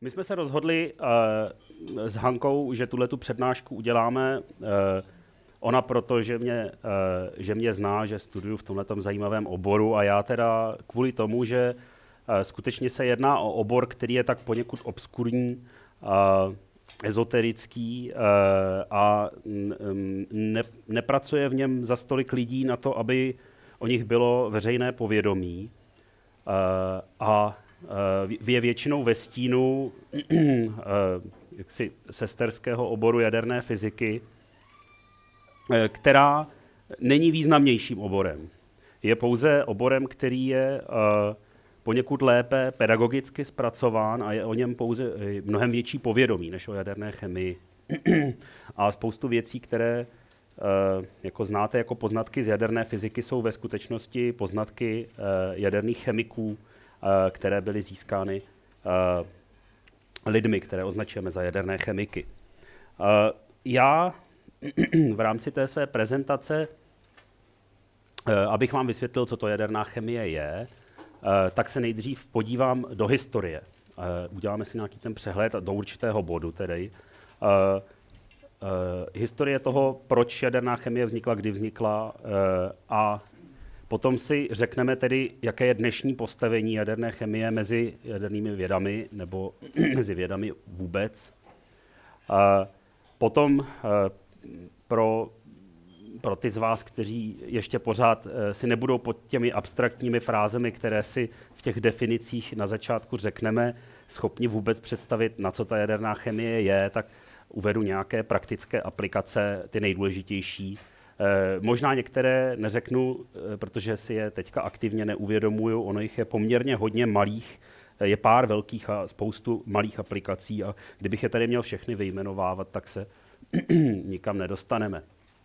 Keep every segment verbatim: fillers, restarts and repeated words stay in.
My jsme se rozhodli uh, s Hankou, že tuhletu přednášku uděláme. Uh, ona proto, že mě, uh, že mě zná, že studuju v tomhletom zajímavém oboru a já teda kvůli tomu, že uh, skutečně se jedná o obor, který je tak poněkud obskurní, uh, ezoterický uh, a ne, nepracuje v něm za tolik lidí na to, aby o nich bylo veřejné povědomí. Uh, a uh, je většinou ve stínu uh, jaksi sesterského oboru jaderné fyziky, uh, která není významnějším oborem. Je pouze oborem, který je uh, poněkud lépe pedagogicky zpracován a je o něm pouze mnohem větší povědomí než o jaderné chemii. A spoustu věcí, které uh, jako znáte jako poznatky z jaderné fyziky, jsou ve skutečnosti poznatky uh, jaderných chemiků, uh, které byly získány uh, lidmi, které označujeme za jaderné chemiky. Uh, já v rámci té své prezentace, uh, abych vám vysvětlil, co to jaderná chemie je, Uh, tak se nejdřív podívám do historie. Uh, uděláme si nějaký ten přehled do určitého bodu tedy. Uh, uh, historie toho, proč jaderná chemie vznikla, kdy vznikla uh, a potom si řekneme tedy, jaké je dnešní postavení jaderné chemie mezi jadernými vědami nebo mezi vědami vůbec. Uh, potom uh, pro Pro ty z vás, kteří ještě pořád uh, si nebudou pod těmi abstraktními frázemi, které si v těch definicích na začátku řekneme, schopni vůbec představit, na co ta jaderná chemie je, tak uvedu nějaké praktické aplikace, ty nejdůležitější. Uh, možná některé neřeknu, uh, protože si je teďka aktivně neuvědomuju, ono jich je poměrně hodně malých, uh, je pár velkých a spoustu malých aplikací a kdybych je tady měl všechny vyjmenovávat, tak se nikam nedostaneme.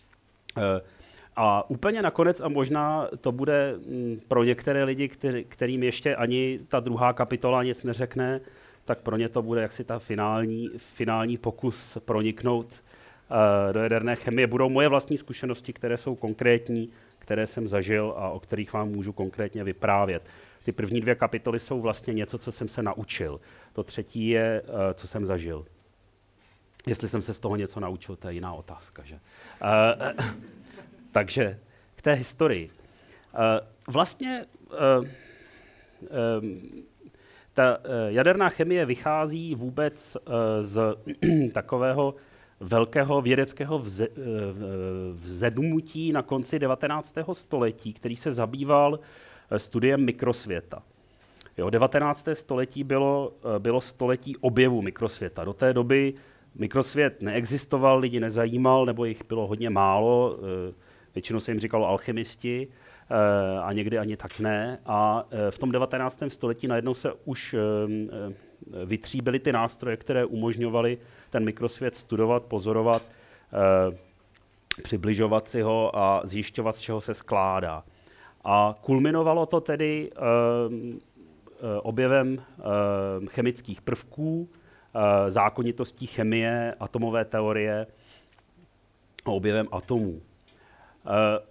A úplně nakonec, a možná to bude pro některé lidi, který, kterým ještě ani ta druhá kapitola nic neřekne, tak pro ně to bude jaksi ta finální, finální pokus proniknout uh, do jaderné chemie. Budou moje vlastní zkušenosti, které jsou konkrétní, které jsem zažil a o kterých vám můžu konkrétně vyprávět. Ty první dvě kapitoly jsou vlastně něco, co jsem se naučil. To třetí je, uh, co jsem zažil. Jestli jsem se z toho něco naučil, to je jiná otázka, že? Uh, takže k té historii. Uh, vlastně uh, um, ta uh, jaderná chemie vychází vůbec uh, z takového velkého vědeckého vze, uh, vzedmutí na konci devatenáctého století, který se zabýval uh, studiem mikrosvěta. Jo, devatenácté století bylo, uh, bylo století objevu mikrosvěta. Do té doby mikrosvět neexistoval, lidi nezajímal, nebo jich bylo hodně málo, většinou se jim říkalo alchemisti a někdy ani tak ne. A v tom devatenáctém století najednou se už vytříbily ty nástroje, které umožňovaly ten mikrosvět studovat, pozorovat, přibližovat si ho a zjišťovat, z čeho se skládá. A kulminovalo to tedy objevem chemických prvků, zákonitostí chemie, atomové teorie a objevem atomů. E,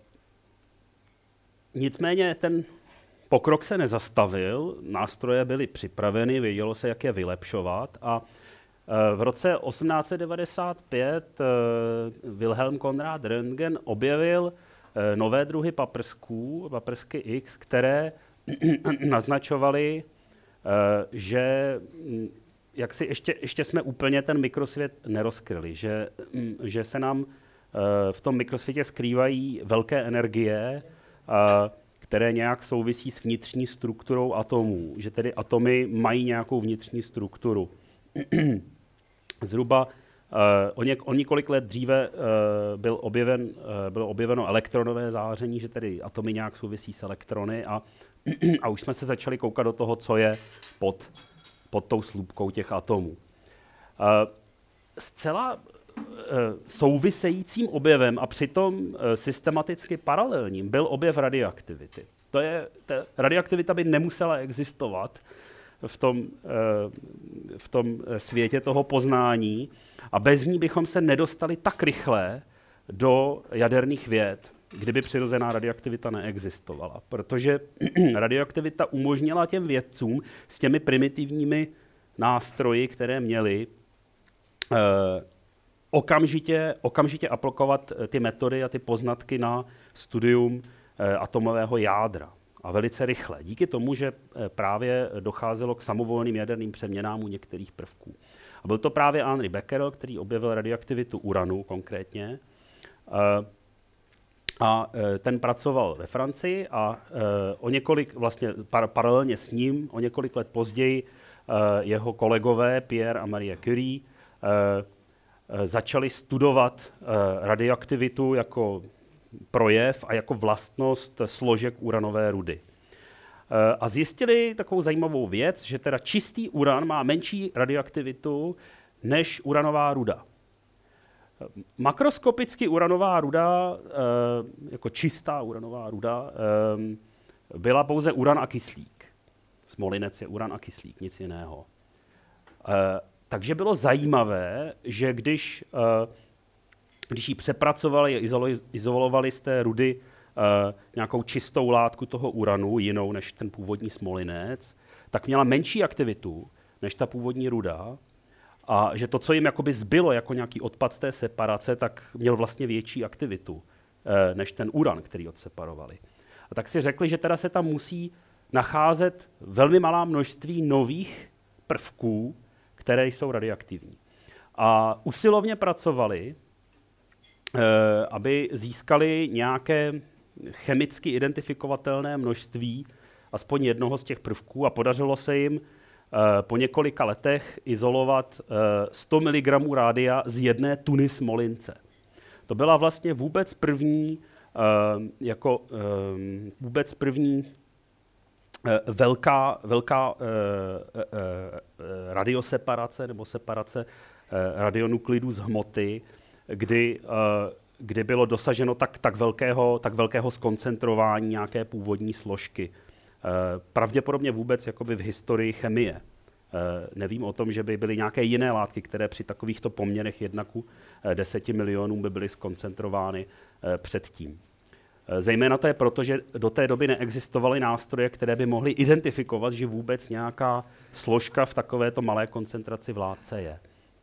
nicméně ten pokrok se nezastavil, nástroje byly připraveny, vědělo se, jak je vylepšovat a e, v roce osmnáct set devadesát pět e, Wilhelm Konrad Röntgen objevil e, nové druhy paprsků, paprsky X, které naznačovaly, e, že jak si ještě, ještě jsme úplně ten mikrosvět nerozkryli, že, že se nám uh, v tom mikrosvětě skrývají velké energie, uh, které nějak souvisí s vnitřní strukturou atomů, že tedy atomy mají nějakou vnitřní strukturu. Zhruba uh, o, něk, o několik let dříve uh, byl objeven, uh, bylo objeveno elektronové záření, že tedy atomy nějak souvisí s elektrony a, a už jsme se začali koukat do toho, co je pod pod tou slupkou těch atomů. Uh, zcela uh, souvisejícím objevem a přitom uh, systematicky paralelním byl objev radioaktivity. To je, ta radioaktivita by nemusela existovat v tom, uh, v tom světě toho poznání a bez ní bychom se nedostali tak rychle do jaderných věd, kdyby přirozená radioaktivita neexistovala. Protože radioaktivita umožnila těm vědcům s těmi primitivními nástroji, které měli, uh, okamžitě, okamžitě aplikovat ty metody a ty poznatky na studium uh, atomového jádra. A velice rychle. Díky tomu, že právě docházelo k samovolným jaderným přeměnám u některých prvků. A byl to právě Henri Becquerel, který objevil radioaktivitu uranu konkrétně. A ten pracoval ve Francii a o několik, vlastně paralelně s ním, o několik let později jeho kolegové Pierre a Marie Curie začali studovat radioaktivitu jako projev a jako vlastnost složek uranové rudy. A zjistili takovou zajímavou věc, že teda čistý uran má menší radioaktivitu než uranová ruda. Makroskopicky uranová ruda, jako čistá uranová ruda, byla pouze uran a kyslík. Smolinec je uran a kyslík, nic jiného. Takže bylo zajímavé, že když Když ji přepracovali a izolovali z té rudy uh, nějakou čistou látku toho uranu, jinou než ten původní smolinec, tak měla menší aktivitu než ta původní ruda a že to, co jim jakoby zbylo jako nějaký odpad z té separace, tak měl vlastně větší aktivitu uh, než ten uran, který odseparovali. A tak si řekli, že teda se tam musí nacházet velmi malá množství nových prvků, které jsou radioaktivní. A usilovně pracovali, aby získali nějaké chemicky identifikovatelné množství aspoň jednoho z těch prvků a podařilo se jim po několika letech izolovat sto miligramů rádia z jedné tuny smolince. To byla vlastně vůbec první, jako vůbec první velká, velká radioseparace nebo separace radionuklidů z hmoty, Kdy, kdy bylo dosaženo tak, tak, velkého, tak velkého zkoncentrování nějaké původní složky. Pravděpodobně vůbec jakoby v historii chemie. Nevím o tom, že by byly nějaké jiné látky, které při takovýchto poměrech jedna ku deseti milionům by byly zkoncentrovány předtím. Zejména to je proto, že do té doby neexistovaly nástroje, které by mohly identifikovat, že vůbec nějaká složka v takovéto malé koncentraci v látce je.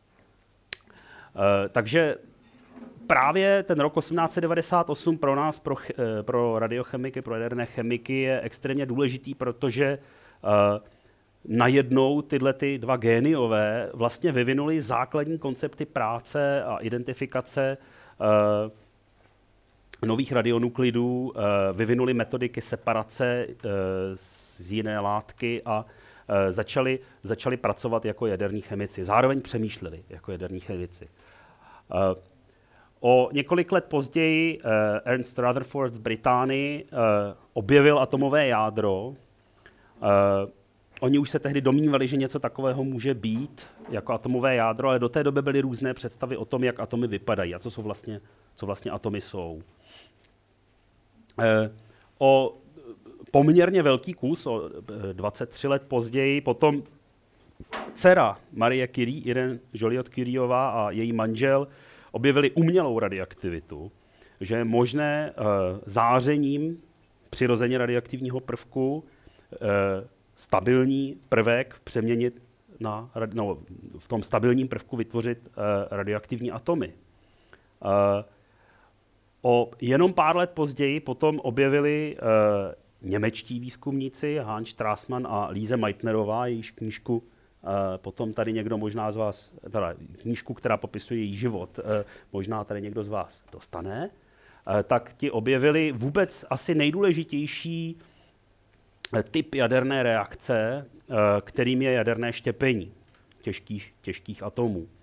Takže právě ten rok osmnáct set devadesát osm pro nás, pro, pro radiochemiky, pro jaderné chemiky je extrémně důležitý, protože uh, najednou tyhle ty dva géniové vlastně vyvinuli základní koncepty práce a identifikace uh, nových radionuklidů, uh, vyvinuli metodiky separace uh, z jiné látky a uh, začali, začali pracovat jako jaderní chemici. Zároveň přemýšleli jako jaderní chemici. Uh, O několik let později uh, Ernst Rutherford v Británii uh, objevil atomové jádro. Uh, oni už se tehdy domnívali, že něco takového může být jako atomové jádro, ale do té doby byly různé představy o tom, jak atomy vypadají a co, jsou vlastně, co vlastně atomy jsou. Uh, o poměrně velký kus, o dvacet tři let později, potom dcera Marie Curie, Irene Joliot-Curieová a její manžel objevili umělou radioaktivitu, že je možné uh, zářením přirozeně radioaktivního prvku uh, stabilní prvek přeměnit na, no, v tom stabilním prvku vytvořit uh, radioaktivní atomy. Uh, o jenom pár let později potom objevili uh, němečtí výzkumníci Hans Strassmann a Lise Meitnerová, jejíž knížku Uh, potom tady někdo možná z vás, teda knížku, která popisuje její život, uh, možná tady někdo z vás dostane, uh, tak ti objevili vůbec asi nejdůležitější uh, typ jaderné reakce, uh, kterým je jaderné štěpení těžkých, těžkých atomů. Uh,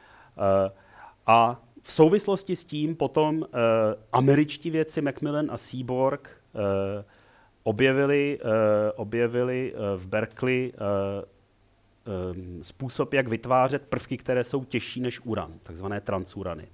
a v souvislosti s tím potom uh, američtí vědci Macmillan a Seaborg uh, objevili, uh, objevili uh, v Berkeley uh, způsob, jak vytvářet prvky, které jsou těžší než uran, takzvané transurany,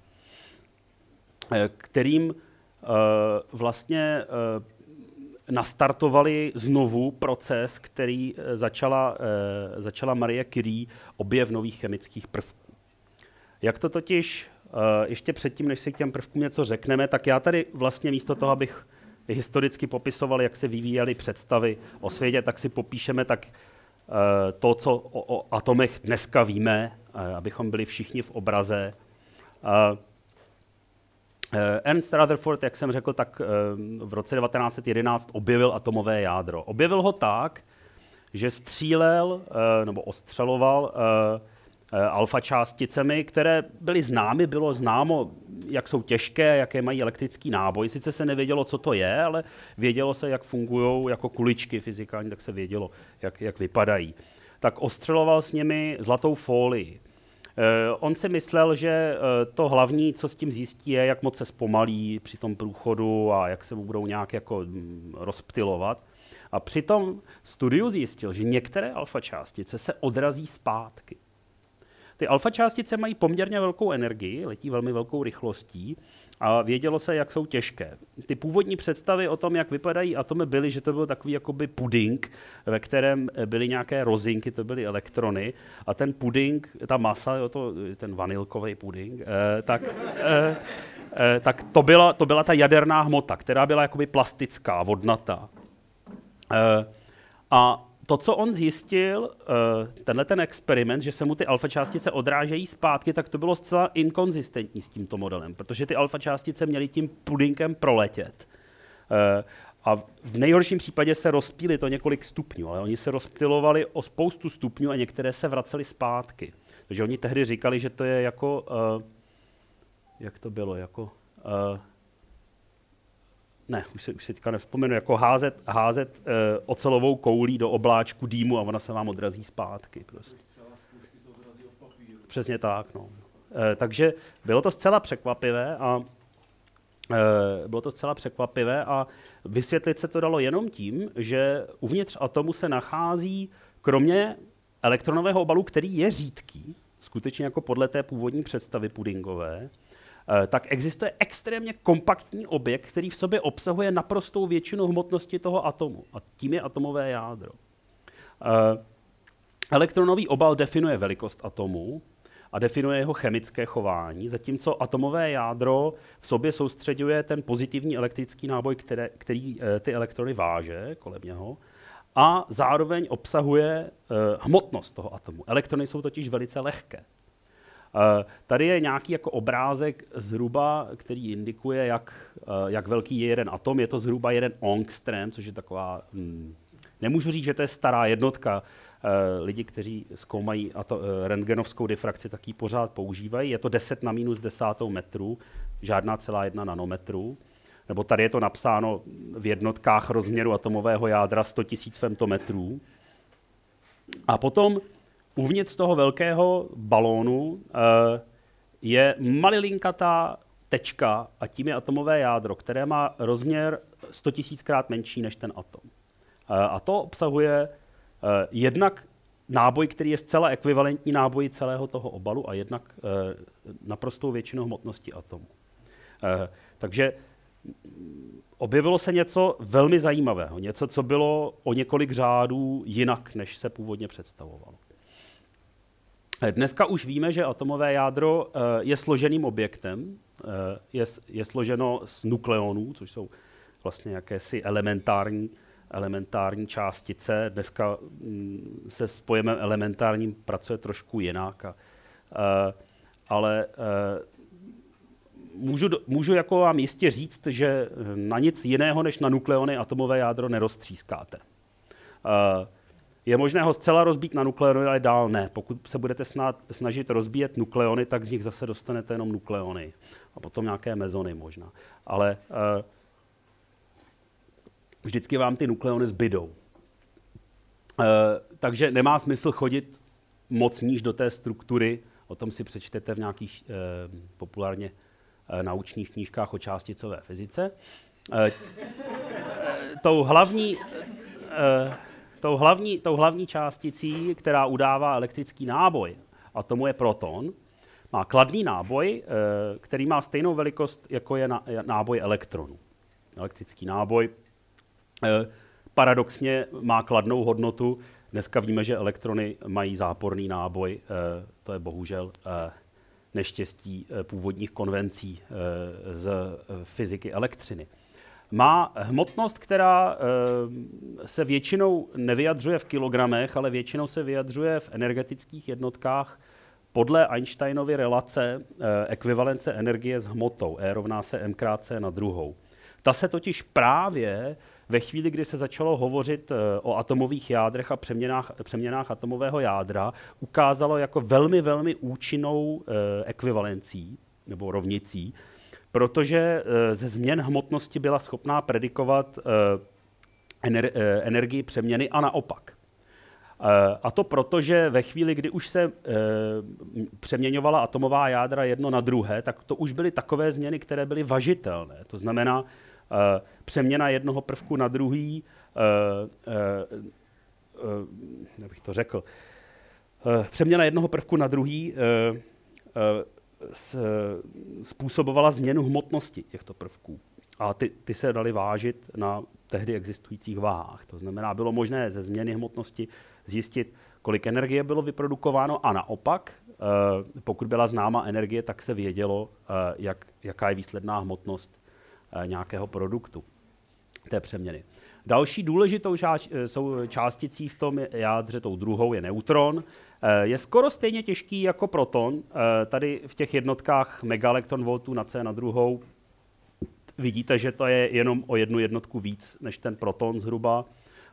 kterým vlastně nastartovali znovu proces, který začala, začala Marie Curie, objev nových chemických prvků. Jak to totiž, ještě předtím, než si k těm prvkům něco řekneme, tak já tady vlastně místo toho, abych historicky popisoval, jak se vyvíjely představy o světě, tak si popíšeme tak to, co o, o atomech dneska víme, abychom byli všichni v obraze. Ernst Rutherford, jak jsem řekl, tak v roce devatenáct set jedenáct objevil atomové jádro. Objevil ho tak, že střílel nebo ostřeloval alfa částicemi, které byly známy, bylo známo, jak jsou těžké, jaké mají elektrický náboj. Sice se nevědělo, co to je, ale vědělo se, jak fungují jako kuličky fyzikální, tak se vědělo, jak, jak vypadají. Tak ostřeloval s nimi zlatou fólii. On si myslel, že to hlavní, co s tím zjistí, je, jak moc se zpomalí při tom průchodu a jak se mu budou nějak jako rozptylovat. A při tom studiu zjistil, že některé alfa částice se odrazí zpátky. Ty alfa částice mají poměrně velkou energii, letí velmi velkou rychlostí a vědělo se, jak jsou těžké. Ty původní představy o tom, jak vypadají atomy, byly, že to byl takový jakoby puding, ve kterém byly nějaké rozinky, to byly elektrony a ten puding, ta masa, jo, to, ten vanilkový puding, eh, tak, eh, eh, tak to, byla, to byla ta jaderná hmota, která byla jakoby plastická, vodnatá. Eh, a to, co on zjistil, tenhle ten experiment, že se mu ty alfa částice odrážejí zpátky, tak to bylo zcela inkonzistentní s tímto modelem, protože ty alfa částice měly tím pudinkem proletět. A v nejhorším případě se rozptýlily to několik stupňů, ale oni se rozptylovali o spoustu stupňů a některé se vracely zpátky. Takže oni tehdy říkali, že to je jako, jak to bylo, jako... Ne, už si, už si teďka nevzpomenu, jako házet, házet uh, ocelovou koulí do obláčku dýmu a ona se vám odrazí zpátky. Prostě. Přesně tak. No. Uh, takže bylo to zcela překvapivé a uh, bylo to zcela překvapivé a vysvětlit se to dalo jenom tím, že uvnitř atomu se nachází, kromě elektronového obalu, který je řídký, skutečně jako podle té původní představy pudingové, tak existuje extrémně kompaktní objekt, který v sobě obsahuje naprostou většinu hmotnosti toho atomu. A tím je atomové jádro. Elektronový obal definuje velikost atomu a definuje jeho chemické chování, zatímco atomové jádro v sobě soustřeďuje ten pozitivní elektrický náboj, které, který ty elektrony váže kolem něho, a zároveň obsahuje hmotnost toho atomu. Elektrony jsou totiž velice lehké. Uh, tady je nějaký jako obrázek zhruba, který indikuje, jak, uh, jak velký je jeden atom. Je to zhruba jeden ångström, což je taková... Hmm, nemůžu říct, že to je stará jednotka. Uh, lidi, kteří zkoumají ato, uh, rentgenovskou difrakci, tak ji pořád používají. Je to deset na minus desátou metru, žádná celá jedna nanometru. Nebo tady je to napsáno v jednotkách rozměru atomového jádra sto tisíc femtometrů. A potom uvnitř toho velkého balónu uh, je malilinkatá tečka a tím je atomové jádro, které má rozměr sto tisíckrát menší než ten atom. Uh, a to obsahuje uh, jednak náboj, který je zcela ekvivalentní náboji celého toho obalu a jednak uh, naprostou většinu hmotnosti atomu. Uh, takže objevilo se něco velmi zajímavého, něco, co bylo o několik řádů jinak, než se původně představovalo. Dneska už víme, že atomové jádro je složeným objektem, je, je složeno z nukleonů, což jsou vlastně jakési elementární, elementární částice. Dneska se s pojmem elementárním pracuje trošku jinak, a, ale můžu, můžu jako vám jistě říct, že na nic jiného než na nukleony atomové jádro neroztřískáte. Je možné ho zcela rozbít na nukleony, ale dál ne. Pokud se budete snad, snažit rozbíjet nukleony, tak z nich zase dostanete jenom nukleony. A potom nějaké mezony možná. Ale uh, vždycky vám ty nukleony zbydou. Uh, takže nemá smysl chodit moc níž do té struktury. O tom si přečtete v nějakých uh, populárně uh, naučných knížkách o částicové fyzice. Uh, tou hlavní... Uh, Tou hlavní, tou hlavní částicí, která udává elektrický náboj, a tomu je proton, má kladný náboj, který má stejnou velikost, jako je náboj elektronů. Elektrický náboj paradoxně má kladnou hodnotu. Dneska víme, že elektrony mají záporný náboj. To je bohužel neštěstí původních konvencí z fyziky elektřiny. má hmotnost, která se většinou nevyjadřuje v kilogramech, ale většinou se vyjadřuje v energetických jednotkách podle Einsteinovy relace ekvivalence energie s hmotou. E rovná se m krát c na druhou. Ta se totiž právě ve chvíli, kdy se začalo hovořit o atomových jádrech a přeměnách, přeměnách atomového jádra, ukázalo jako velmi, velmi účinnou ekvivalencí nebo rovnicí, protože ze změn hmotnosti byla schopná predikovat ener, energii přeměny a naopak. A to proto, že ve chvíli, kdy už se přeměňovala atomová jádra jedno na druhé, tak to už byly takové změny, které byly važitelné. To znamená, přeměna jednoho prvku na druhý, jak bych to řekl, přeměna jednoho prvku na druhý způsobovala změnu hmotnosti těchto prvků. A ty, ty se daly vážit na tehdy existujících váhách. To znamená, bylo možné ze změny hmotnosti zjistit, kolik energie bylo vyprodukováno a naopak, pokud byla známa energie, tak se vědělo, jak, jaká je výsledná hmotnost nějakého produktu té přeměny. Další důležitou část, jsou částicí v tom jádře, tou druhou je neutron. Je skoro stejně těžký jako proton. Tady v těch jednotkách megaelektronvoltů na C na druhou vidíte, že to je jenom o jednu jednotku víc než ten proton zhruba.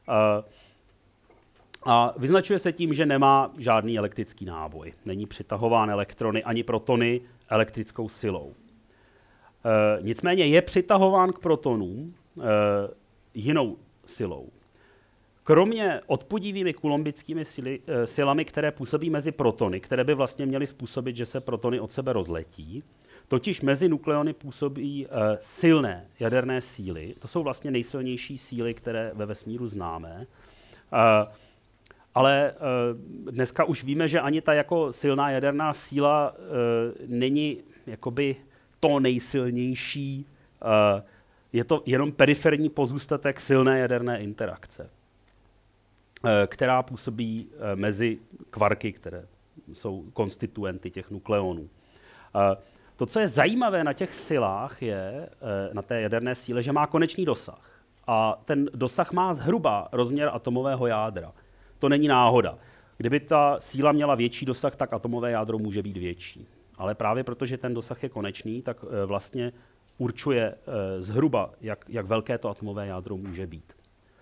A vyznačuje se tím, že nemá žádný elektrický náboj. Není přitahován elektrony ani protony elektrickou silou. E, nicméně je přitahován k protonům e, jinou silou. Kromě odpudivými kulombickými sily, e, silami, které působí mezi protony, které by vlastně měly způsobit, že se protony od sebe rozletí, totiž mezi nukleony působí e, silné jaderné síly. To jsou vlastně nejsilnější síly, které ve vesmíru známe. E, ale e, dneska už víme, že ani ta jako silná jaderná síla e, není jakoby to nejsilnější, uh, je to jenom periferní pozůstatek silné jaderné interakce, uh, která působí uh, mezi kvarky, které jsou konstituenty těch nukleonů. Uh, to, co je zajímavé na těch silách, je uh, na té jaderné síle, že má konečný dosah. A ten dosah má zhruba rozměr atomového jádra. To není náhoda. Kdyby ta síla měla větší dosah, tak atomové jádro může být větší. Ale právě protože ten dosah je konečný, tak e, vlastně určuje e, zhruba, jak, jak velké to atomové jádro může být.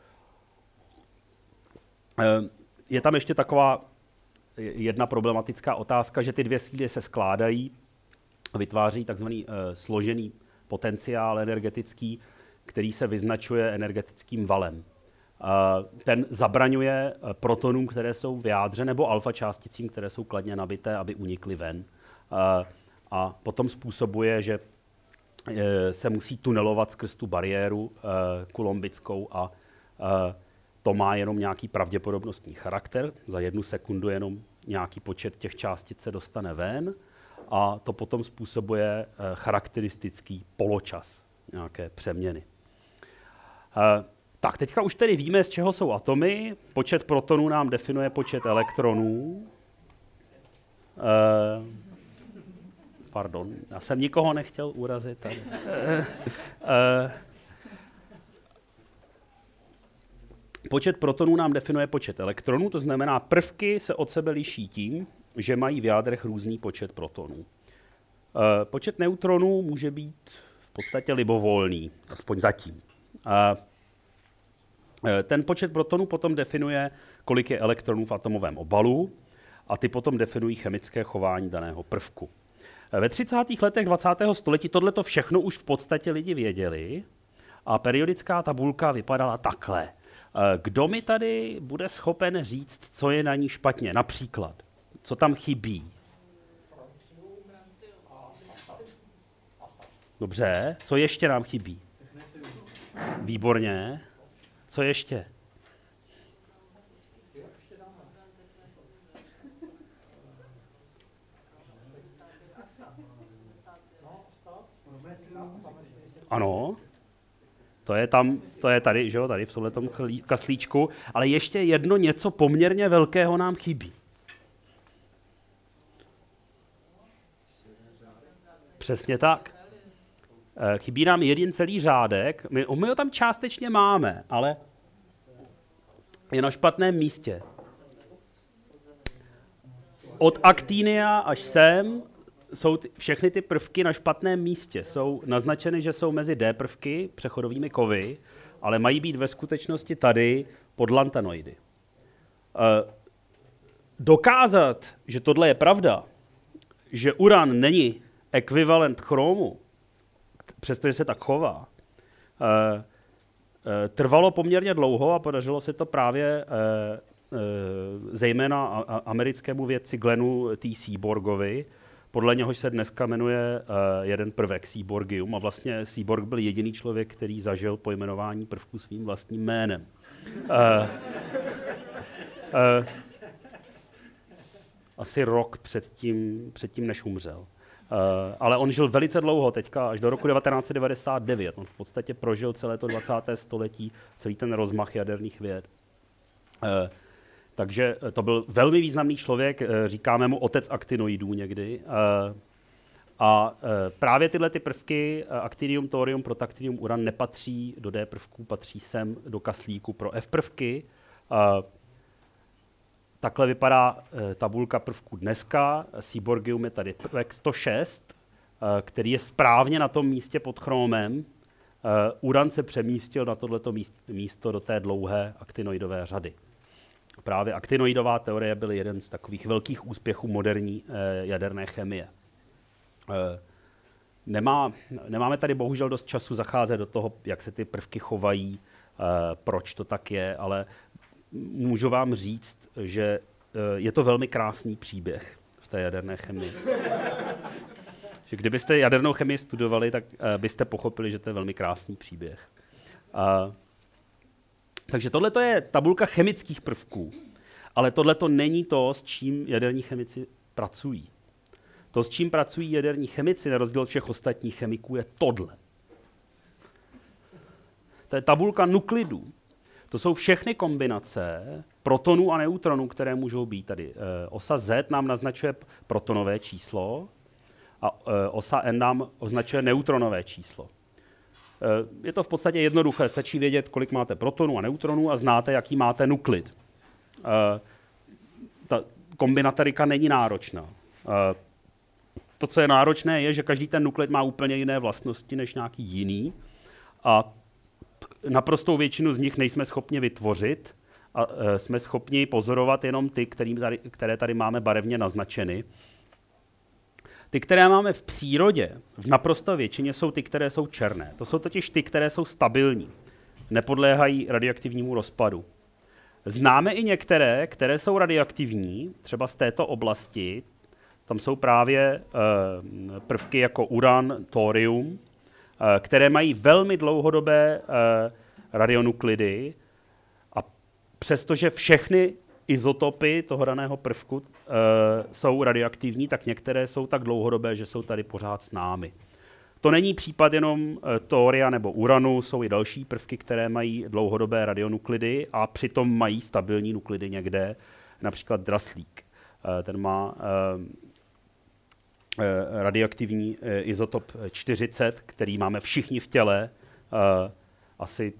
E, je tam ještě taková jedna problematická otázka, že ty dvě síly se skládají a vytváří takzvaný e, složený potenciál energetický, který se vyznačuje energetickým valem. E, ten zabraňuje protonům, které jsou v jádře, nebo alfa částicím, které jsou kladně nabité, aby unikly ven. A potom způsobuje, že se musí tunelovat skrz tu bariéru kulumbickou a to má jenom nějaký pravděpodobnostní charakter. Za jednu sekundu jenom nějaký počet těch částic se dostane ven a to potom způsobuje charakteristický poločas nějaké přeměny. Tak, teďka už tedy víme, z čeho jsou atomy. Počet protonů nám definuje počet elektronů. Pardon, já jsem nikoho nechtěl urazit tady. Počet protonů nám definuje počet elektronů, to znamená, prvky se od sebe liší tím, že mají v jádrech různý počet protonů. Počet neutronů může být v podstatě libovolný, aspoň zatím. Ten počet protonů potom definuje, kolik je elektronů v atomovém obalu a ty potom definují chemické chování daného prvku. Ve třicátých letech dvacátého století tohleto všechno už v podstatě lidi věděli a periodická tabulka vypadala takhle. Kdo mi tady bude schopen říct, co je na ní špatně? Například, co tam chybí? Dobře, co ještě nám chybí? Výborně. Co ještě? Ano, to je tam, to je tady, že jo, tady v tomhletom kaslíčku, ale ještě jedno něco poměrně velkého nám chybí. Přesně tak. chybí nám jeden celý řádek, my, my ho tam částečně máme, ale je na špatném místě. Od aktínia až sem jsou ty, všechny ty prvky na špatném místě. Jsou naznačeny, že jsou mezi D prvky, přechodovými kovy, ale mají být ve skutečnosti tady pod lantanoidy. Uh, dokázat, že tohle je pravda, že uran není ekvivalent chromu, přestože se tak chová, uh, uh, trvalo poměrně dlouho a podařilo se to právě uh, uh, zejména a, a, americkému vědci Glenu T. Seaborgovi, podle něhož se dneska jmenuje uh, jeden prvek Seaborgium a vlastně Seaborg byl jediný člověk, který zažil pojmenování prvku svým vlastním jménem. Uh, uh, asi rok předtím, předtím, než umřel. Uh, ale on žil velice dlouho, teďka až do roku devatenáct set devadesát devět. On v podstatě prožil celé to dvacáté století, celý ten rozmach jaderných věd. Uh, takže to byl velmi významný člověk, říkáme mu otec aktinoidů někdy. A právě tyhle ty prvky, aktinium, thorium, protaktinium, uran, nepatří do D prvků, patří sem do kaslíku pro F prvky. Takhle vypadá tabulka prvků dneska. Seaborgium je tady prvek sto šest, který je správně na tom místě pod chromem. Uran se přemístil na tohleto místo do té dlouhé aktinoidové řady. Právě aktinoidová teorie byl jeden z takových velkých úspěchů moderní eh, jaderné chemie. Eh, nemá, nemáme tady bohužel dost času zacházet do toho, jak se ty prvky chovají, eh, proč to tak je, ale můžu vám říct, že eh, je to velmi krásný příběh v té jaderné chemii. Že kdybyste jadernou chemii studovali, tak eh, byste pochopili, že to je velmi krásný příběh. Eh, Takže tohle je tabulka chemických prvků, ale tohle není to, s čím jaderní chemici pracují. To, s čím pracují jaderní chemici, na rozdíl od všech ostatních chemiků, je tohle. To je tabulka nuklidů. To jsou všechny kombinace protonů a neutronů, které můžou být. Tady osa Z nám naznačuje protonové číslo a osa N nám označuje neutronové číslo. Je to v podstatě jednoduché, stačí vědět, kolik máte protonů a neutronů a znáte, jaký máte nuklid. Ta kombinatorika není náročná. To, co je náročné, je, že každý ten nuklid má úplně jiné vlastnosti než nějaký jiný a naprostou většinu z nich nejsme schopni vytvořit a jsme schopni pozorovat jenom ty, tady, které tady máme barevně naznačeny. Ty, které máme v přírodě, v naprosto většině, jsou ty, které jsou černé. To jsou totiž ty, které jsou stabilní, nepodléhají radioaktivnímu rozpadu. Známe i některé, které jsou radioaktivní, třeba z této oblasti. Tam jsou právě uh, prvky jako uran, thorium, uh, které mají velmi dlouhodobé uh, radionuklidy a přestože všechny izotopy toho daného prvku uh, jsou radioaktivní, tak některé jsou tak dlouhodobé, že jsou tady pořád s námi. To není případ jenom uh, thoria nebo uranu, jsou i další prvky, které mají dlouhodobé radionuklidy a přitom mají stabilní nuklidy někde, například draslík. Uh, ten má uh, uh, radioaktivní uh, izotop čtyřicet, který máme všichni v těle, uh, asi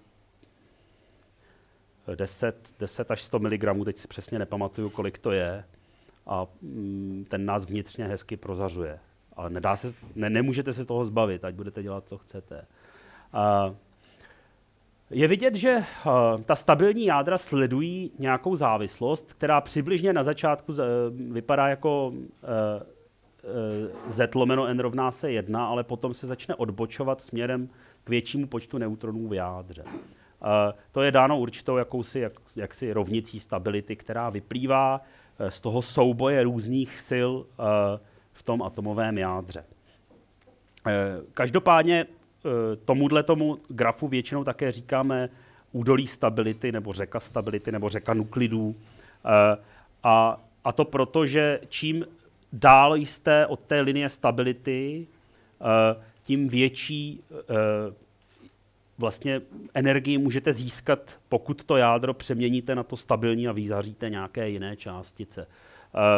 deset až sto miligramů, teď si přesně nepamatuju, kolik to je. A mm, ten nás vnitřně hezky prozařuje. Ale nedá se, ne, nemůžete se toho zbavit, ať budete dělat, co chcete. Uh, je vidět, že uh, ta stabilní jádra sledují nějakou závislost, která přibližně na začátku z, uh, vypadá jako uh, uh, Z lomeno N rovná se jedna, ale potom se začne odbočovat směrem k většímu počtu neutronů v jádře. Uh, to je dáno určitou jakousi jak, jaksi rovnicí stability, která vyplývá uh, z toho souboje různých sil uh, v tom atomovém jádře. Uh, každopádně uh, tomuhle tomu grafu většinou také říkáme údolí stability, nebo řeka stability, nebo řeka nuklidů. Uh, a, a to proto, že čím dál jste od té linie stability, uh, tím větší uh, vlastně energii můžete získat, pokud to jádro přeměníte na to stabilní a vyzaříte nějaké jiné částice.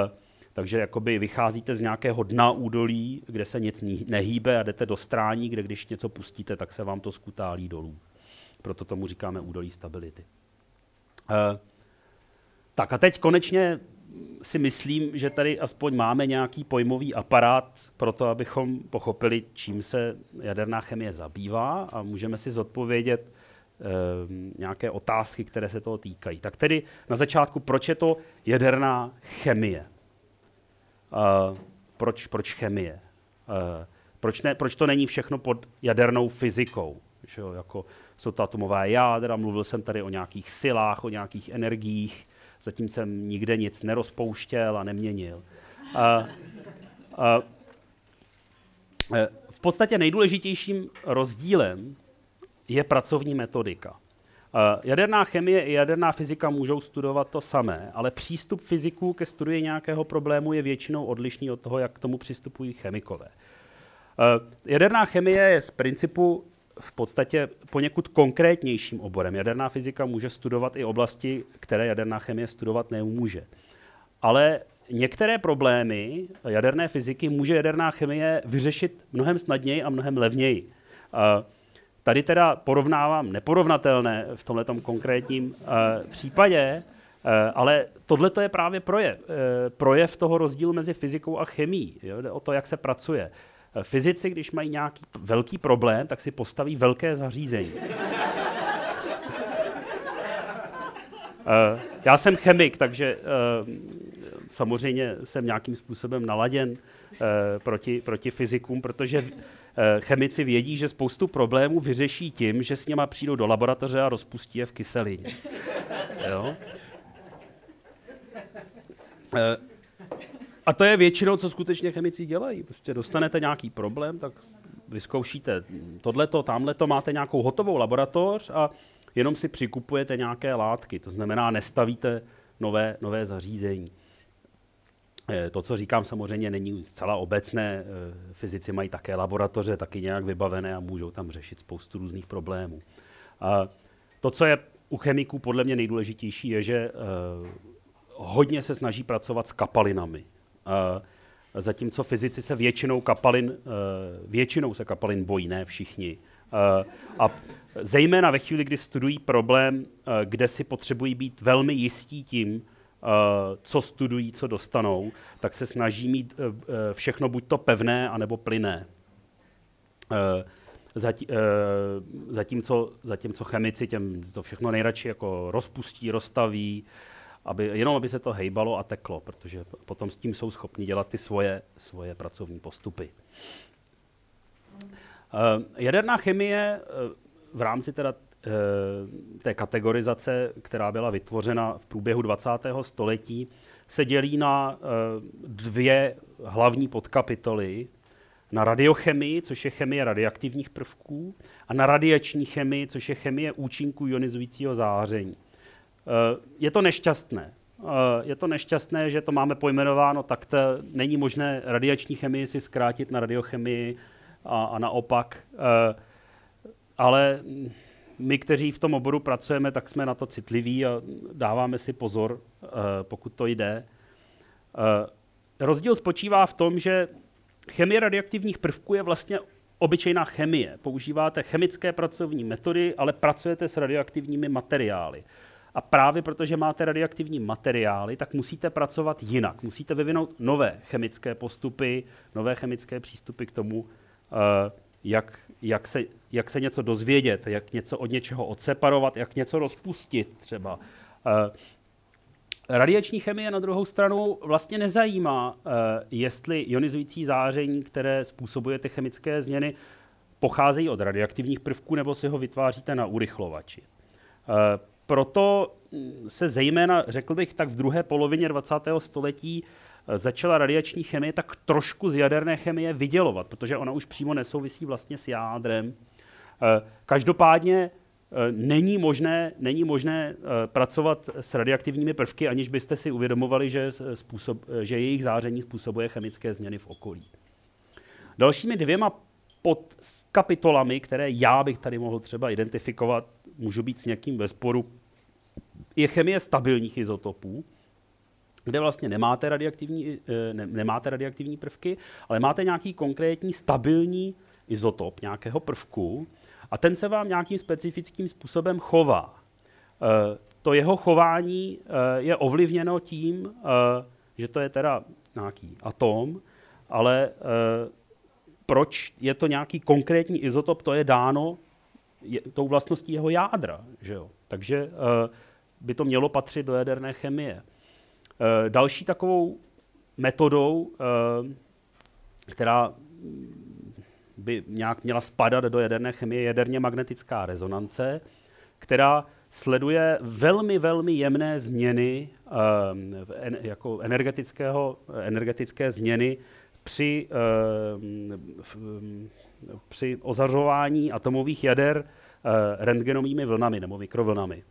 Takže jakoby vycházíte z nějakého dna údolí, kde se nic nehýbe a jdete do strání, kde když něco pustíte, tak se vám to skutálí dolů. Proto tomu říkáme údolí stability. Uh, tak a teď konečně si myslím, že tady aspoň máme nějaký pojmový aparát pro to, abychom pochopili, čím se jaderná chemie zabývá a můžeme si zodpovědět uh, nějaké otázky, které se toho týkají. Tak tedy na začátku, proč je to jaderná chemie? Uh, proč, proč chemie? Uh, proč, ne, proč to není všechno pod jadernou fyzikou? Že jo, jako jsou to atomová jádra, mluvil jsem tady o nějakých silách, o nějakých energiích, zatím jsem nikde nic nerozpouštěl a neměnil. Uh, uh, uh, v podstatě nejdůležitějším rozdílem je pracovní metodika. Uh, jaderná chemie i jaderná fyzika můžou studovat to samé, ale přístup fyziků ke studii nějakého problému je většinou odlišný od toho, jak k tomu přistupují chemikové. Uh, jaderná chemie je z principu v podstatě poněkud konkrétnějším oborem. Jaderná fyzika může studovat i oblasti, které jaderná chemie studovat nemůže. Ale některé problémy jaderné fyziky může jaderná chemie vyřešit mnohem snadněji a mnohem levněji. Uh, Tady teda porovnávám neporovnatelné v tomhletom konkrétním uh, případě, uh, ale tohle je právě projev, uh, projev toho rozdílu mezi fyzikou a chemií. Jo? Jde o to, jak se pracuje. Uh, fyzici, když mají nějaký velký problém, tak si postaví velké zařízení. Uh, já jsem chemik, takže uh, samozřejmě jsem nějakým způsobem naladěn uh, proti, proti fyzikům, protože chemici vědí, že spoustu problémů vyřeší tím, že s něma přijdou do laboratoře a rozpustí je v kyselině. Jo? A to je většinou, co skutečně chemici dělají. Prostě dostanete nějaký problém, tak vyzkoušíte tohleto, tamhleto, máte nějakou hotovou laboratoř a jenom si přikupujete nějaké látky. To znamená, nestavíte nové, nové zařízení. To, co říkám, samozřejmě není zcela obecné. Fyzici mají také laboratoře, taky nějak vybavené a můžou tam řešit spoustu různých problémů. A to, co je u chemiků podle mě nejdůležitější, je, že hodně se snaží pracovat s kapalinami. A zatímco fyzici se většinou kapalin, většinou se kapalin bojí, ne všichni. A zejména ve chvíli, kdy studují problém, kde si potřebují být velmi jistí tím, Uh, co studují, co dostanou, tak se snaží mít uh, všechno buď to pevné, anebo plynné. Uh, zatí, uh, zatímco, zatímco chemici těm to všechno nejradši jako rozpustí, rozstaví, aby, jenom aby se to hejbalo a teklo, protože potom s tím jsou schopni dělat ty svoje, svoje pracovní postupy. Uh, jaderná chemie uh, v rámci teda té kategorizace, která byla vytvořena v průběhu dvacátého století, se dělí na dvě hlavní podkapitoly. Na radiochemii, což je chemie radioaktivních prvků, a na radiační chemii, což je chemie účinků ionizujícího záření. Je to nešťastné. Je to nešťastné, že to máme pojmenováno takto. Není možné radiační chemii si zkrátit na radiochemii a, a naopak. Ale my, kteří v tom oboru pracujeme, tak jsme na to citliví a dáváme si pozor, pokud to jde. Rozdíl spočívá v tom, že chemie radioaktivních prvků je vlastně obyčejná chemie. Používáte chemické pracovní metody, ale pracujete s radioaktivními materiály. A právě protože máte radioaktivní materiály, tak musíte pracovat jinak. Musíte vyvinout nové chemické postupy, nové chemické přístupy k tomu, jak, jak, se, jak se něco dozvědět, jak něco od něčeho odseparovat, jak něco rozpustit třeba. Radiační chemie na druhou stranu vlastně nezajímá, jestli ionizující záření, které způsobuje ty chemické změny, pocházejí od radioaktivních prvků nebo si ho vytváříte na urychlovači. Proto se zejména, řekl bych, tak v druhé polovině dvacátého století začala radiační chemie tak trošku z jaderné chemie vydělovat, protože ona už přímo nesouvisí vlastně s jádrem. Každopádně není možné, není možné pracovat s radioaktivními prvky, aniž byste si uvědomovali, že, způsob, že jejich záření způsobuje chemické změny v okolí. Dalšími dvěma podkapitolami, které já bych tady mohl třeba identifikovat, můžu být s někým ve sporu, je chemie stabilních izotopů. kde vlastně nemáte radioaktivní, ne, nemáte radioaktivní prvky, ale máte nějaký konkrétní stabilní izotop nějakého prvku a ten se vám nějakým specifickým způsobem chová. To jeho chování je ovlivněno tím, že to je teda nějaký atom, ale proč je to nějaký konkrétní izotop, to je dáno je, tou vlastností jeho jádra. Že jo? Takže by to mělo patřit do jaderné chemie. Další takovou metodou, která by nějak měla spadat do jaderné chemie, je jaderně magnetická rezonance, která sleduje velmi, velmi jemné změny, jako energetického, energetické změny při, při ozařování atomových jader rentgenovými vlnami nebo mikrovlnami.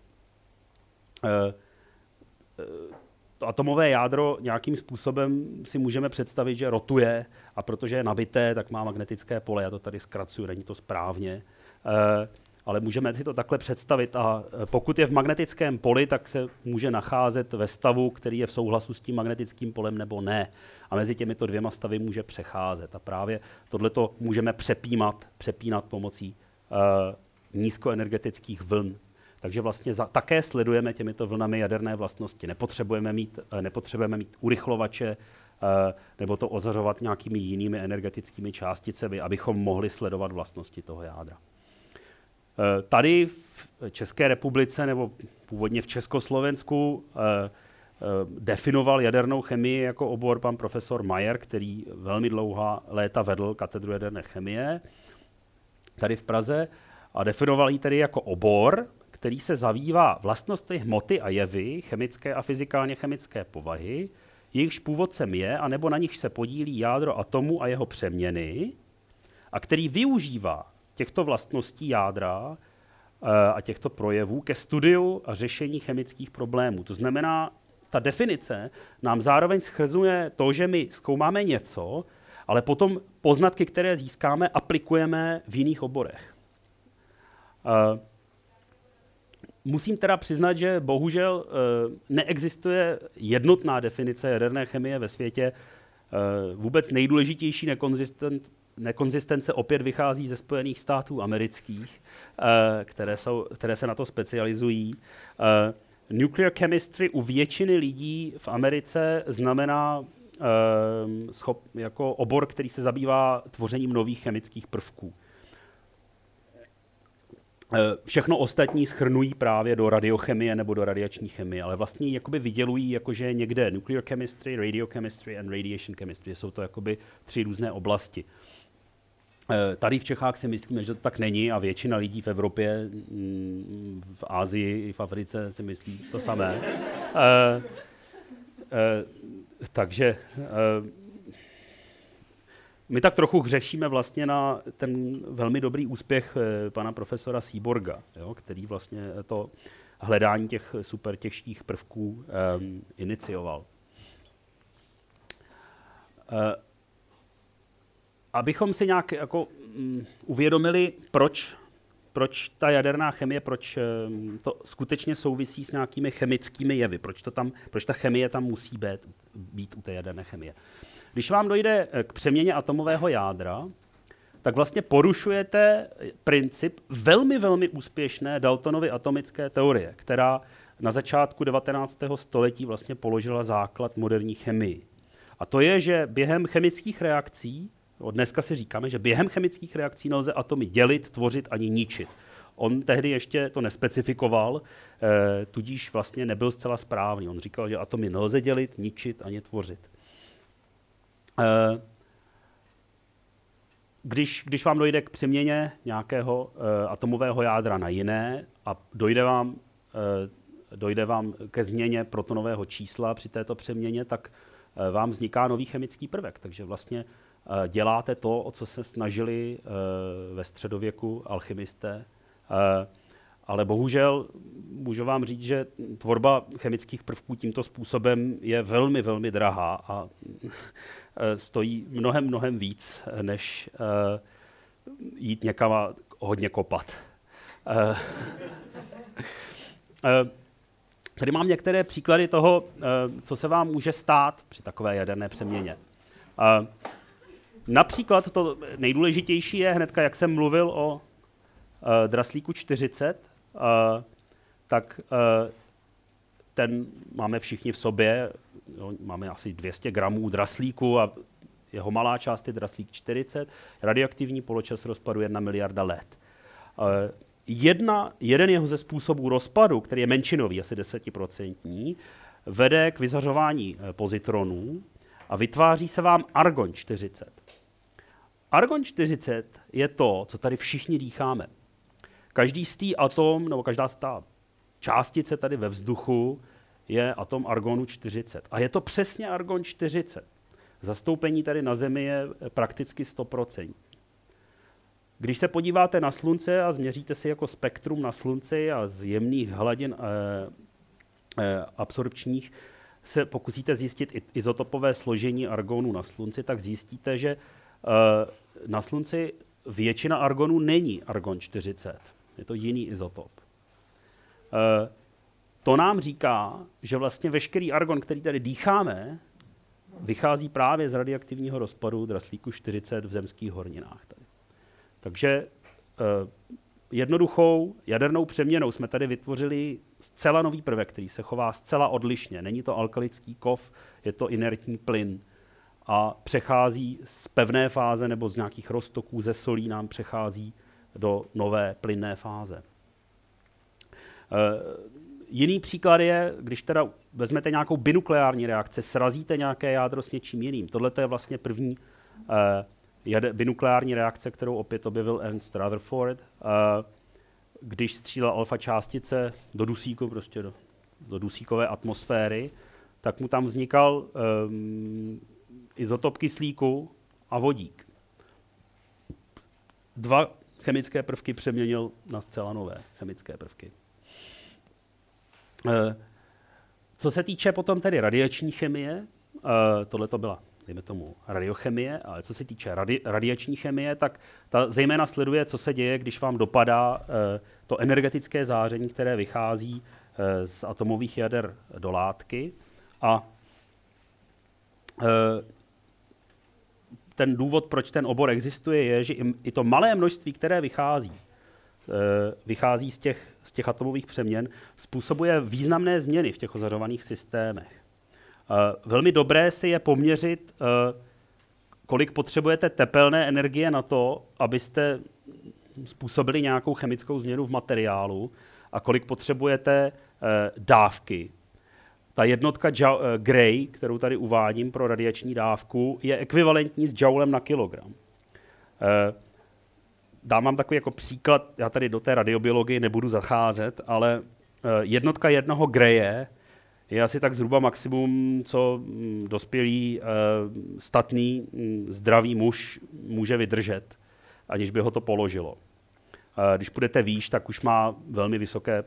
To atomové jádro nějakým způsobem si můžeme představit, že rotuje a protože je nabité, tak má magnetické pole. Já to tady zkracuju, není to správně. Ale můžeme si to takhle představit a pokud je v magnetickém poli, tak se může nacházet ve stavu, který je v souhlasu s tím magnetickým polem nebo ne. A mezi těmito dvěma stavy může přecházet. A právě tohleto můžeme přepínat, přepínat pomocí uh, nízkoenergetických vln. Takže vlastně za, také sledujeme těmito vlnami jaderné vlastnosti. Nepotřebujeme mít, uh, nepotřebujeme mít urychlovače uh, nebo to ozařovat nějakými jinými energetickými částicemi, abychom mohli sledovat vlastnosti toho jádra. Tady v České republice nebo původně v Československu definoval jadernou chemii jako obor pan profesor Mayer, který velmi dlouhá léta vedl katedru jaderné chemie tady v Praze a definoval ji tedy jako obor, který se zabývá vlastnostmi hmoty a jevy chemické a fyzikálně chemické povahy, jejichž původcem je, anebo na nich se podílí jádro atomu a jeho přeměny, a který využívá těchto vlastností jádra a těchto projevů ke studiu a řešení chemických problémů. To znamená, ta definice nám zároveň schrzuje to, že my zkoumáme něco, ale potom poznatky, které získáme, aplikujeme v jiných oborech. Musím teda přiznat, že bohužel neexistuje jednotná definice jaderné chemie ve světě. Vůbec nejdůležitější nekonzistent Nekonzistence opět vychází ze Spojených států amerických, které, jsou, které se na to specializují. Nuclear chemistry u většiny lidí v Americe znamená schop, jako obor, který se zabývá tvořením nových chemických prvků. Všechno ostatní shrnují právě do radiochemie nebo do radiační chemie, ale vlastně jakoby vydělují, jakože někde nuclear chemistry, radiochemistry and radiation chemistry. Jsou to jakoby tři různé oblasti. Tady v Čechách si myslíme, že to tak není a většina lidí v Evropě, v Asii i v Africe si myslí to samé. e, e, takže e, my tak trochu hřešíme vlastně na ten velmi dobrý úspěch pana profesora Seaborga, jo, který vlastně to hledání těch super těžkých prvků e, inicioval. E, Abychom si nějak jako, um, uvědomili, proč, proč ta jaderná chemie, proč um, to skutečně souvisí s nějakými chemickými jevy, proč, to tam, proč ta chemie tam musí být, být u té jaderné chemie. Když vám dojde k přeměně atomového jádra, tak vlastně porušujete princip velmi, velmi úspěšné Daltonovy atomické teorie, která na začátku devatenáctého století vlastně položila základ moderní chemii. A to je, že během chemických reakcí Od dneska si říkáme, že během chemických reakcí nelze atomy dělit, tvořit ani ničit. On tehdy ještě to nespecifikoval, eh, tudíž vlastně nebyl zcela správný. On říkal, že atomy nelze dělit, ničit ani tvořit. Eh, když, když vám dojde k přeměně nějakého eh, atomového jádra na jiné a dojde vám, eh, dojde vám ke změně protonového čísla při této přeměně, tak eh, vám vzniká nový chemický prvek. Takže vlastně děláte to, o co se snažili uh, ve středověku alchymisté, uh, ale bohužel můžu vám říct, že tvorba chemických prvků tímto způsobem je velmi, velmi drahá a uh, stojí mnohem, mnohem víc, než uh, jít někam a hodně kopat. Uh, uh, Tady mám některé příklady toho, co se vám může stát při takové jaderné přeměně. Například to nejdůležitější je hnedka, jak jsem mluvil o draslíku čtyřicet, tak ten máme všichni v sobě, jo, máme asi dvě stě gramů draslíku a jeho malá část je draslík čtyřicet, radioaktivní poločas rozpadu jedna miliarda let. Jedna, jeden jeho ze způsobů rozpadu, který je menšinový, asi desetiprocentní, vede k vyzařování pozitronů a vytváří se vám argon čtyřicet. Argon čtyřicet je to, co tady všichni dýcháme. Každý z té atom, nebo každá z ta částice tady ve vzduchu je atom argonu čtyřicet. A je to přesně argon čtyřicet. Zastoupení tady na Zemi je prakticky sto procent. Když se podíváte na Slunce a změříte si jako spektrum na Slunci a z jemných hladin eh, eh, absorpčních se pokusíte zjistit izotopové složení argonu na Slunci, tak zjistíte, že eh, na Slunci většina argonu není argon čtyřicet. Je to jiný izotop. Eh, to nám říká, že vlastně veškerý argon, který tady dýcháme, vychází právě z radioaktivního rozpadu draslíku čtyřicet v zemských horninách. Tady. Takže eh, jednoduchou jadernou přeměnou jsme tady vytvořili zcela nový prvek, který se chová zcela odlišně. Není to alkalický kov, je to inertní plyn a přechází z pevné fáze nebo z nějakých roztoků ze solí nám přechází do nové plynné fáze. Eh, jiný příklad je, když teda vezmete nějakou binukleární reakci, srazíte nějaké jádro s něčím jiným. Tohle je vlastně první eh, Jade, binukleární reakce, kterou opět objevil Ernst Rutherford, uh, když střílel alfa částice do dusíku, prostě do, do dusíkové atmosféry, tak mu tam vznikal um, izotop kyslíku a vodík. Dva chemické prvky přeměnil na zcela nové chemické prvky. Uh, co se týče potom tedy radiační chemie, uh, tohle to byla dejme tomu radiochemie, ale co se týče radi, radiační chemie, tak ta zejména sleduje, co se děje, když vám dopadá e, to energetické záření, které vychází e, z atomových jader do látky. A e, ten důvod, proč ten obor existuje, je, že i, i to malé množství, které vychází, e, vychází z těch, z těch atomových přeměn, způsobuje významné změny v těch ozařovaných systémech. Uh, velmi dobré si je poměřit, uh, kolik potřebujete tepelné energie na to, abyste způsobili nějakou chemickou změnu v materiálu a kolik potřebujete uh, dávky. Ta jednotka jau, uh, Gray, kterou tady uvádím pro radiační dávku, je ekvivalentní s joulem na kilogram. Uh, dám vám takový jako příklad, já tady do té radiobiologie nebudu zacházet, ale uh, jednotka jednoho Graye je asi tak zhruba maximum, co dospělý, statný, zdravý muž může vydržet, aniž by ho to položilo. Když půjdete výš, tak už má velmi vysoké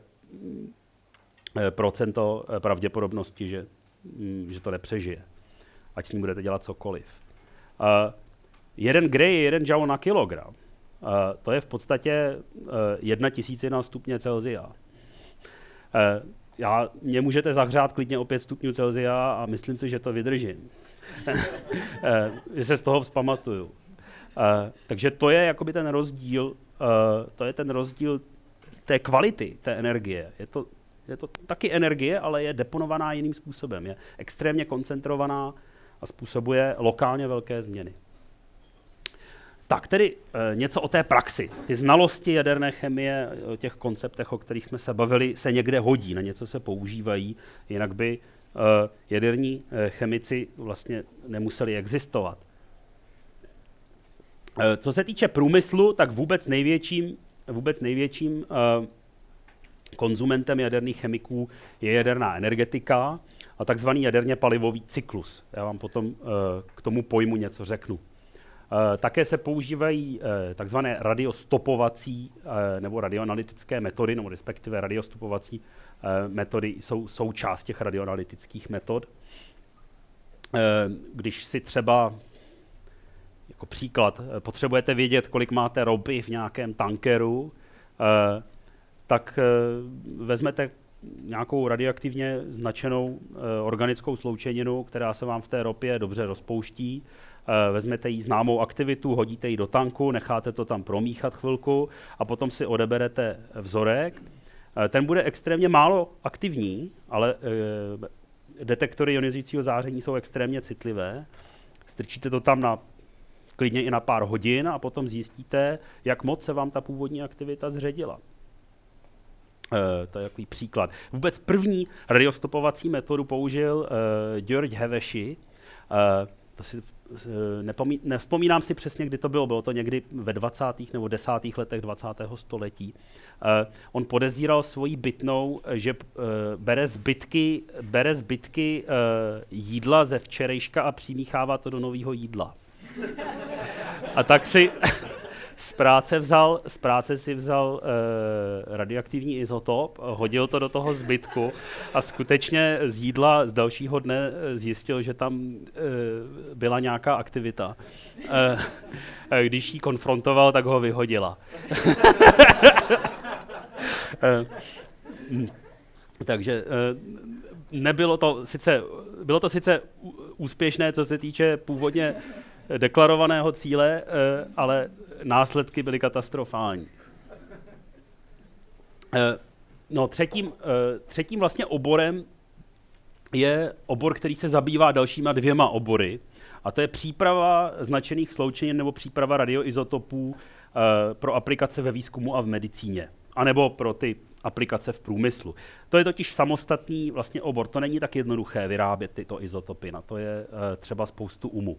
procento pravděpodobnosti, že, že to nepřežije, ať s ním budete dělat cokoliv. Jeden Gray je jeden joule na kilogram. To je v podstatě jedna tisícina stupně Celsia. Já, mě můžete zahřát klidně o pět stupňů Celsia a myslím si, že to vydržím. Že se z toho vzpamatuju. Takže to je jakoby ten rozdíl, to je ten rozdíl té kvality té energie. Je to, je to taky energie, ale je deponovaná jiným způsobem. Je extrémně koncentrovaná a způsobuje lokálně velké změny. Tak tedy e, něco o té praxi. Ty znalosti jaderné chemie, o těch konceptech, o kterých jsme se bavili, se někde hodí, na něco se používají, jinak by e, jaderní e, chemici vlastně nemuseli existovat. E, co se týče průmyslu, tak vůbec největším, vůbec největším e, konzumentem jaderných chemiků je jaderná energetika a takzvaný jaderně palivový cyklus. Já vám potom e, k tomu pojmu něco řeknu. Uh, také se používají uh, takzvané radiostopovací uh, nebo radioanalytické metody, nebo respektive radiostopovací uh, metody jsou součást těch radioanalytických metod. Uh, když si třeba, jako příklad, uh, potřebujete vědět, kolik máte ropy v nějakém tankeru, uh, tak uh, vezmete nějakou radioaktivně značenou organickou sloučeninu, která se vám v té ropě dobře rozpouští. Vezmete jí známou aktivitu, hodíte ji do tanku, necháte to tam promíchat chvilku a potom si odeberete vzorek. Ten bude extrémně málo aktivní, ale detektory ionizujícího záření jsou extrémně citlivé. Strčíte to tam na klidně i na pár hodin a potom zjistíte, jak moc se vám ta původní aktivita zředila. E, to je takový příklad. Vůbec první radiostopovací metodu použil e, György Hevesi. E, to si, e, nepomí, nevzpomínám si přesně, kdy to bylo. Bylo to někdy ve dvacátých nebo desátých letech dvacátého století. E, on podezíral svoji bytnou, že e, bere zbytky, bere zbytky e, jídla ze včerejška a přimíchává to do nového jídla. A tak si z práce, vzal, z práce si vzal e, radioaktivní izotop, hodil to do toho zbytku a skutečně z jídla z dalšího dne zjistil, že tam e, byla nějaká aktivita. E, když ji konfrontoval, tak ho vyhodila. e, takže e, nebylo to sice, bylo to sice úspěšné, co se týče původně deklarovaného cíle, ale následky byly katastrofální. No, třetím, třetím vlastně oborem je obor, který se zabývá dalšíma dvěma obory, a to je příprava značených sloučenin nebo příprava radioizotopů pro aplikace ve výzkumu a v medicíně, anebo pro ty aplikace v průmyslu. To je totiž samostatný vlastně obor. To není tak jednoduché vyrábět tyto izotopy, na to je třeba spoustu umu.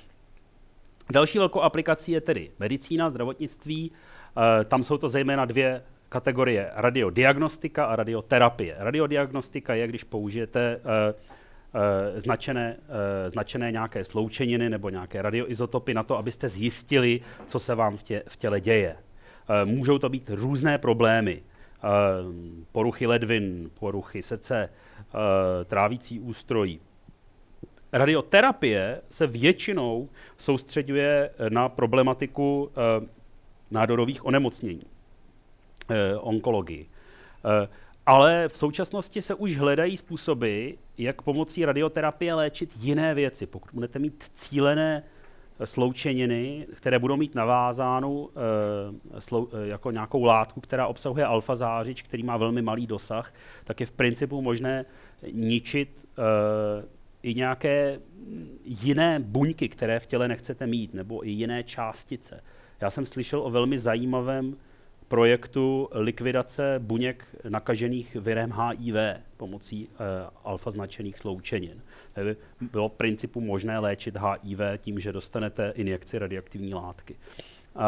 Další velkou aplikací je tedy medicína, zdravotnictví. E, tam jsou to zejména dvě kategorie: radiodiagnostika a radioterapie. Radiodiagnostika je, když použijete e, e, značené, e, značené nějaké sloučeniny nebo nějaké radioizotopy na to, abyste zjistili, co se vám v, tě, v těle děje. E, můžou to být různé problémy. E, poruchy ledvin, poruchy srdce, e, trávící ústrojí. Radioterapie se většinou soustřeďuje na problematiku e, nádorových onemocnění, e, onkologii. E, ale v současnosti se už hledají způsoby, jak pomocí radioterapie léčit jiné věci. Pokud budete mít cílené sloučeniny, které budou mít navázánou e, slou, e, jako nějakou látku, která obsahuje alfa zářič, který má velmi malý dosah, tak je v principu možné ničit e, i nějaké jiné buňky, které v těle nechcete mít, nebo i jiné částice. Já jsem slyšel o velmi zajímavém projektu likvidace buněk nakažených virem H I V pomocí uh, alfa značených sloučenin. By bylo v principu možné léčit H I V tím, že dostanete injekci radioaktivní látky. Uh,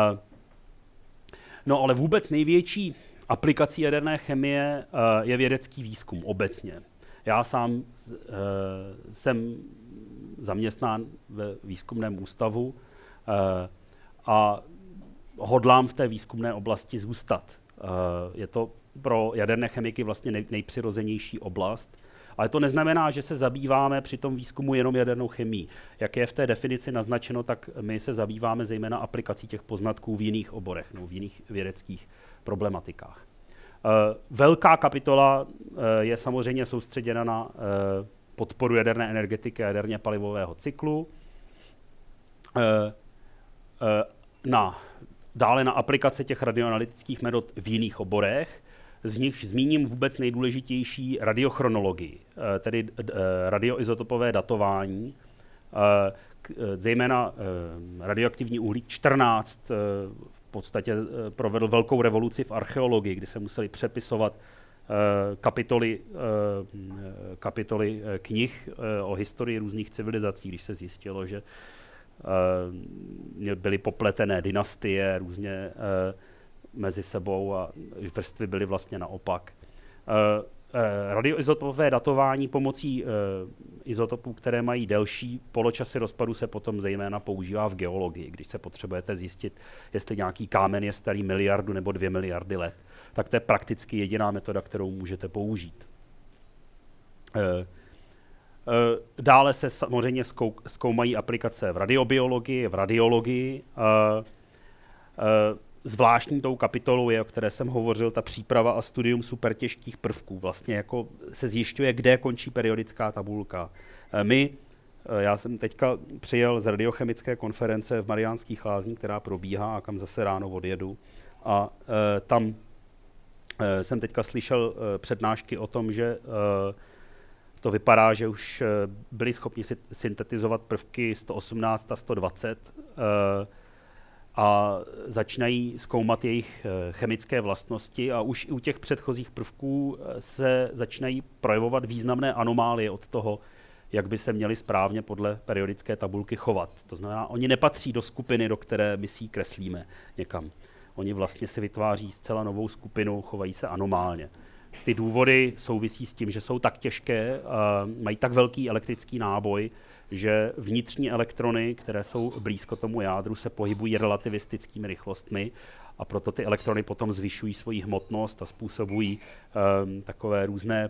no ale vůbec největší aplikací jaderné chemie uh, je vědecký výzkum obecně. Já sám uh, jsem zaměstnán ve výzkumném ústavu uh, a hodlám v té výzkumné oblasti zůstat. Uh, je to pro jaderné chemiky vlastně nej, nejpřirozenější oblast, ale to neznamená, že se zabýváme při tom výzkumu jenom jadernou chemií. Jak je v té definici naznačeno, tak my se zabýváme zejména aplikací těch poznatků v jiných oborech, no, v jiných vědeckých problematikách. Uh, velká kapitola uh, je samozřejmě soustředěna na uh, podporu jaderné energetiky a jaderně palivového cyklu, uh, uh, na, dále na aplikace těch radioanalytických metod v jiných oborech, z nich zmíním vůbec nejdůležitější radiochronologii, uh, tedy uh, radioizotopové datování, uh, k, uh, zejména uh, radioaktivní uhlík čtrnáct uh, v podstatě provedl velkou revoluci v archeologii, kdy se museli přepisovat uh, kapitoly, uh, kapitoly knih uh, o historii různých civilizací, když se zjistilo, že uh, byly popletené dynastie různě uh, mezi sebou a vrstvy byly vlastně naopak. Uh, radioizotopové datování pomocí uh, izotopů, které mají delší poločasy rozpadu, se potom zejména používá v geologii, když se potřebujete zjistit, jestli nějaký kámen je starý miliardu nebo dvě miliardy let. Tak to je prakticky jediná metoda, kterou můžete použít. Uh, uh, dále se samozřejmě zkou, zkoumají aplikace v radiobiologii, v radiologii. Uh, uh, zvláštní tou kapitolou je, o které jsem hovořil, ta příprava a studium supertěžkých prvků. Vlastně jako se zjišťuje, kde končí periodická tabulka. My, já jsem teďka přijel z radiochemické konference v Mariánských Lázních, která probíhá a kam zase ráno odjedu. A e, tam e, jsem teďka slyšel e, přednášky o tom, že e, to vypadá, že už e, byli schopni si, syntetizovat prvky sto osmnáct a sto dvacet e, a začínají zkoumat jejich e, chemické vlastnosti a už i u těch předchozích prvků se začínají projevovat významné anomálie od toho, jak by se měli správně podle periodické tabulky chovat. To znamená, oni nepatří do skupiny, do které my si kreslíme někam. Oni vlastně si vytváří zcela novou skupinu, chovají se anomálně. Ty důvody souvisí s tím, že jsou tak těžké, mají tak velký elektrický náboj, že vnitřní elektrony, které jsou blízko tomu jádru, se pohybují relativistickými rychlostmi a proto ty elektrony potom zvyšují svoji hmotnost a způsobují um, takové různé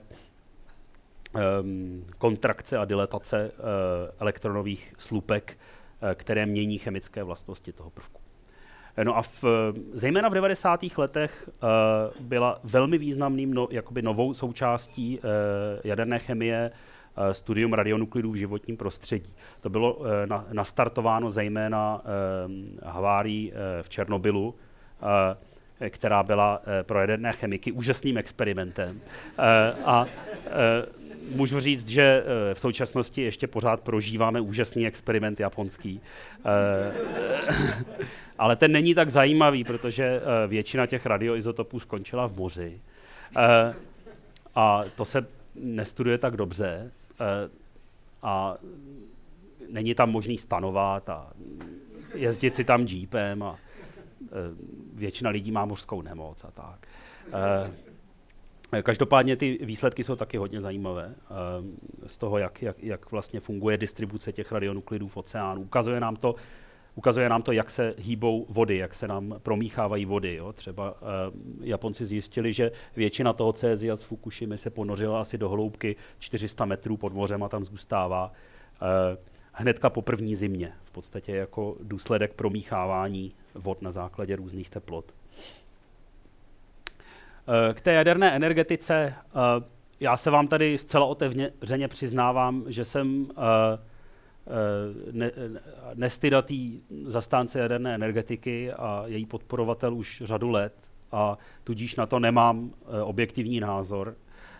um, kontrakce a dilatace uh, elektronových slupek, uh, které mění chemické vlastnosti toho prvku. No a v, zejména v devadesátých letech uh, byla velmi významným no, jakoby novou součástí uh, jaderné chemie uh, studium radionuklidů v životním prostředí. To bylo uh, na, nastartováno zejména uh, havárií uh, v Černobylu, uh, která byla uh, pro jaderné chemiky úžasným experimentem. Uh, a uh, Můžu říct, že v současnosti ještě pořád prožíváme úžasný experiment japonský. Ale ten není tak zajímavý, protože většina těch radioizotopů skončila v moři. A to se nestuduje tak dobře. A není tam možný stanovat a jezdit si tam jeepem a většina lidí má mořskou nemoc a tak. Každopádně ty výsledky jsou taky hodně zajímavé z toho, jak, jak, jak vlastně funguje distribuce těch radionuklidů v oceánu. Ukazuje nám to, ukazuje nám to, jak se hýbou vody, jak se nám promíchávají vody. Jo. Třeba uh, Japonci zjistili, že většina toho cézia z Fukušimy se ponořila asi do hloubky čtyři sta metrů pod mořem a tam zůstává uh, hnedka po první zimě. V podstatě jako důsledek promíchávání vod na základě různých teplot. K té jaderné energetice, já se vám tady zcela otevřeně přiznávám, že jsem ne, nestydatý zastánce jaderné energetiky a její podporovatel už řadu let a tudíž na to nemám objektivní názor.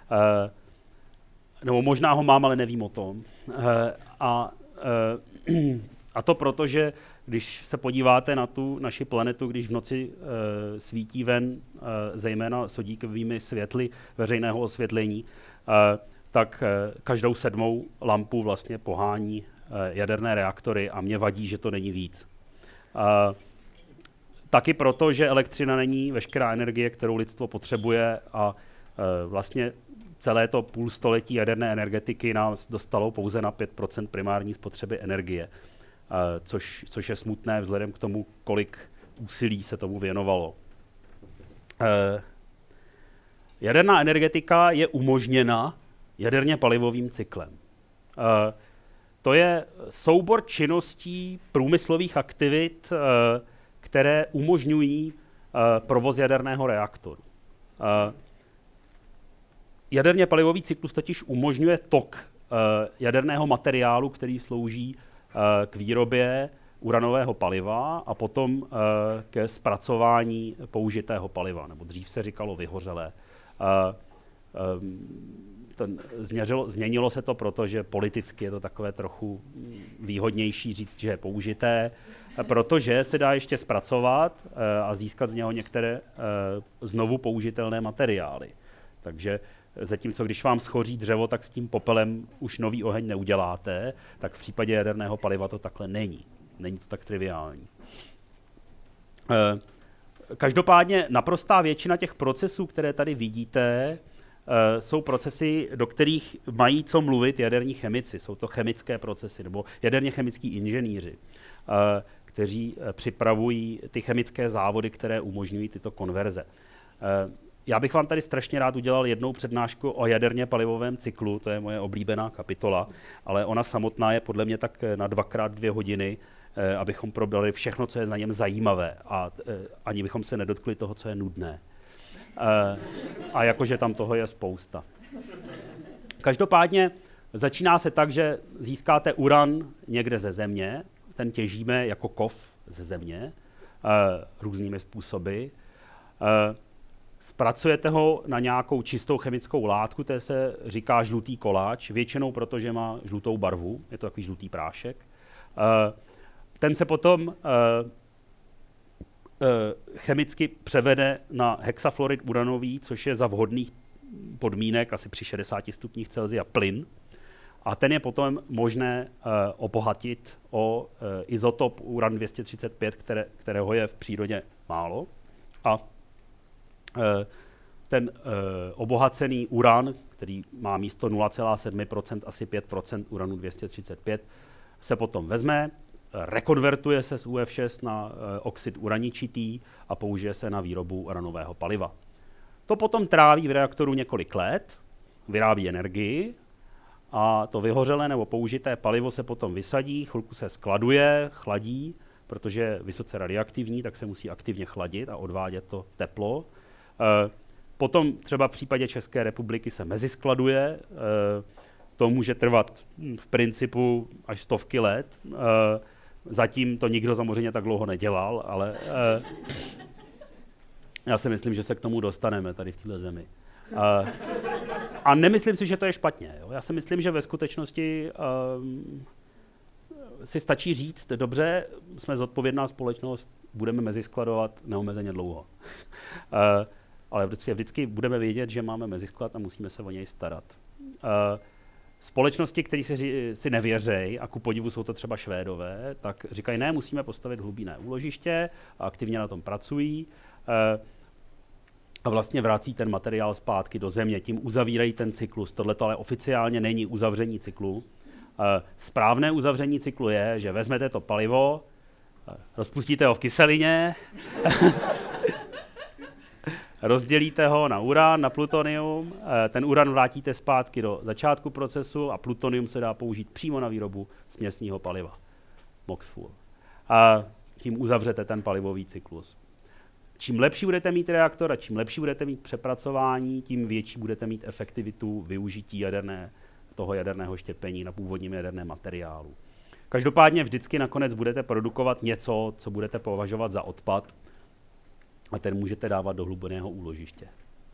Nebo možná ho mám, ale nevím o tom. A, a to proto, že když se podíváte na tu naši planetu, když v noci e, svítí ven, e, zejména sodíkovými světly veřejného osvětlení, e, tak e, každou sedmou lampu vlastně pohání e, jaderné reaktory a mě vadí, že to není víc. E, taky proto, že elektřina není veškerá energie, kterou lidstvo potřebuje a e, vlastně celé to půlstoletí jaderné energetiky nás dostalo pouze na pět procent primární spotřeby energie. Uh, což, což je smutné vzhledem k tomu, kolik úsilí se tomu věnovalo. Uh, jaderná energetika je umožněna jaderně palivovým cyklem. Uh, to je soubor činností průmyslových aktivit, uh, které umožňují uh, provoz jaderného reaktoru. Uh, jaderně palivový cyklus totiž umožňuje tok uh, jaderného materiálu, který slouží k výrobě uranového paliva a potom ke zpracování použitého paliva, nebo dřív se říkalo vyhořelé. Ten, změřilo, změnilo se to proto, že politicky je to takové trochu výhodnější říct, že je použité, protože se dá ještě zpracovat a získat z něho některé znovu použitelné materiály. Takže zatímco když vám schoří dřevo, tak s tím popelem už nový oheň neuděláte, tak v případě jaderného paliva to takhle není. Není to tak triviální. Každopádně naprostá většina těch procesů, které tady vidíte, jsou procesy, do kterých mají co mluvit jaderní chemici. Jsou to chemické procesy nebo jaderně chemický inženýři, kteří připravují ty chemické závody, které umožňují tyto konverze. Já bych vám tady strašně rád udělal jednou přednášku o jaderně palivovém cyklu, to je moje oblíbená kapitola, ale ona samotná je podle mě tak na dvakrát dvě hodiny, abychom probrali všechno, co je na něm zajímavé a ani bychom se nedotkli toho, co je nudné. A jakože tam toho je spousta. Každopádně začíná se tak, že získáte uran někde ze země, ten těžíme jako kov ze země různými způsoby. Zpracujete ho na nějakou čistou chemickou látku, to se říká žlutý koláč, většinou protože má žlutou barvu, je to takový žlutý prášek. Ten se potom chemicky převede na hexafluorid uranový, což je za vhodných podmínek, asi při šedesáti stupních Celsia, plyn. A ten je potom možné obohatit o izotop uran dvě stě třicet pět, které, kterého je v přírodě málo. A ten obohacený uran, který má místo nula celá sedm procenta asi pět procent uranu dvě stě třicet pět, se potom vezme, rekonvertuje se z U F šest na oxid uraničitý a použije se na výrobu uranového paliva. To potom tráví v reaktoru několik let, vyrábí energii a to vyhořelé nebo použité palivo se potom vysadí, chvilku se skladuje, chladí, protože je vysoce radioaktivní, tak se musí aktivně chladit a odvádět to teplo. Potom třeba v případě České republiky se meziskladuje, to může trvat v principu až stovky let. Zatím to nikdo samozřejmě tak dlouho nedělal, ale já si myslím, že se k tomu dostaneme tady v této zemi. A nemyslím si, že to je špatně. Jo? Já si myslím, že ve skutečnosti um, si stačí říct, dobře, jsme zodpovědná společnost, budeme meziskladovat neomezeně dlouho. Uh, ale vždycky, vždycky budeme vědět, že máme mezisklad a musíme se o něj starat. Uh, společnosti, které si, si nevěřejí, a ku podivu jsou to třeba Švédové, tak říkají, ne, musíme postavit hlubinné úložiště a aktivně na tom pracují. Uh, a vlastně vrací ten materiál zpátky do země, tím uzavírají ten cyklus. Tohle ale oficiálně není uzavření cyklu. Správné uzavření cyklu je, že vezmete to palivo, rozpustíte ho v kyselině, rozdělíte ho na uran, na plutonium, ten uran vrátíte zpátky do začátku procesu a plutonium se dá použít přímo na výrobu směsního paliva. MOXfuel. A tím uzavřete ten palivový cyklus. Čím lepší budete mít reaktor a čím lepší budete mít přepracování, tím větší budete mít efektivitu využití jaderné, toho jaderného štěpení na původním jaderném materiálu. Každopádně vždycky nakonec budete produkovat něco, co budete považovat za odpad a ten můžete dávat do hlubinného úložiště.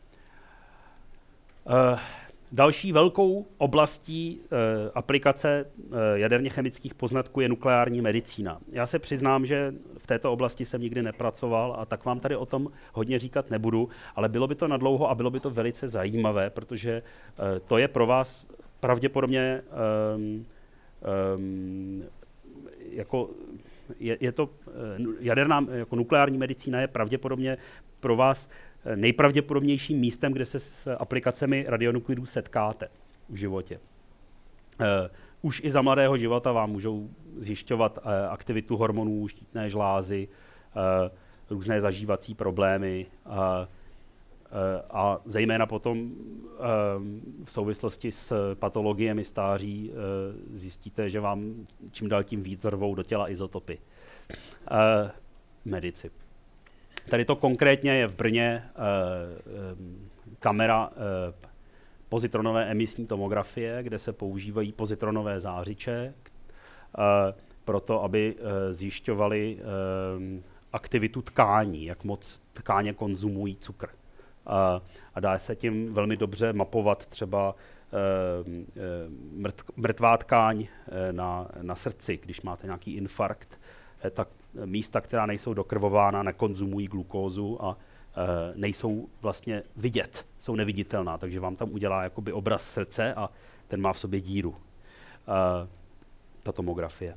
Uh, Další velkou oblastí e, aplikace e, jaderně chemických poznatků je nukleární medicína. Já se přiznám, že v této oblasti jsem nikdy nepracoval a tak vám tady o tom hodně říkat nebudu, ale bylo by to nadlouho a bylo by to velice zajímavé, protože e, to je pro vás pravděpodobně um, um, jako je, je to jaderná, jako nukleární medicína je pravděpodobně pro vás nejpravděpodobnějším místem, kde se s aplikacemi radionuklidů setkáte v životě. Uh, už i za mladého života vám můžou zjišťovat uh, aktivitu hormonů, štítné žlázy, uh, různé zažívací problémy uh, uh, a zejména potom uh, v souvislosti s patologiemi stáří uh, zjistíte, že vám čím dál tím víc rvou do těla izotopy. Uh, medici. Tady to konkrétně je v Brně eh, kamera eh, pozitronové emisní tomografie, kde se používají pozitronové zářiče eh, pro to, aby eh, zjišťovali eh, aktivitu tkání, jak moc tkáně konzumují cukr. Eh, a dá se tím velmi dobře mapovat třeba eh, mrt, mrtvá tkáň eh, na, na srdci, když máte nějaký infarkt, eh, tak místa, která nejsou dokrvována, nekonzumují glukózu a e, nejsou vlastně vidět, jsou neviditelná, takže vám tam udělá jakoby obraz srdce a ten má v sobě díru. E, ta tomografie.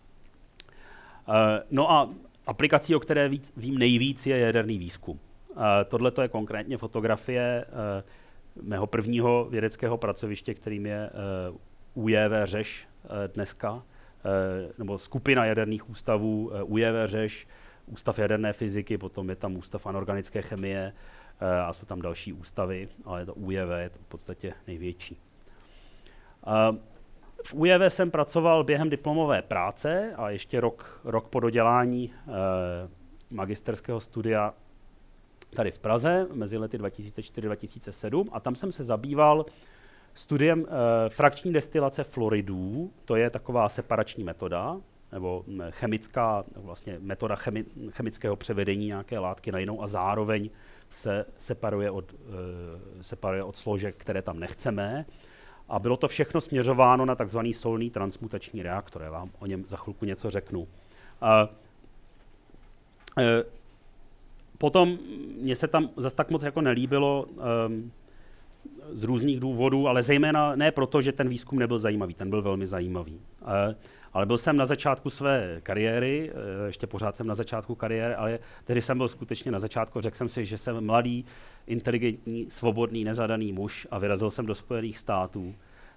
E, no a aplikací, o které víc, vím nejvíc, je jaderný výzkum. E, Tohle je konkrétně fotografie e, mého prvního vědeckého pracoviště, kterým je e, U J V Řeš e, dneska, nebo skupina jaderných ústavů, U J V Řeš, Ústav jaderné fyziky, potom je tam Ústav anorganické chemie a jsou tam další ústavy, ale to U J V je to v podstatě největší. V U J V jsem pracoval během diplomové práce a ještě rok, rok po dodělání eh, magisterského studia tady v Praze mezi lety dva tisíce čtyři dva tisíce sedm a tam jsem se zabýval studiem eh, frakční destilace fluoridů. To je taková separační metoda, nebo chemická vlastně metoda chemi, chemického převedení nějaké látky na jinou a zároveň se separuje od, e, separuje od složek, které tam nechceme. A bylo to všechno směřováno na takzvaný solný transmutační reaktor. Já vám o něm za chvilku něco řeknu. A, e, potom mně se tam zase tak moc jako nelíbilo e, z různých důvodů, ale zejména ne proto, že ten výzkum nebyl zajímavý, ten byl velmi zajímavý. E, Ale byl jsem na začátku své kariéry, ještě pořád jsem na začátku kariéry, ale tehdy jsem byl skutečně na začátku, řekl jsem si, že jsem mladý, inteligentní, svobodný, nezadaný muž a vyrazil jsem do Spojených států.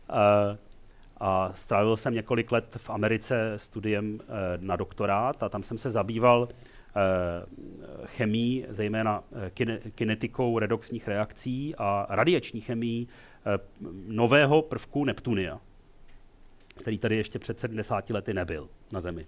A strávil jsem několik let v Americe studiem na doktorát a tam jsem se zabýval chemií, zejména kinetikou redoxních reakcí a radiační chemií nového prvku neptunia, který tady ještě před sedmdesáti lety nebyl na Zemi.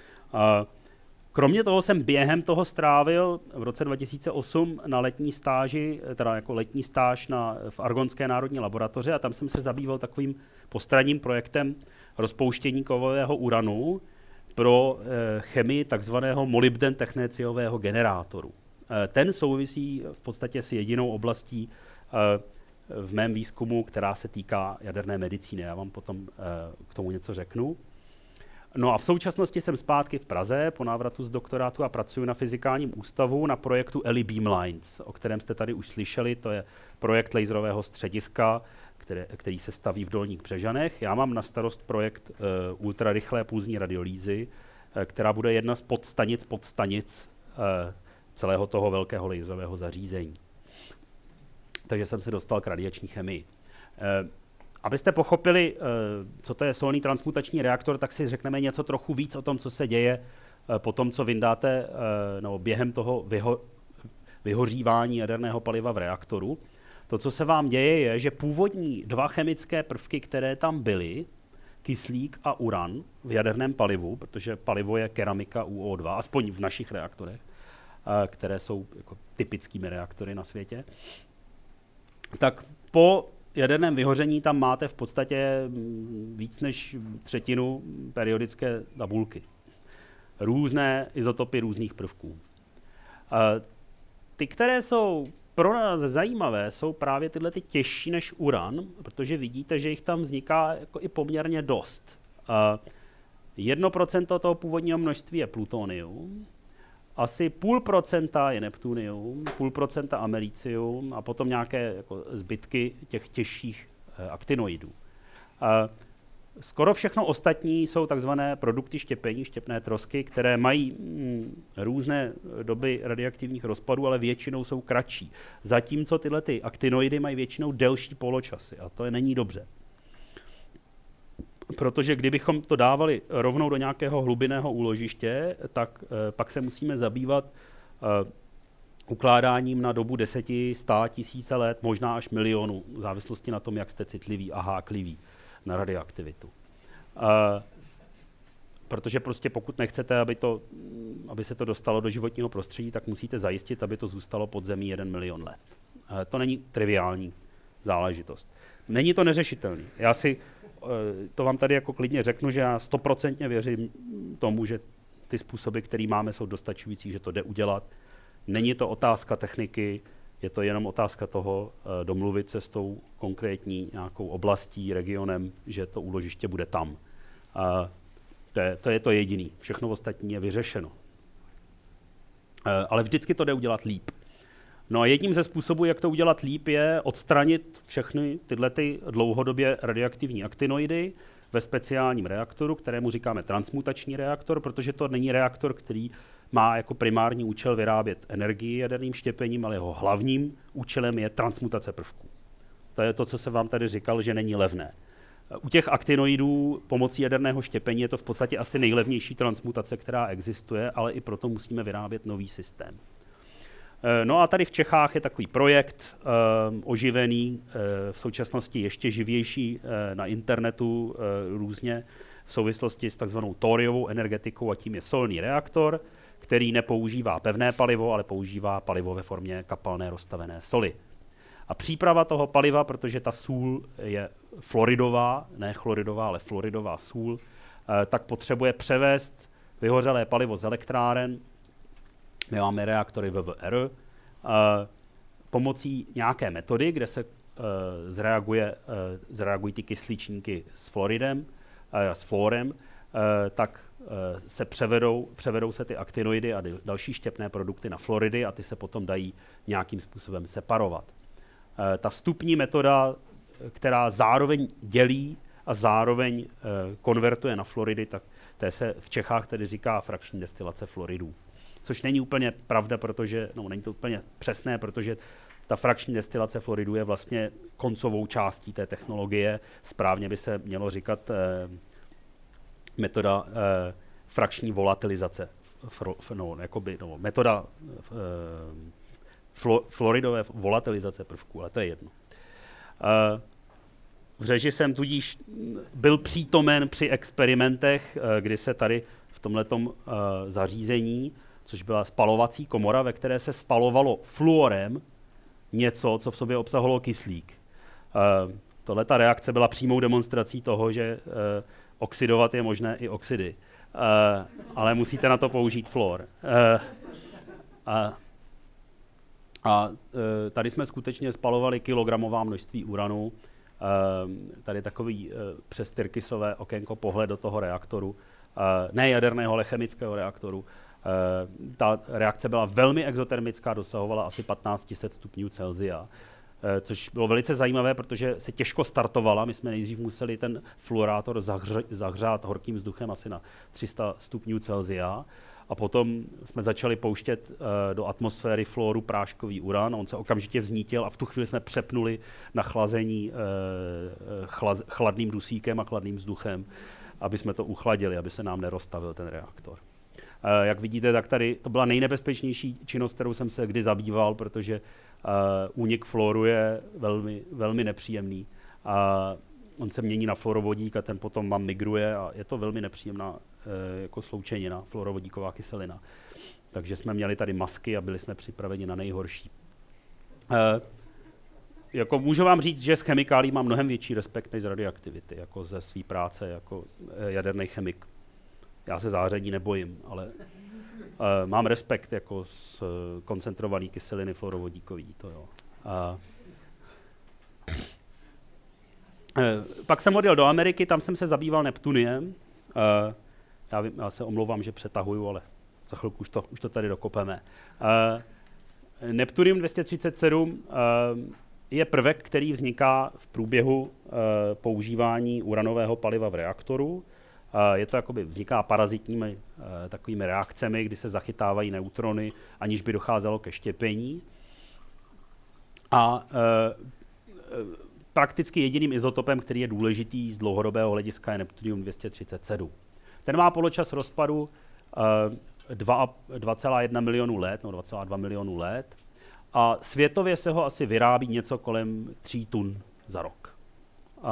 Kromě toho jsem během toho strávil v roce dva tisíce osm na letní stáži, teda jako letní stáž na, v Argonské národní laboratoři a tam jsem se zabýval takovým postranním projektem rozpouštění kovového uranu pro e, chemii takzvaného molybden techneciového generátoru. E, ten souvisí v podstatě s jedinou oblastí e, v mém výzkumu, která se týká jaderné medicíny. Já vám potom uh, k tomu něco řeknu. No a v současnosti jsem zpátky v Praze po návratu z doktorátu a pracuji na fyzikálním ústavu na projektu E L I Beamlines, o kterém jste tady už slyšeli. To je projekt laserového střediska, které, který se staví v Dolních Břežanech. Já mám na starost projekt uh, ultrarychlé pulzní radiolýzy, uh, která bude jedna z podstanic podstanic uh, celého toho velkého laserového zařízení. Takže jsem se dostal k radiační chemii. E, abyste pochopili, e, co to je solný transmutační reaktor, tak si řekneme něco trochu víc o tom, co se děje e, po tom, co vyndáte e, no, během toho vyho, vyhořívání jaderného paliva v reaktoru. To, co se vám děje, je, že původní dva chemické prvky, které tam byly, kyslík a uran v jaderném palivu, protože palivo je keramika U O dva, aspoň v našich reaktorech, e, které jsou jako typickými reaktory na světě, tak po jaderném vyhoření tam máte v podstatě víc než třetinu periodické tabulky. Různé izotopy různých prvků. Ty, které jsou pro nás zajímavé, jsou právě tyhle ty těžší než uran, protože vidíte, že jich tam vzniká jako i poměrně dost. Jedno procento toho původního množství je plutonium, asi půl procenta je neptunium, půl procenta americium a potom nějaké jako zbytky těch těžších e, aktinoidů. E, skoro všechno ostatní jsou takzvané produkty štěpení, štěpné trosky, které mají mm, různé doby radioaktivních rozpadů, ale většinou jsou kratší. Zatímco tyhle ty aktinoidy mají většinou delší poločasy a to je není dobře. Protože kdybychom to dávali rovnou do nějakého hlubinného úložiště, tak e, pak se musíme zabývat e, ukládáním na dobu deseti, sta tisíce let, možná až milionu, v závislosti na tom, jak jste citliví a hákliví na radioaktivitu. E, protože prostě pokud nechcete, aby, to, aby se to dostalo do životního prostředí, tak musíte zajistit, aby to zůstalo pod zemí jeden milion let. E, to není triviální záležitost. Není to neřešitelný. Já si to vám tady jako klidně řeknu, že já stoprocentně věřím tomu, že ty způsoby, které máme, jsou dostačující, že to jde udělat. Není to otázka techniky, je to jenom otázka toho uh, domluvit se s tou konkrétní nějakou oblastí, regionem, že to úložiště bude tam. Uh, to, je, to je to jediný. Všechno ostatní je vyřešeno. Uh, ale vždycky to jde udělat líp. No a jedním ze způsobů, jak to udělat líp, je odstranit všechny tyhle ty dlouhodobě radioaktivní aktinoidy ve speciálním reaktoru, kterému říkáme transmutační reaktor, protože to není reaktor, který má jako primární účel vyrábět energii jaderným štěpením, ale jeho hlavním účelem je transmutace prvků. To je to, co jsem vám tady říkal, že není levné. U těch aktinoidů pomocí jaderného štěpení je to v podstatě asi nejlevnější transmutace, která existuje, ale i proto musíme vyrábět nový systém. No a tady v Čechách je takový projekt oživený, v současnosti ještě živější na internetu různě v souvislosti s takzvanou thoriovou energetikou, a tím je solný reaktor, který nepoužívá pevné palivo, ale používá palivo ve formě kapalné roztavené soli. A příprava toho paliva, protože ta sůl je fluoridová, ne chloridová, ale fluoridová sůl, tak potřebuje převést vyhořelé palivo z elektráren, my máme reaktory V V R, pomocí nějaké metody, kde se zreaguje, zreagují ty kysličníky s fluoridem, s fluorem, tak se převedou, převedou se ty aktinoidy a další štěpné produkty na fluoridy a ty se potom dají nějakým způsobem separovat. Ta vstupní metoda, která zároveň dělí a zároveň konvertuje na fluoridy, tak té se v Čechách tedy říká frakční destilace fluoridů. Což není úplně pravda, protože, no není to úplně přesné, protože ta frakční destilace fluoridů je vlastně koncovou částí té technologie. Správně by se mělo říkat eh, metoda eh, frakční volatilizace, fro, no, jakoby, no, metoda eh, flo, fluoridové volatilizace prvků, ale to je jedno. Eh, v řeži jsem tudíž byl přítomen při experimentech, eh, kdy se tady v tomhletom eh, zařízení, což byla spalovací komora, ve které se spalovalo fluorem něco, co v sobě obsahovalo kyslík. Uh, Tohle ta reakce byla přímou demonstrací toho, že uh, oxidovat je možné i oxidy, uh, ale musíte na to použít fluor. Uh, a a uh, tady jsme skutečně spalovali kilogramová množství uranu. Uh, tady takový uh, přes tyrkysové okénko pohled do toho reaktoru, uh, ne jaderného, ale chemického reaktoru. Uh, ta reakce byla velmi exotermická, dosahovala asi patnáct set stupňů Celsia, uh, což bylo velice zajímavé, protože se těžko startovala. My jsme nejdřív museli ten fluorátor zahře, zahřát horkým vzduchem asi na tři sta stupňů Celsia a potom jsme začali pouštět uh, do atmosféry fluoru práškový uran. On se okamžitě vznítil a v tu chvíli jsme přepnuli na chlazení uh, chlaz, chladným dusíkem a chladným vzduchem, aby jsme to uchladili, aby se nám neroztavil ten reaktor. Uh, jak vidíte, tak tady to byla nejnebezpečnější činnost, kterou jsem se kdy zabýval, protože uh, únik fluoru je velmi, velmi nepříjemný. Uh, on se mění na fluorovodík a ten potom vám migruje a je to velmi nepříjemná uh, jako sloučenina, fluorovodíková kyselina. Takže jsme měli tady masky a byli jsme připraveni na nejhorší. Uh, jako můžu vám říct, že z chemikálí mám mnohem větší respekt než z radioaktivity, jako ze své práce jako jaderný chemik. Já se záření nebojím, ale uh, mám respekt jako z uh, koncentrovaný kyseliny fluorovodíkový. To jo. Uh, uh, pak jsem odjel do Ameriky, tam jsem se zabýval neptuniem. Uh, já, vím, já se omlouvám, že přetahuju, ale za chvilku už to, už to tady dokopeme. Uh, Neptunium dvě stě třicet sedm uh, je prvek, který vzniká v průběhu uh, používání uranového paliva v reaktoru. Je to jakoby vzniká parazitními uh, takovými reakcemi, kdy se zachytávají neutrony, aniž by docházelo ke štěpení. A uh, prakticky jediným izotopem, který je důležitý z dlouhodobého hlediska, je neptunium dvě stě třicet sedm. Ten má poločas rozpadu uh, dva celá jedna milionu let, no dva celá dva milionu let, a světově se ho asi vyrábí něco kolem tří tun za rok. Uh,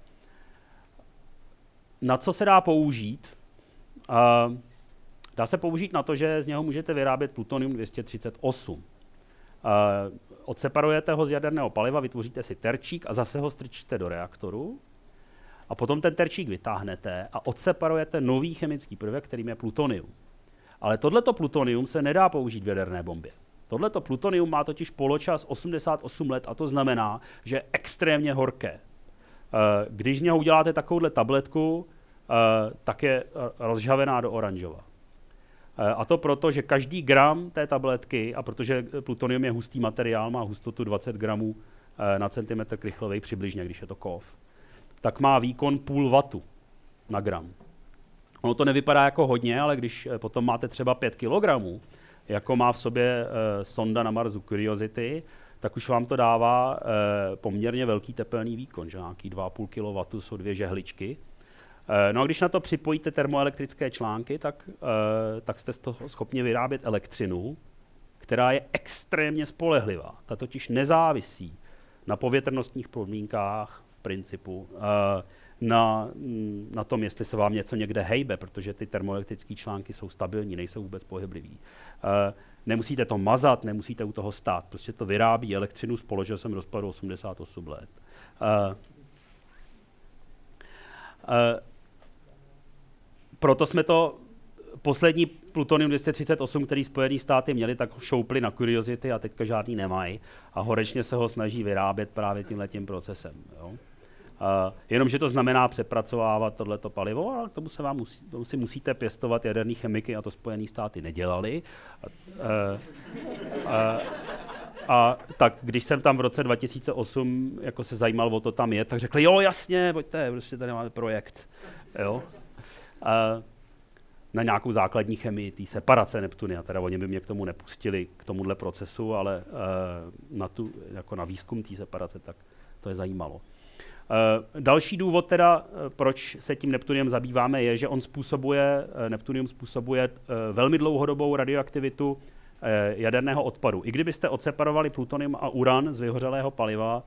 Na co se dá použít? Uh, dá se použít na to, že z něho můžete vyrábět plutonium dvě stě třicet osm. Uh, odseparujete ho z jaderného paliva, vytvoříte si terčík a zase ho strčíte do reaktoru. A potom ten terčík vytáhnete a odseparujete nový chemický prvek, kterým je plutonium. Ale tohleto plutonium se nedá použít v jaderné bombě. Tohleto plutonium má totiž poločas osmdesát osm let a to znamená, že je extrémně horké. Když z něho uděláte takovouhle tabletku, tak je rozžhavená do oranžova. A to proto, že každý gram té tabletky, a protože plutonium je hustý materiál, má hustotu dvacet gramů na centimetr krychlovej přibližně, když je to kov, tak má výkon půl vatu na gram. Ono to nevypadá jako hodně, ale když potom máte třeba pět kilogramů, jako má v sobě sonda na Marsu Curiosity, tak už vám to dává eh, poměrně velký tepelný výkon, že nějaký dva a půl kilowattu jsou dvě žehličky. Eh, no a když na to připojíte termoelektrické články, tak, eh, tak jste z toho schopni vyrábět elektřinu, která je extrémně spolehlivá. Ta totiž nezávisí na povětrnostních podmínkách v principu, na, na tom, jestli se vám něco někde hejbe, protože ty termoelektrické články jsou stabilní, nejsou vůbec pohyblivý. Nemusíte to mazat, nemusíte u toho stát, prostě to vyrábí elektřinu s poločasem rozpadu osmdesát osm let. Uh, uh, proto jsme to poslední plutonium dvě stě třicet osm, který Spojené státy měli, tak šoupli na Curiosity a teďka žádný nemají a horečně se ho snaží vyrábět právě tímhletím procesem. Jo? Uh, jenomže to znamená přepracovávat tohleto palivo a k tomu se vám musí, tomu si musíte pěstovat jaderný chemiky a to Spojené státy nedělali. Uh, uh, A tak když jsem tam v roce dva tisíce osm jako se zajímal o to tam je, tak řekli, jo jasně, pojďte, prostě tady máme projekt. Jo? A na nějakou základní chemii té separace neptunia, teda oni by mě k tomu nepustili, k tomuhle procesu, ale uh, na, tu, jako na výzkum té separace, tak to je zajímalo. Uh, další důvod teda, proč se tím neptuniem zabýváme, je, že on způsobuje, neptunium způsobuje uh, velmi dlouhodobou radioaktivitu jaderného odpadu. I kdybyste odseparovali plutonium a uran z vyhořelého paliva,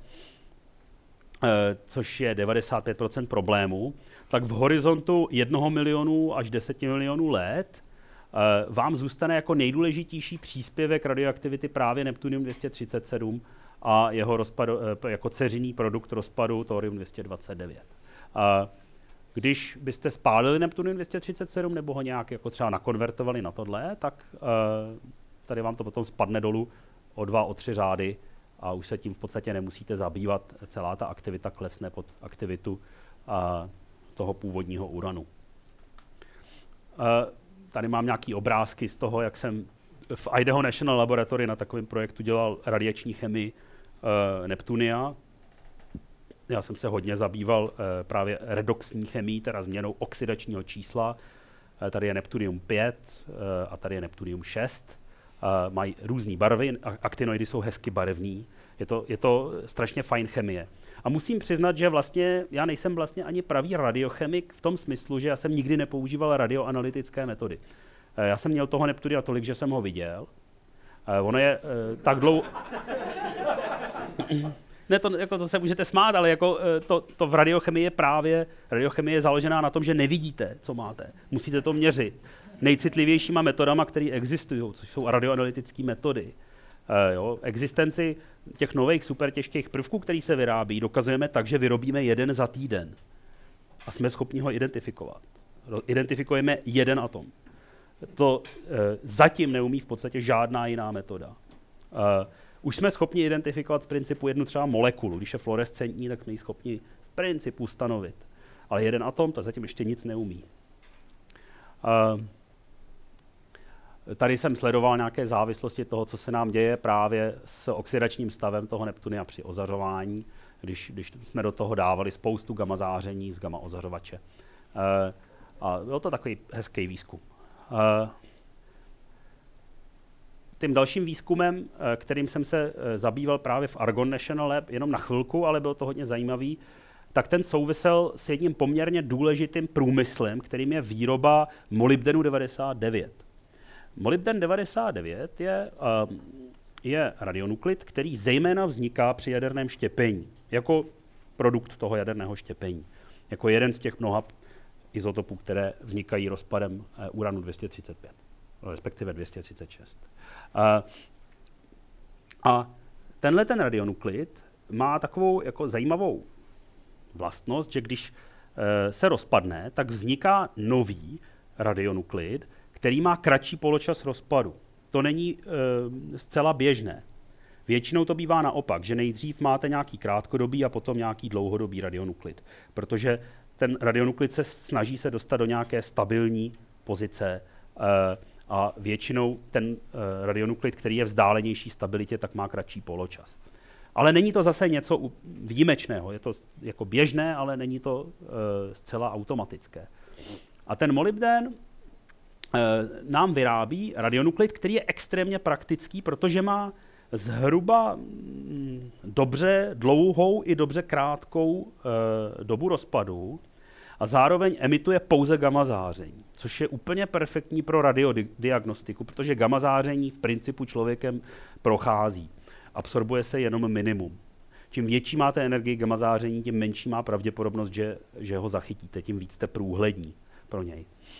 což je devadesát pět procent problémů, tak v horizontu jednoho milionu až deseti milionů let vám zůstane jako nejdůležitější příspěvek radioaktivity právě neptunium dvě stě třicet sedm a jeho rozpadu, jako dceřinný produkt rozpadu thorium dvě stě dvacet devět. Když byste spálili neptunium dvě stě třicet sedm nebo ho nějak jako třeba nakonvertovali na tohle, tak tady vám to potom spadne dolů o dva, o tři řády a už se tím v podstatě nemusíte zabývat. Celá ta aktivita klesne pod aktivitu a, toho původního uranu. A, tady mám nějaké obrázky z toho, jak jsem v Idaho National Laboratory na takovém projektu dělal radiační chemii e, neptunia. Já jsem se hodně zabýval e, právě redoxní chemií, teda změnou oxidačního čísla. E, tady je neptunium pět e, a tady je neptunium šest. Uh, mají různé barvy, aktinoidy jsou hezky barevný, je to, je to strašně fajn chemie. A musím přiznat, že vlastně já nejsem vlastně ani pravý radiochemik v tom smyslu, že já jsem nikdy nepoužíval radioanalytické metody. Uh, já jsem měl toho neptunia tolik, že jsem ho viděl. Uh, ono je uh, tak dlouho... ne, to, jako, to se můžete smát, ale jako, uh, to, to v radiochemii je právě, radiochemie je založená na tom, že nevidíte, co máte. Musíte to měřit. Nejcitlivějšíma metodama, které existují, což jsou radioanalytické metody. E, jo, existenci těch nových super těžkých prvků, které se vyrábí, dokazujeme tak, že vyrobíme jeden za týden. A jsme schopni ho identifikovat. Identifikujeme jeden atom. To e, zatím neumí v podstatě žádná jiná metoda. E, už jsme schopni identifikovat v principu jednu třeba molekulu. Když je fluorescentní, tak jsme ji schopni v principu stanovit. Ale jeden atom, to zatím ještě nic neumí. Uh, tady jsem sledoval nějaké závislosti toho, co se nám děje právě s oxidačním stavem toho neptunia při ozařování, když, když jsme do toho dávali spoustu gamma záření z gamma ozařovače. Uh, a byl to takový hezký výzkum. Uh, tím dalším výzkumem, uh, kterým jsem se uh, zabýval právě v Argonne National Lab, jenom na chvilku, ale bylo to hodně zajímavý, tak ten souvisel s jedním poměrně důležitým průmyslem, kterým je výroba molybdenu devadesát devět. Molybden devadesát devět je, uh, je radionuklid, který zejména vzniká při jaderném štěpení, jako produkt toho jaderného štěpení, jako jeden z těch mnoha izotopů, které vznikají rozpadem uh, uranu dvě stě třicet pět, respektive dvě stě třicet šest. Uh, a tenhle ten radionuklid má takovou jako zajímavou vlastnost, že když e, se rozpadne, tak vzniká nový radionuklid, který má kratší poločas rozpadu. To není e, zcela běžné. Většinou to bývá naopak, že nejdřív máte nějaký krátkodobý a potom nějaký dlouhodobý radionuklid, protože ten radionuklid se snaží se dostat do nějaké stabilní pozice e, a většinou ten e, radionuklid, který je vzdálenější stabilitě, tak má kratší poločas. Ale není to zase něco výjimečného, je to jako běžné, ale není to uh, zcela automatické. A ten molybden uh, nám vyrábí radionuklid, který je extrémně praktický, protože má zhruba mm, dobře dlouhou i dobře krátkou uh, dobu rozpadu a zároveň emituje pouze gamma záření. což je úplně perfektní pro radiodiagnostiku, protože gamma záření v principu člověkem prochází. Absorbuje se jenom minimum. Čím větší máte energii gamma záření, tím menší má pravděpodobnost, že, že ho zachytíte, tím víc jste průhlední pro něj.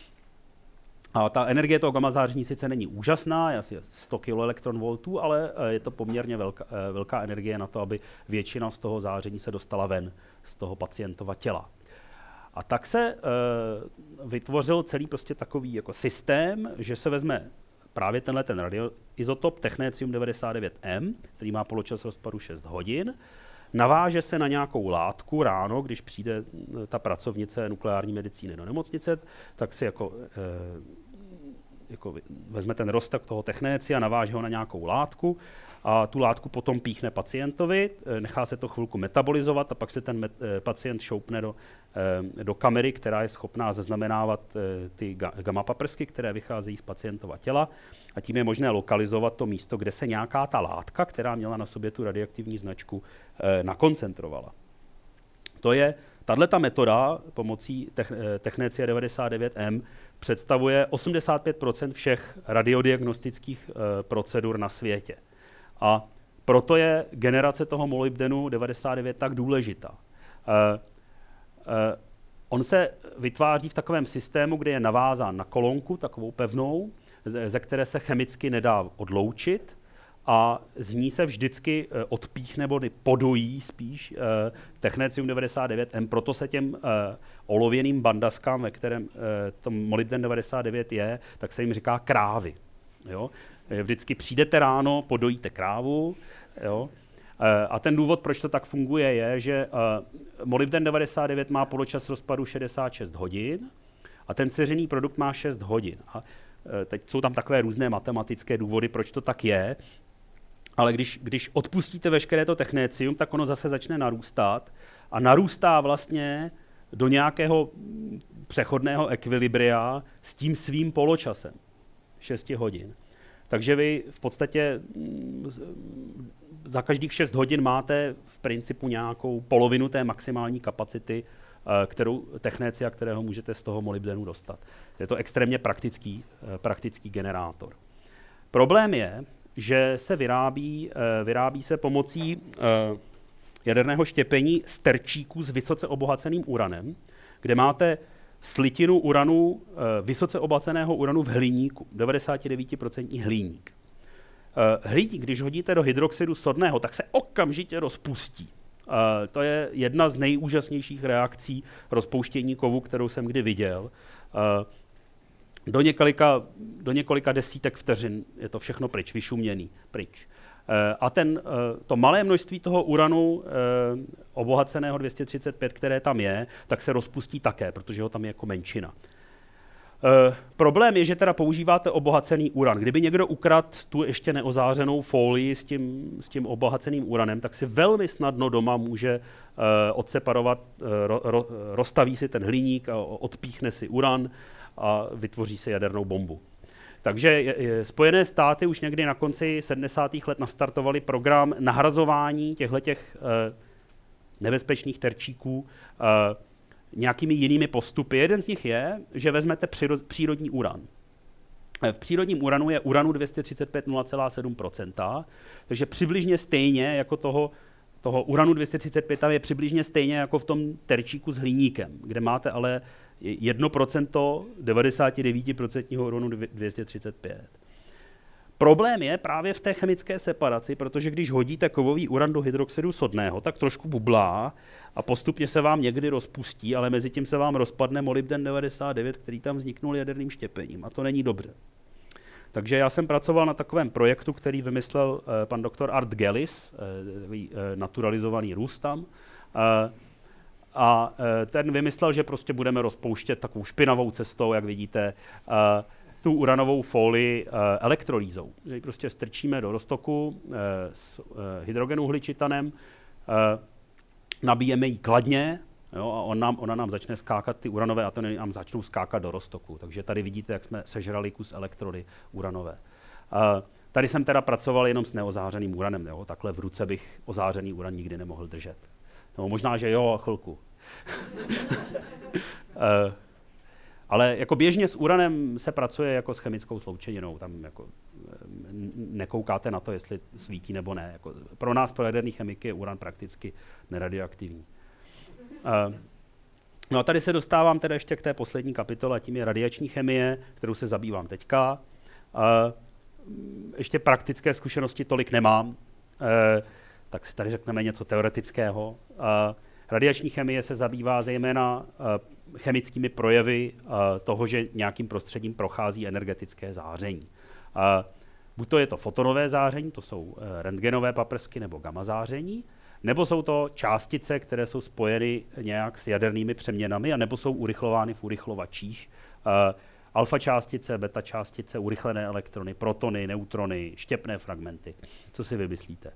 A ta energie toho gamma záření sice není úžasná, je asi sto kiloelektronvoltů, ale je to poměrně velká, velká energie na to, aby většina z toho záření se dostala ven z toho pacientova těla. A tak se e, vytvořil celý prostě takový jako systém, že se vezme právě tenhle ten radioizotop technécium devadesát devět M, který má poločas rozpadu šest hodin, naváže se na nějakou látku ráno, když přijde ta pracovnice nukleární medicíny do nemocnice, tak si jako, e, jako vezme ten roztok toho technécia, naváže ho na nějakou látku a tu látku potom píchne pacientovi, nechá se to chvilku metabolizovat a pak se ten met, pacient šoupne do, do kamery, která je schopná zaznamenávat ty gamma paprsky, které vycházejí z pacientova těla a tím je možné lokalizovat to místo, kde se nějaká ta látka, která měla na sobě tu radioaktivní značku, nakoncentrovala. To je, tato metoda pomocí technécia devadesát devět M představuje osmdesát pět procent všech radiodiagnostických procedur na světě. A proto je generace toho molybdenu devadesát devět tak důležitá. Uh, uh, on se vytváří v takovém systému, kde je navázán na kolonku, takovou pevnou, ze, ze které se chemicky nedá odloučit a z ní se vždycky uh, odpíchne nebo podojí spíš uh, technécium devadesát devět M, proto se těm uh, olověným bandaskám, ve kterém uh, tom molybden devadesát devět je, tak se jim říká krávy. Jo? Vždycky přijdete ráno, podojíte krávu. Jo? A ten důvod, proč to tak funguje, je, že molybden devadesát devět má poločas rozpadu šedesát šest hodin a ten dceřiný produkt má šest hodin. A teď jsou tam takové různé matematické důvody, proč to tak je, ale když, když odpustíte veškeré to technécium, tak ono zase začne narůstat a narůstá vlastně do nějakého přechodného ekvilibria s tím svým poločasem šest hodin. Takže vy v podstatě za každých šest hodin máte v principu nějakou polovinu té maximální kapacity, kterou technécia, kterého můžete z toho molybdenu dostat. Je to extrémně praktický, praktický generátor. Problém je, že se vyrábí, vyrábí se pomocí jaderného štěpení z terčíků s vysoce obohaceným uranem, kde máte slitinu uranu, vysoce obohaceného uranu v hliníku, devadesát devět procent hliník. Hliník, když hodíte do hydroxidu sodného, tak se okamžitě rozpustí. To je jedna z nejúžasnějších reakcí rozpouštění kovu, kterou jsem kdy viděl. Do několika, do několika desítek vteřin je to všechno pryč, vyšuměný, pryč. A ten, to malé množství toho uranu obohaceného dvě stě třicet pět, které tam je, tak se rozpustí také, protože ho tam je jako menšina. Problém je, že teda používáte obohacený uran. Kdyby někdo ukradl tu ještě neozářenou folii s tím, s tím obohaceným uranem, tak si velmi snadno doma může odseparovat, ro, ro, rozstaví si ten hliník a odpíchne si uran a vytvoří si jadernou bombu. Takže Spojené státy už někdy na konci sedmdesátých let nastartovali program nahrazování těchto nebezpečných terčíků nějakými jinými postupy. Jeden z nich je, že vezmete přírodní uran. V přírodním uranu je uranu dvě stě třicet pět nula celá sedm procenta, takže přibližně stejně jako toho, toho uranu dvě stě třicet pět tam je přibližně stejně jako v tom terčíku s hliníkem, kde máte ale jedno procento devadesát devět procent uranu dvě stě třicet pět. Problém je právě v té chemické separaci, protože když hodíte kovový uran do hydroxidu sodného, tak trošku bublá a postupně se vám někdy rozpustí, ale mezi tím se vám rozpadne molybden devadesát devět, který tam vzniknul jaderným štěpením a to není dobře. Takže já jsem pracoval na takovém projektu, který vymyslel eh, pan doktor Art Gellis, eh, eh, naturalizovaný Rus tam, eh, a eh, ten vymyslel, že prostě budeme rozpouštět takovou špinavou cestou, jak vidíte, eh, tu uranovou folii uh, elektrolýzou. Že prostě strčíme do roztoku uh, s uh, hydrogenuhličitanem, uh, nabíjeme ji kladně, jo, a on nám, ona nám začne skákat, ty uranové atomy nám začnou skákat do roztoku. Takže tady vidíte, jak jsme sežrali kus elektrody uranové. Uh, tady jsem teda pracoval jenom s neozářeným uranem. Jo. Takhle v ruce bych ozářený uran nikdy nemohl držet. No, možná, že jo, chvilku. uh, Ale jako běžně s uranem se pracuje jako s chemickou sloučeninou, tam jako nekoukáte na to, jestli svítí nebo ne. Jako pro nás, pro jaderný chemiky, je uran prakticky neradioaktivní. Uh, no a tady se dostávám teda ještě k té poslední kapitole, a tím je radiační chemie, kterou se zabývám teďka. Uh, ještě praktické zkušenosti tolik nemám, uh, tak si tady řekneme něco teoretického. Uh, radiační chemie se zabývá zejména uh, chemickými projevy uh, toho, že nějakým prostředím prochází energetické záření. Uh, buď to je to fotonové záření, to jsou uh, rentgenové paprsky nebo gamma záření, nebo jsou to částice, které jsou spojeny nějak s jadernými přeměnami, a nebo jsou urychlovány v urychlovačích. Uh, alfa částice, beta částice, urychlené elektrony, protony, neutrony, štěpné fragmenty. Co si vymyslíte?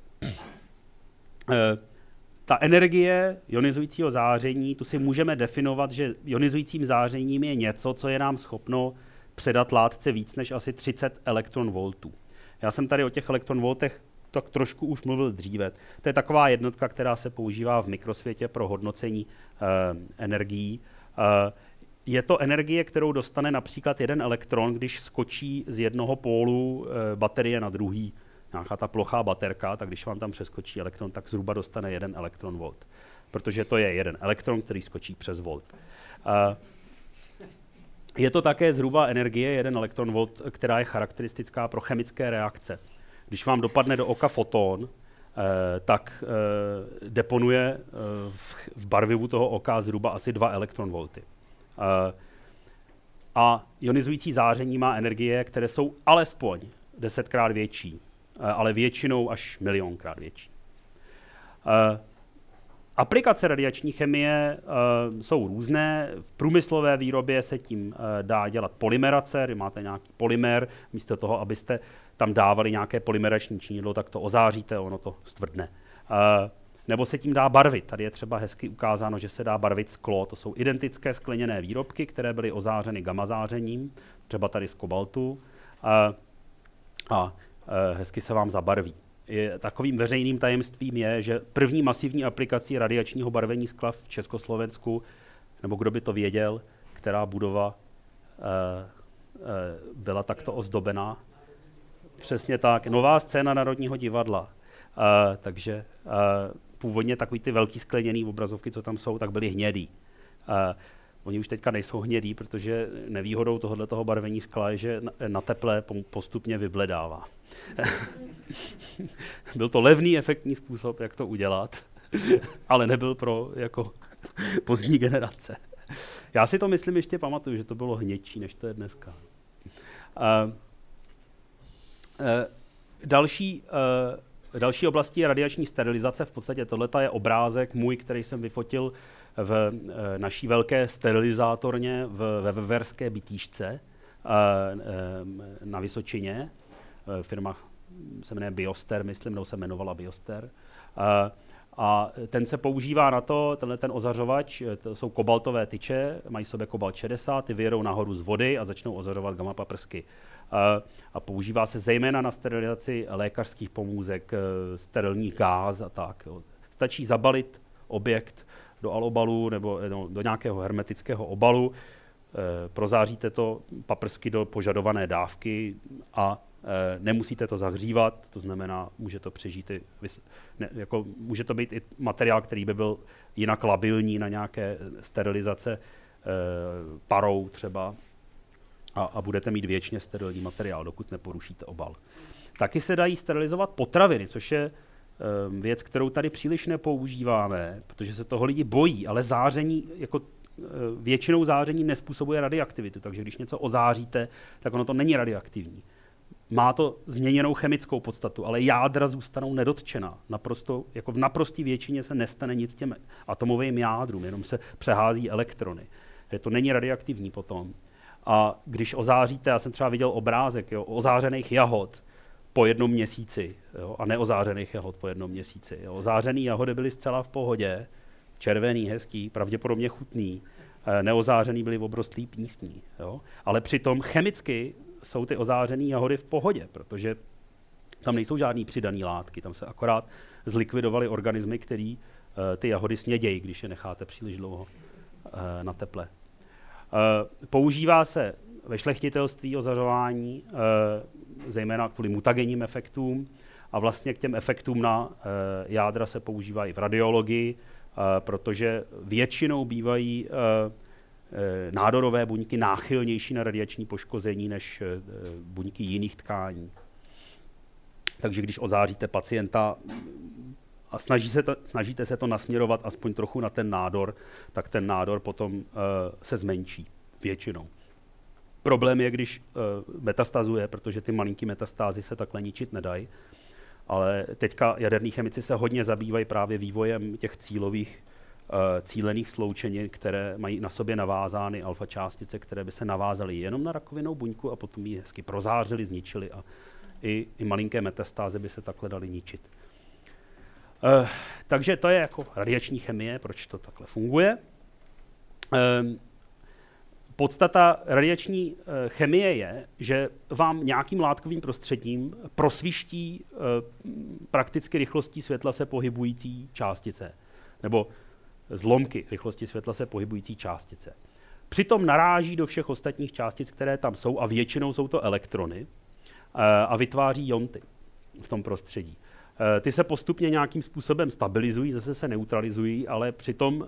Uh, ta energie ionizujícího záření, tu si můžeme definovat, že ionizujícím zářením je něco, co je nám schopno předat látce víc než asi třicet elektronvoltů. Já jsem tady o těch elektronvoltech tak trošku už mluvil dříve. To je taková jednotka, která se používá v mikrosvětě pro hodnocení uh, energií. Uh, je to energie, kterou dostane například jeden elektron, když skočí z jednoho pólu uh, baterie na druhý. Nějaká ta plochá baterka, tak když vám tam přeskočí elektron, tak zhruba dostane jeden elektronvolt. Protože to je jeden elektron, který skočí přes volt. Uh, je to také zhruba energie, jeden elektronvolt, která je charakteristická pro chemické reakce. Když vám dopadne do oka foton, eh, tak eh, deponuje eh, v, v barvivu toho oka zhruba asi dva elektronvolty. Eh, a ionizující záření má energie, které jsou alespoň desetkrát větší, eh, ale většinou až milionkrát větší. Eh, aplikace radiační chemie eh, jsou různé. V průmyslové výrobě se tím eh, dá dělat polymerace, kdy máte nějaký polymer, místo toho, abyste tam dávali nějaké polymerační činidlo, tak to ozáříte, ono to stvrdne. Uh, nebo se tím dá barvit. Tady je třeba hezky ukázáno, že se dá barvit sklo. To jsou identické skleněné výrobky, které byly ozářeny gamma zářením, třeba tady z kobaltu. Uh, a uh, hezky se vám zabarví. Je, takovým veřejným tajemstvím je, že první masivní aplikací radiačního barvení skla v Československu, nebo kdo by to věděl, která budova uh, uh, byla takto ozdobená. Přesně tak. Nová scéna Národního divadla. Uh, takže uh, původně takový ty velký skleněný obrazovky, co tam jsou, tak byly hnědý. Uh, oni už teďka nejsou hnědý, protože nevýhodou tohoto barvení skla je, že na, na teple postupně vybledává. Byl to levný, efektní způsob, jak to udělat, ale nebyl pro jako pozdní generace. Já si to myslím ještě pamatuju, že to bylo hnědší, než to je dneska. Uh, Uh, další, uh, další oblastí je radiační sterilizace. V podstatě tohle je obrázek můj, který jsem vyfotil v uh, naší velké sterilizátorně v, ve Veverské Bytýšce uh, uh, na Vysočině. Uh, firma se jmenuje Bioster, myslím, nebo se jmenovala Bioster. Uh, a ten se používá na to, tenhle ten ozařovač, to jsou kobaltové tyče, mají v sobě kobalt šedesát, ty vyjedou nahoru z vody a začnou ozařovat gamma paprsky. A používá se zejména na sterilizaci lékařských pomůcek, sterilních gáz a tak. Jo. Stačí zabalit objekt do alobalu nebo no, do nějakého hermetického obalu, e, prozáříte to paprsky do požadované dávky a e, nemusíte to zahřívat, to znamená, může to přežít i, ne, jako, může to být i materiál, který by byl jinak labilní na nějaké sterilizace e, parou třeba. A, a budete mít věčně sterilní materiál, dokud neporušíte obal. Taky se dají sterilizovat potraviny, což je um, věc, kterou tady příliš nepoužíváme, protože se toho lidi bojí, ale záření, jako uh, většinou záření nespůsobuje radioaktivitu, takže když něco ozáříte, tak ono to není radioaktivní. Má to změněnou chemickou podstatu, ale jádra zůstanou nedotčená. Naprosto, jako v naprosté většině se nestane nic těm atomovým jádrům, jenom se přehází elektrony. Takže to není radioaktivní potom. A když ozáříte, já jsem třeba viděl obrázek jo, ozářených jahod po jednom měsíci jo, a neozářených jahod po jednom měsíci. Jo. Ozářený jahody byly zcela v pohodě, červený, hezký, pravděpodobně chutný, e, neozářený byly obrostlý písní. Jo. Ale přitom chemicky jsou ty ozářený jahody v pohodě, protože tam nejsou žádný přidaný látky, tam se akorát zlikvidovaly organismy, které e, ty jahody snědějí, když je necháte příliš dlouho e, na teple. Používá se ve šlechtitelství ozařování, zejména kvůli mutagenním efektům, a vlastně k těm efektům na jádra se používá i v radiologii, protože většinou bývají nádorové buňky náchylnější na radiační poškození než buňky jiných tkání. Takže když ozáříte pacienta a snaží se to, snažíte se to nasměrovat aspoň trochu na ten nádor, tak ten nádor potom uh, se zmenší většinou. Problém je, když uh, metastazuje, protože ty malinký metastázy se takhle ničit nedají, ale teďka jaderní chemici se hodně zabývají právě vývojem těch cílových uh, cílených sloučenin, které mají na sobě navázány alfa částice, které by se navázaly jenom na rakovinou buňku a potom ji hezky prozářily, zničily a i, i malinké metastázy by se takhle daly ničit. Uh, takže to je jako radiační chemie, proč to takhle funguje. Uh, podstata radiační uh, chemie je, že vám nějakým látkovým prostředím prosviští uh, prakticky rychlostí světla se pohybující částice, nebo zlomky rychlosti světla se pohybující částice. Přitom naráží do všech ostatních částic, které tam jsou, a většinou jsou to elektrony, uh, a vytváří ionty v tom prostředí. Ty se postupně nějakým způsobem stabilizují, zase se neutralizují, ale přitom uh, uh,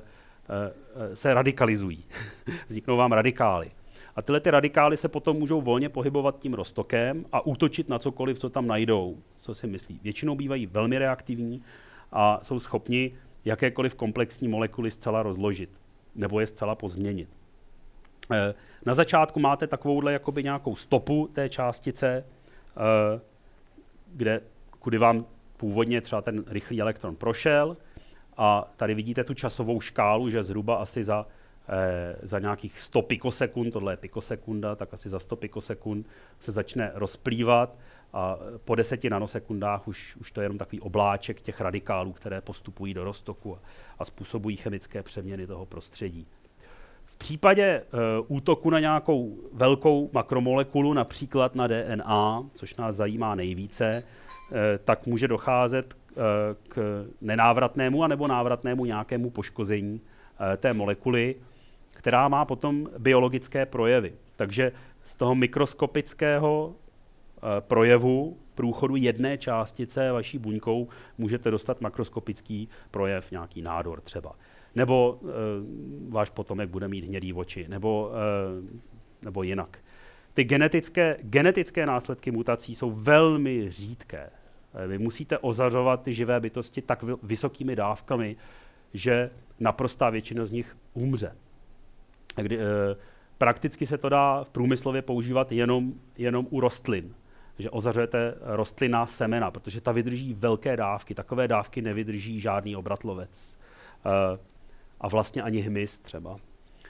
se radikalizují. Vzniknou vám radikály. A tyhle ty radikály se potom můžou volně pohybovat tím roztokem a útočit na cokoliv, co tam najdou, co si myslí. Většinou bývají velmi reaktivní a jsou schopni jakékoliv komplexní molekuly zcela rozložit nebo je zcela pozměnit. Uh, na začátku máte takovouhle jakoby nějakou stopu té částice, uh, kde kudy vám původně třeba ten rychlý elektron prošel, a tady vidíte tu časovou škálu, že zhruba asi za, eh, za nějakých sto pikosekund, tohle je pikosekunda, tak asi za sto pikosekund se začne rozplývat a po deseti nanosekundách už, už to je jenom takový obláček těch radikálů, které postupují do roztoku a, a způsobují chemické přeměny toho prostředí. V případě e, útoku na nějakou velkou makromolekulu, například na D N A, což nás zajímá nejvíce, e, tak může docházet e, k nenávratnému anebo návratnému nějakému poškození e, té molekuly, která má potom biologické projevy. Takže z toho mikroskopického e, projevu průchodu jedné částice vaší buňkou můžete dostat makroskopický projev, nějaký nádor třeba. Nebo e, váš potomek bude mít hnědý oči, nebo, e, nebo jinak. Ty genetické, genetické následky mutací jsou velmi řídké. E, vy musíte ozařovat ty živé bytosti tak vysokými dávkami, že naprostá většina z nich umře. Kdy, e, prakticky se to dá v průmyslově používat jenom, jenom u rostlin, že ozařujete rostlinná semena, protože ta vydrží velké dávky. Takové dávky nevydrží žádný obratlovec. E, a vlastně ani hmyz třeba. Uh,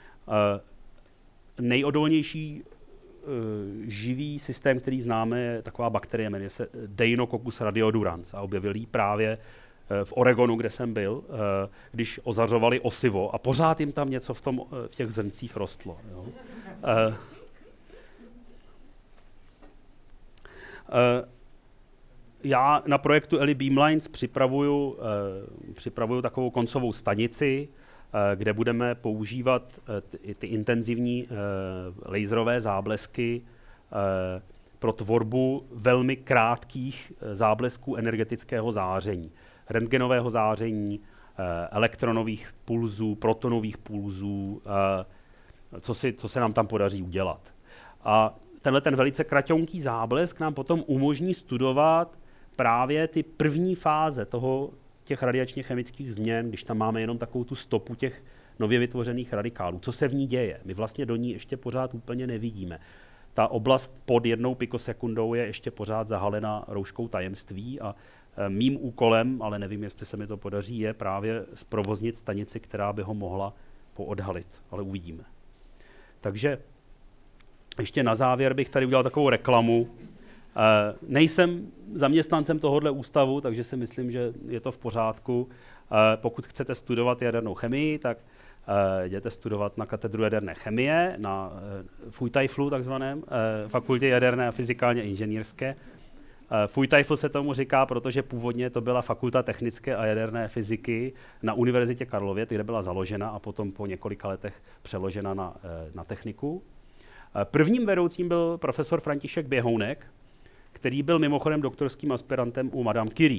nejodolnější uh, živý systém, který známe, je taková bakterie, jmenuje se Deinococcus radiodurans a objevili ji právě uh, v Oregonu, kde jsem byl, uh, když ozařovali osivo a pořád jim tam něco v, tom, uh, v těch zrncích rostlo. Jo. Uh, uh, já na projektu Eli Beamlines připravuju, uh, připravuju takovou koncovou stanici, kde budeme používat ty, ty intenzivní uh, laserové záblesky uh, pro tvorbu velmi krátkých uh, záblesků energetického záření. Rentgenového záření, uh, elektronových pulzů, protonových pulzů, uh, co, si, co se nám tam podaří udělat. A tenhle ten velice kraťonký záblesk nám potom umožní studovat právě ty první fáze toho, těch radiačně chemických změn, když tam máme jenom takovou tu stopu těch nově vytvořených radikálů. Co se v ní děje? My vlastně do ní ještě pořád úplně nevidíme. Ta oblast pod jednou pikosekundou je ještě pořád zahalena rouškou tajemství a e, mým úkolem, ale nevím, jestli se mi to podaří, je právě zprovoznit stanici, která by ho mohla poodhalit, ale uvidíme. Takže ještě na závěr bych tady udělal takovou reklamu. Uh, nejsem zaměstnancem tohohle ústavu, takže si myslím, že je to v pořádku. Uh, pokud chcete studovat jadernou chemii, tak uh, jděte studovat na katedru jaderné chemie, na uh, FUJTAIFLu takzvaném, uh, fakultě jaderné a fyzikálně inženýrské. Fujtaifl se tomu říká, protože původně to byla Fakulta technické a jaderné fyziky na Univerzitě Karlově, kde byla založena a potom po několika letech přeložena na, na techniku. Prvním vedoucím byl profesor František Běhounek, který byl mimochodem doktorským aspirantem u Madame Curie.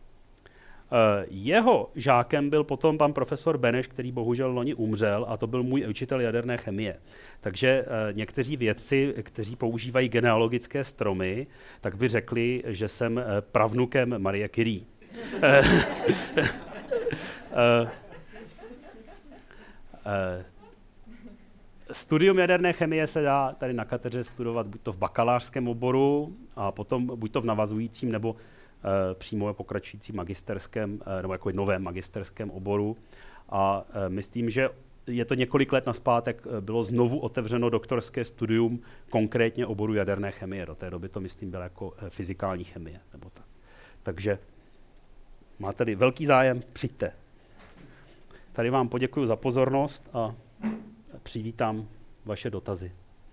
Jeho žákem byl potom pan profesor Beneš, který bohužel loni umřel, a to byl můj učitel jaderné chemie. Takže někteří vědci, kteří používají genealogické stromy, tak by řekli, že jsem pravnukem Marie Curie. Studium jaderné chemie se dá tady na katedře studovat buď to v bakalářském oboru, a potom buď to v navazujícím nebo uh, přímo pokračujícím magisterském, uh, nebo jako novém magisterském oboru. A uh, myslím, že je to několik let nazpátek, uh, bylo znovu otevřeno doktorské studium konkrétně oboru jaderné chemie. Do té doby to, myslím, bylo jako uh, fyzikální chemie. Nebo tak. Takže máte-li velký zájem, přijďte. Tady vám poděkuji za pozornost a přivítám vaše dotazy.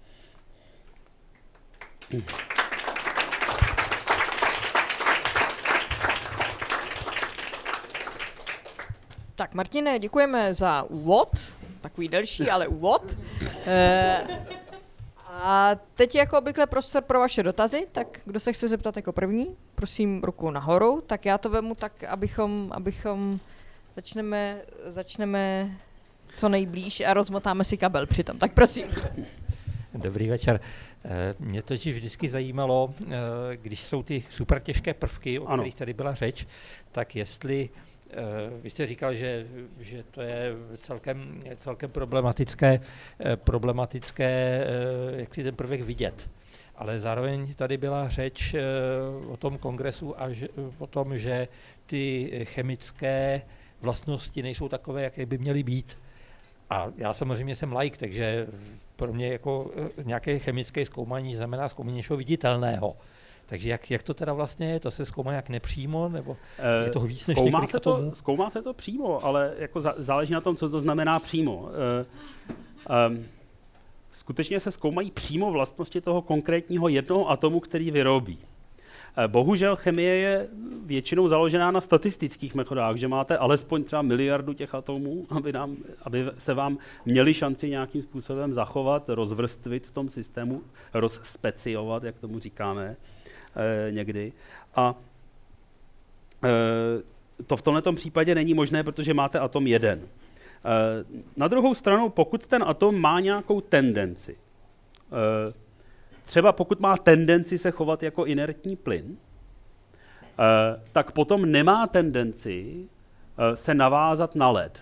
Tak Martine, děkujeme za úvod, takový delší, ale úvod. E, a teď jako obvykle prostor pro vaše dotazy, tak kdo se chce zeptat jako první, prosím ruku nahoru, tak já to vemu tak, abychom, abychom začneme, začneme co nejblíž a rozmotáme si kabel přitom. Tak prosím. Dobrý večer. Mě totiž vždycky zajímalo, když jsou ty super těžké prvky, o kterých tady byla řeč, tak jestli, vy jste říkal, že, že to je celkem, celkem problematické, problematické, jak si ten prvek vidět. Ale zároveň tady byla řeč o tom kongresu a že, o tom, že ty chemické vlastnosti nejsou takové, jaké by měly být. A já samozřejmě jsem laik, takže pro mě jako nějaké chemické zkoumání znamená zkoumání něčeho viditelného. Takže jak, jak to teda vlastně je? To se zkoumá jak nepřímo? Nebo je toho víc než zkoumá několik se to, atomů? Zkoumá se to přímo, ale jako za, záleží na tom, co to znamená přímo. Uh, um, skutečně se zkoumají přímo vlastnosti toho konkrétního jednoho atomu, který vyrobí. Bohužel chemie je většinou založená na statistických metodách, že máte alespoň třeba miliardu těch atomů, aby, nám, aby se vám měli šanci nějakým způsobem zachovat, rozvrstvit v tom systému, rozspeciovat, jak tomu říkáme eh, někdy. A eh, to v tomto případě není možné, protože máte atom jeden. Eh, na druhou stranu, pokud ten atom má nějakou tendenci, eh, třeba pokud má tendenci se chovat jako inertní plyn, tak potom nemá tendenci se navázat na led.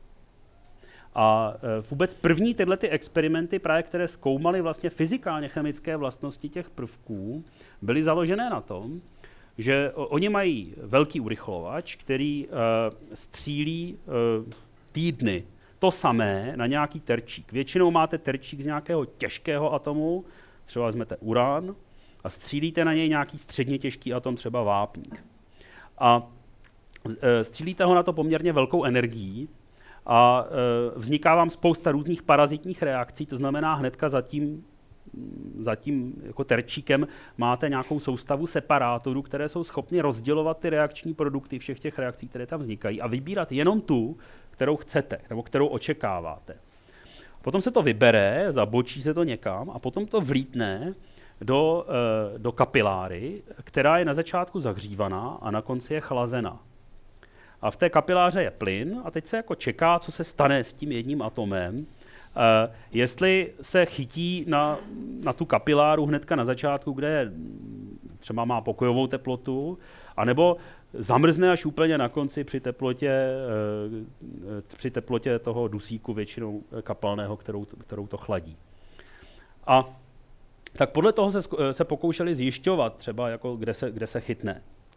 A vůbec první tyhle ty experimenty, právě které zkoumaly vlastně fyzikálně chemické vlastnosti těch prvků, byly založené na tom, že oni mají velký urychlovač, který střílí týdny to samé na nějaký terčík. Většinou máte terčík z nějakého těžkého atomu, třeba vezmete uran a střílíte na něj nějaký středně těžký atom, třeba vápník. A e, střílíte ho na to poměrně velkou energií a e, vzniká vám spousta různých parazitních reakcí, to znamená hnedka za tím, za tím jako terčíkem máte nějakou soustavu separátorů, které jsou schopny rozdělovat ty reakční produkty všech těch reakcí, které tam vznikají, a vybírat jenom tu, kterou chcete, nebo kterou očekáváte. Potom se to vybere, zabočí se to někam a potom to vlítne do, do kapiláry, která je na začátku zahřívaná a na konci je chlazena. A v té kapiláře je plyn a teď se jako čeká, co se stane s tím jedním atomem, jestli se chytí na, na tu kapiláru hnedka na začátku, kde třeba má pokojovou teplotu, anebo zamrzne až úplně na konci při teplotě, při teplotě toho dusíku většinou kapalného, kterou, kterou to chladí. A tak podle toho se, se pokoušeli zjišťovat třeba, jako kde, se, kde se chytne.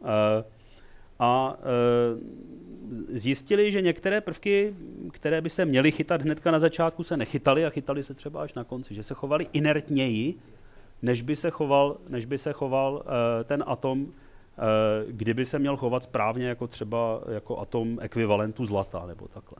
A zjistili, že některé prvky, které by se měly chytat hnedka na začátku, se nechytaly a chytaly se třeba až na konci, že se chovaly inertněji, než by se choval, než by se choval ten atom, kdyby se měl chovat správně jako třeba jako atom ekvivalentu zlata nebo takhle.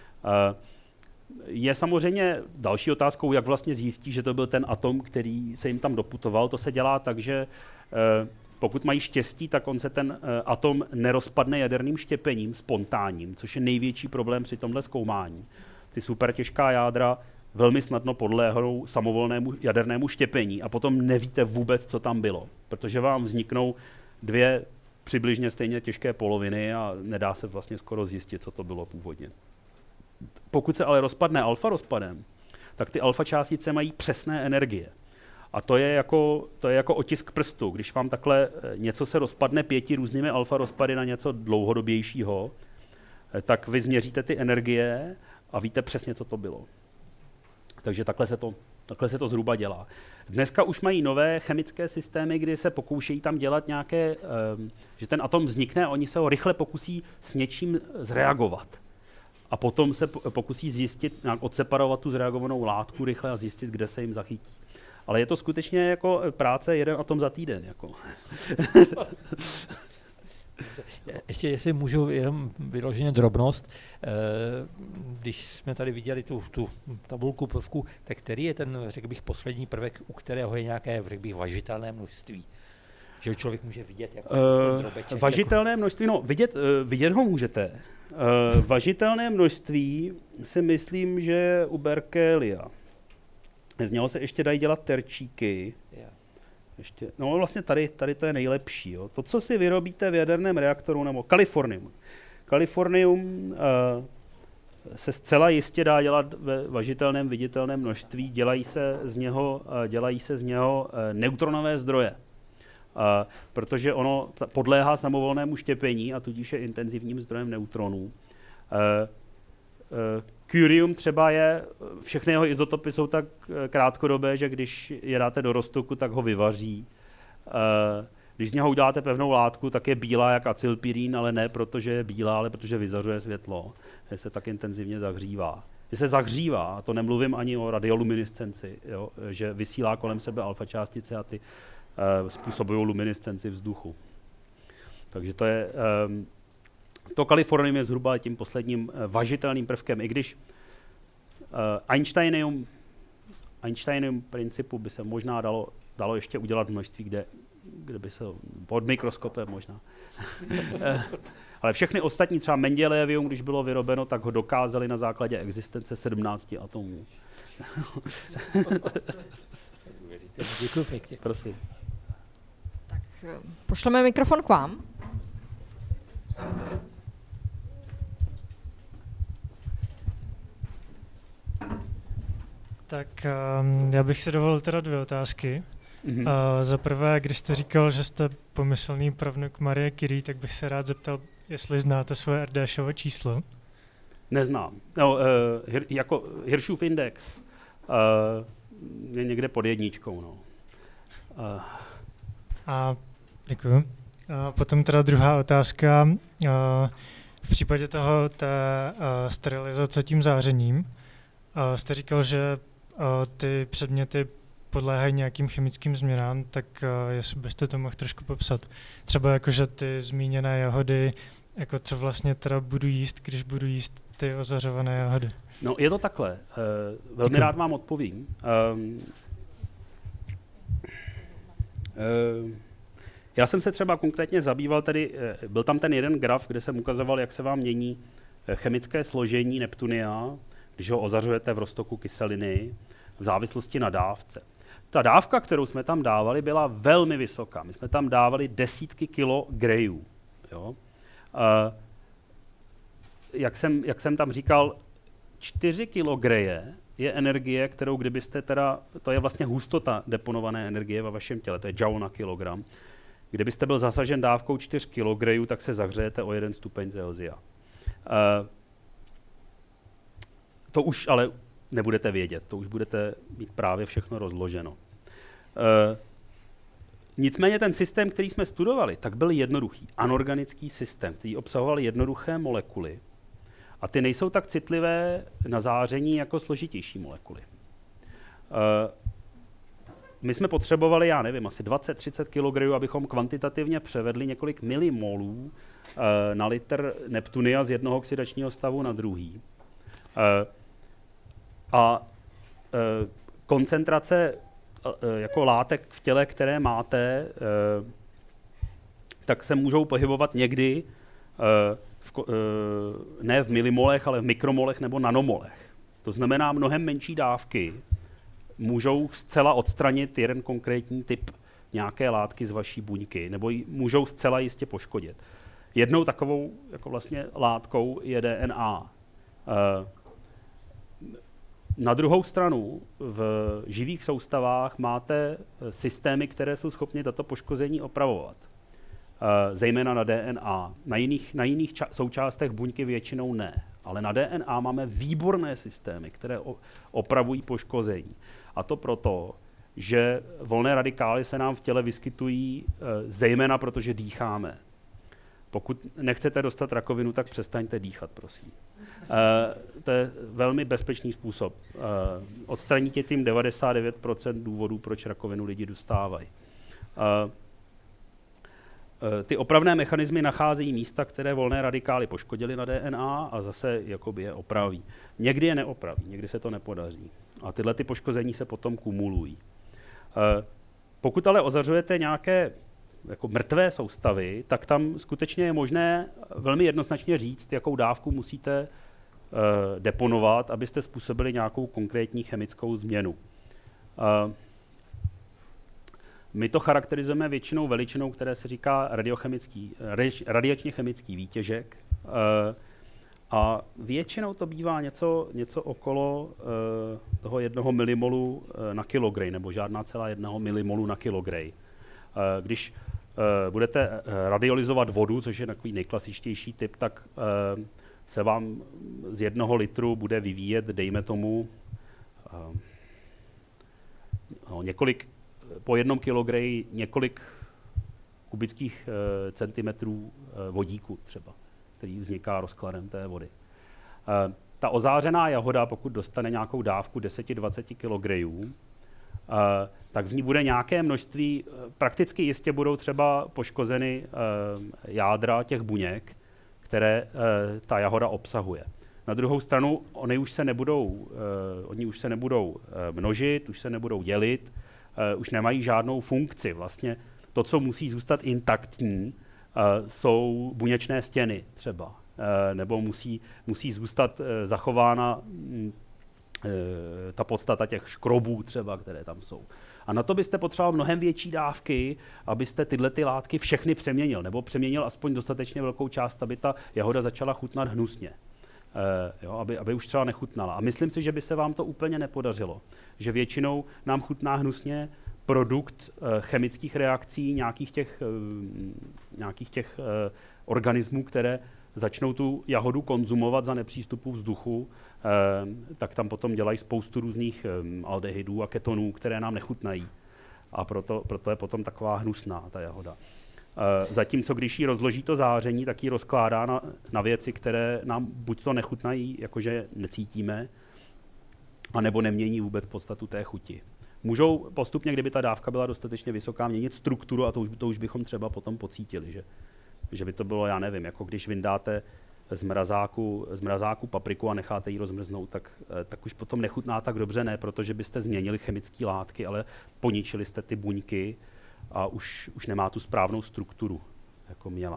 Je samozřejmě další otázkou, jak vlastně zjistí, že to byl ten atom, který se jim tam doputoval. To se dělá tak, že pokud mají štěstí, tak on se ten uh, atom nerozpadne jaderným štěpením, spontánním, což je největší problém při tomhle zkoumání. Ty supertěžká jádra velmi snadno podléhnou samovolnému jadernému štěpení a potom nevíte vůbec, co tam bylo, protože vám vzniknou dvě přibližně stejně těžké poloviny a nedá se vlastně skoro zjistit, co to bylo původně. Pokud se ale rozpadne alfa rozpadem, tak ty alfa částice mají přesné energie. A to je jako, to je jako otisk prstu. Když vám takhle něco se rozpadne pěti různými alfa rozpady na něco dlouhodobějšího, tak vy změříte ty energie a víte přesně, co to bylo. Takže takhle se to, takhle se to zhruba dělá. Dneska už mají nové chemické systémy, kdy se pokoušejí tam dělat nějaké, um, že ten atom vznikne a oni se ho rychle pokusí s něčím zreagovat. A potom se pokusí zjistit, nějak odseparovat tu zreagovanou látku rychle a zjistit, kde se jim zachytí. Ale je to skutečně jako práce jeden atom za týden. Jako. Ještě jestli můžu jenom vyloženě drobnost, když jsme tady viděli tu, tu tabulku prvků, tak který je ten, řekl bych, poslední prvek, u kterého je nějaké, řekl bych, važitelné množství? Že člověk může vidět jako uh, drobeček. Važitelné jako... množství, no vidět, uh, vidět ho můžete. Uh, važitelné množství si myslím, že je u Berkelia. Z něho se ještě dají dělat terčíky. Yeah. Ještě, no vlastně tady, tady to je nejlepší. Jo. To, co si vyrobíte v jaderném reaktoru, nebo kalifornium. Kalifornium uh, se zcela jistě dá dělat ve važitelném viditelném množství. Dělají se z něho, uh, dělají se z něho uh, neutronové zdroje. Uh, protože ono podléhá samovolnému štěpení a tudíž je intenzivním zdrojem neutronů. Uh, uh, Curium třeba je, všechny jeho izotopy jsou tak krátkodobé, že když je dáte do roztoku, tak ho vyvaří. Když z něho uděláte pevnou látku, tak je bílá jak acylpirín, ale ne protože je bílá, ale protože vyzařuje světlo, že se tak intenzivně zahřívá. Že se zahřívá, a to nemluvím ani o radioluminescenci, jo, že vysílá kolem sebe alfa částice a ty uh, způsobují luminescenci vzduchu. Takže to je... Um, To kalifornium je zhruba tím posledním važitelným prvkem, i když uh, Einsteinium, Einsteinium principu by se možná dalo, dalo ještě udělat množství, kde, kde by se pod mikroskopem možná. Ale všechny ostatní, třeba Mendelejevium, když bylo vyrobeno, tak ho dokázali na základě existence sedmnácti atomů. Děkuji pěkně. Prosím. Tak pošleme mikrofon k vám. Tak um, já bych si dovolil teda dvě otázky. Mm-hmm. Uh, za prvé, když jste říkal, že jste pomyslný pravnuk Marie Curie, tak bych se rád zeptal, jestli znáte svoje Erdőshovo číslo. Neznám. No, uh, hir, jako Hirschův index uh, je někde pod jedničkou. No. Uh. A děkuju. A potom teda druhá otázka. Uh, v případě toho té uh, sterilizace tím zářením, uh, jste říkal, že uh, ty předměty podléhají nějakým chemickým změnám, tak uh, jestli byste to mohl trošku popsat. Třeba jakože ty zmíněné jahody, jako co vlastně teda budu jíst, když budu jíst ty ozařované jahody. No je to takhle. Uh, velmi Děkuji. Rád vám odpovím. Um, uh, Já jsem se třeba konkrétně zabýval, tady, byl tam ten jeden graf, kde jsem ukazoval, jak se vám mění chemické složení neptunia, když ho ozařujete v roztoku kyseliny v závislosti na dávce. Ta dávka, kterou jsme tam dávali, byla velmi vysoká. My jsme tam dávali desítky kilo grejů. Jo? Uh, jak, jsem, jak jsem tam říkal, čtyři kilo greje je energie, kterou kdybyste teda, to je vlastně hustota deponované energie ve vašem těle, to je joule na kilogram. Kdybyste byl zasažen dávkou čtyři kilogrejů, tak se zahřejete o jeden stupeň Celsia. Uh, to už ale nebudete vědět, to už budete mít právě všechno rozloženo. Uh, nicméně ten systém, který jsme studovali, tak byl jednoduchý, anorganický systém, který obsahoval jednoduché molekuly a ty nejsou tak citlivé na záření jako složitější molekuly. Uh, My jsme potřebovali, já nevím, asi dvacet třicet kilogramů, abychom kvantitativně převedli několik milimolů e, na litr neptunia z jednoho oxidačního stavu na druhý. E, a e, koncentrace e, jako látek v těle, které máte, e, tak se můžou pohybovat někdy uh, v, uh, ne v milimolech, ale v mikromolech nebo nanomolech. To znamená, mnohem menší dávky můžou zcela odstranit jeden konkrétní typ nějaké látky z vaší buňky, nebo ji můžou zcela jistě poškodit. Jednou takovou jako vlastně látkou je D N A. Uh, Na druhou stranu v živých soustavách máte systémy, které jsou schopny tato poškození opravovat, zejména na D N A. Na jiných, na jiných ča- součástech buňky většinou ne, ale na D N A máme výborné systémy, které o- opravují poškození. A to proto, že volné radikály se nám v těle vyskytují zejména proto, že dýcháme. Pokud nechcete dostat rakovinu, tak přestaňte dýchat, prosím. Uh, to je velmi bezpečný způsob. Uh, odstraníte tím devadesát devět procent důvodů, proč rakovinu lidi dostávají. Uh, uh, ty opravné mechanismy nacházejí místa, které volné radikály poškodily na D N A a zase jakoby je opraví. Někdy je neopraví, někdy se to nepodaří. A tyhle ty poškození se potom kumulují. Uh, pokud ale ozařujete nějaké jako mrtvé soustavy, tak tam skutečně je možné velmi jednoznačně říct, jakou dávku musíte uh, deponovat, abyste způsobili nějakou konkrétní chemickou změnu. Uh, my to charakterizujeme většinou veličinou, které se říká radiochemický, radiačně chemický výtěžek. Uh, a většinou to bývá něco, něco okolo uh, toho jednoho milimolu uh, na kilogray, nebo žádná celá jednoho milimolu na kilogray. Uh, když uh, budete uh, radiolizovat vodu, což je takový nejklasičtější typ, tak uh, se vám z jednoho litru bude vyvíjet, dejme tomu, uh, no, několik, po jednom kilogray několik kubických uh, centimetrů uh, vodíku třeba, který vzniká rozkladem té vody. Uh, ta ozářená jahoda, pokud dostane nějakou dávku deset až dvacet kilograjů, Uh, tak v ní bude nějaké množství, prakticky jistě budou třeba poškozeny uh, jádra těch buněk, které uh, ta jahoda obsahuje. Na druhou stranu, oni už se nebudou, uh, oni už se nebudou uh, množit, už se nebudou dělit, uh, už nemají žádnou funkci. Vlastně to, co musí zůstat intaktní, uh, jsou buněčné stěny třeba, uh, nebo musí, musí zůstat uh, zachována um, ta podstata těch škrobů třeba, které tam jsou. A na to byste potřeboval mnohem větší dávky, abyste tyhle ty látky všechny přeměnil, nebo přeměnil aspoň dostatečně velkou část, aby ta jahoda začala chutnat hnusně. E, jo, aby, aby už třeba nechutnala. A myslím si, že by se vám to úplně nepodařilo. Že většinou nám chutná hnusně produkt e, chemických reakcí nějakých těch, e, nějakých těch e, organismů, které začnou tu jahodu konzumovat za nepřístupu vzduchu, eh, tak tam potom dělají spoustu různých eh, aldehydů a ketonů, které nám nechutnají. A proto, proto je potom taková hnusná ta jahoda. Eh, zatímco když ji rozloží to záření, tak ji rozkládá na, na věci, které nám buď to nechutnají, jakože necítíme, anebo nemění vůbec podstatu té chuti. Můžou postupně, kdyby ta dávka byla dostatečně vysoká, měnit strukturu a to už, to už bychom třeba potom pocítili, že že by to bylo, já nevím, jako když vyndáte z mrazáku, z mrazáku papriku a necháte ji rozmrznout, tak, tak už potom nechutná tak dobře, ne protože byste změnili chemické látky, ale poničili jste ty buňky a už, už nemá tu správnou strukturu, jako měla.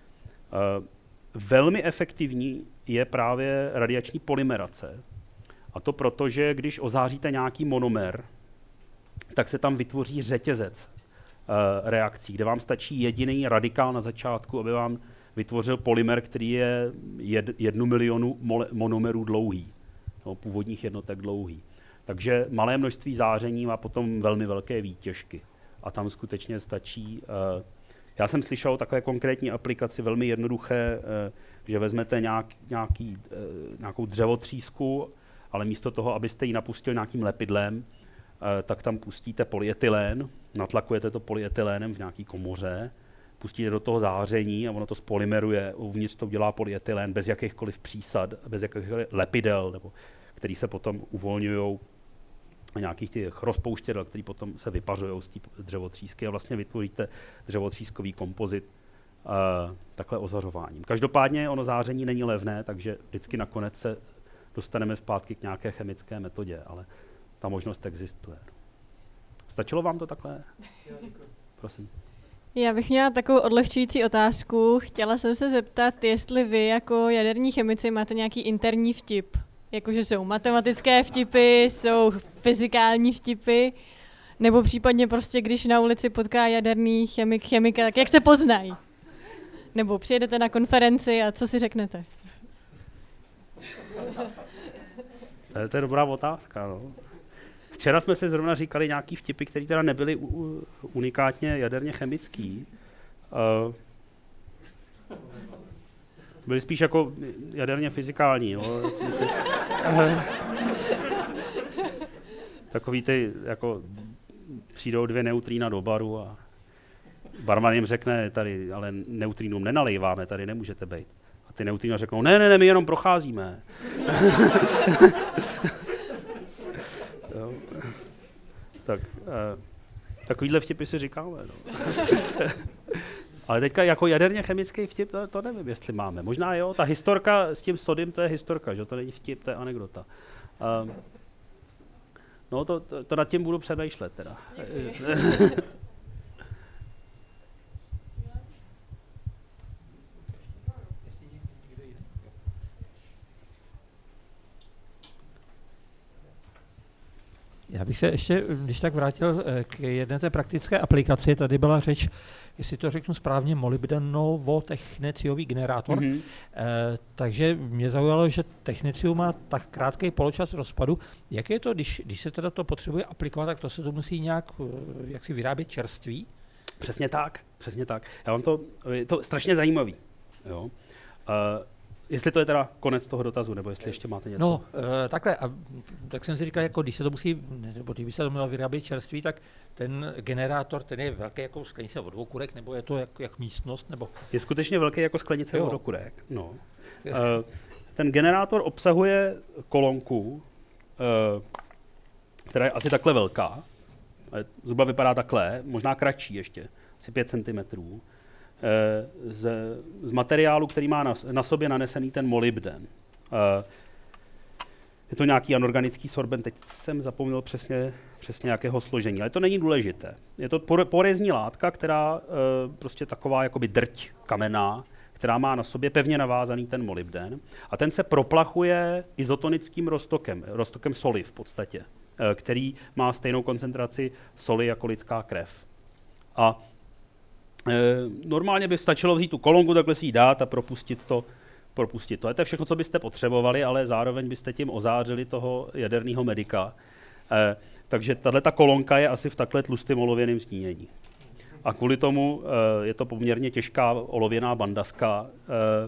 Uh, velmi efektivní je právě radiační polymerace. A to proto, že když ozáříte nějaký monomer, tak se tam vytvoří řetězec reakcí, kde vám stačí jediný radikál na začátku, aby vám vytvořil polymer, který je jed, jednu milionu mole, monomerů dlouhý, no, původních jednotek dlouhý. Takže malé množství záření má potom velmi velké výtěžky. A tam skutečně stačí. Uh, já jsem slyšel o takové konkrétní aplikaci, velmi jednoduché, uh, že vezmete nějak, nějaký, uh, nějakou dřevotřísku, ale místo toho, abyste ji napustil nějakým lepidlem, tak tam pustíte polyetylén, natlakujete to polyetylénem v nějaké komoře, pustíte do toho záření a ono to spolymeruje, uvnitř to udělá polyetylén bez jakýchkoliv přísad, bez jakýchkoliv lepidel, nebo, který se potom uvolňují a nějakých těch rozpouštědel, který potom se vypařují z té dřevotřísky a vlastně vytvoříte dřevotřískový kompozit uh, takhle ozařováním. Každopádně ono záření není levné, takže vždycky nakonec se dostaneme zpátky k nějaké chemické metodě, ale ta možnost existuje. Stačilo vám to takhle? Jo, děkuji. Prosím. Já bych měla takovou odlehčující otázku. Chtěla jsem se zeptat, jestli vy jako jaderní chemici máte nějaký interní vtip. Jakože jsou matematické vtipy, jsou fyzikální vtipy, nebo případně prostě, když na ulici potká jaderný chemik, chemika, tak jak se poznají? Nebo přijedete na konferenci a co si řeknete? To je, to je dobrá otázka. No. Včera jsme si zrovna říkali nějaký vtipy, které teda nebyly u, u, unikátně jaderně chemický. Uh, byly spíš jako jaderně fyzikální. Jo. Takový ty, jako přijdou dvě neutrína do baru a barman jim řekne, tady, ale neutrínům nenalejváme, tady nemůžete být. A ty neutrína řeknou, ne, ne, ne, my jenom procházíme. Tak, uh, takovýhle vtipy si říkáme. No. Ale teďka jako jaderně chemický vtip, to, to nevím, jestli máme. Možná jo, ta historka s tím sodym, to je historka, že to není vtip, to je anekdota. Uh, no to, to, to nad tím budu přemýšlet teda. Já bych se ještě, když tak vrátil k jedné té praktické aplikaci, tady byla řeč, jestli to řeknu správně, molybdenovo-techneciový generátor. Mm-hmm. E, takže mě zaujalo, že technecium má tak krátký poločas rozpadu. Jak je to, když, když se teda to potřebuje aplikovat, tak to se to musí nějak jak si vyrábět čerství? Přesně tak, přesně tak. Já vám to, je to strašně zajímavý. Jo. Uh, Jestli to je teda konec toho dotazu, nebo jestli ještě máte něco? No, e, takhle, a, tak jsem si říkal, jako když se to musí, nebo když by se to mělo vyrábět čerství, tak ten generátor, ten je velký jako sklenice vodokurek, nebo je to jak, jak místnost, nebo? Je skutečně velký jako sklenice vodokurek, no. E, ten generátor obsahuje kolonku, e, která je asi takhle velká, zhruba vypadá takhle, možná kratší ještě, asi pět centimetrů. Z, z materiálu, který má na, na sobě nanesený ten molybden. Je to nějaký anorganický sorbent, teď jsem zapomněl přesně, přesně jakého složení, ale to není důležité. Je to porezní látka, která prostě taková jakoby drť kamenná, která má na sobě pevně navázaný ten molybden a ten se proplachuje izotonickým roztokem, roztokem soli v podstatě, který má stejnou koncentraci soli jako lidská krev. A normálně by stačilo vzít tu kolonku, takhle si ji dát a propustit to, propustit to. A to je všechno, co byste potřebovali, ale zároveň byste tím ozářili toho jaderného medika. Eh, takže tato kolonka je asi v takhle tlustým olověném stínění. A kvůli tomu eh, je to poměrně těžká olověná bandaska. Eh,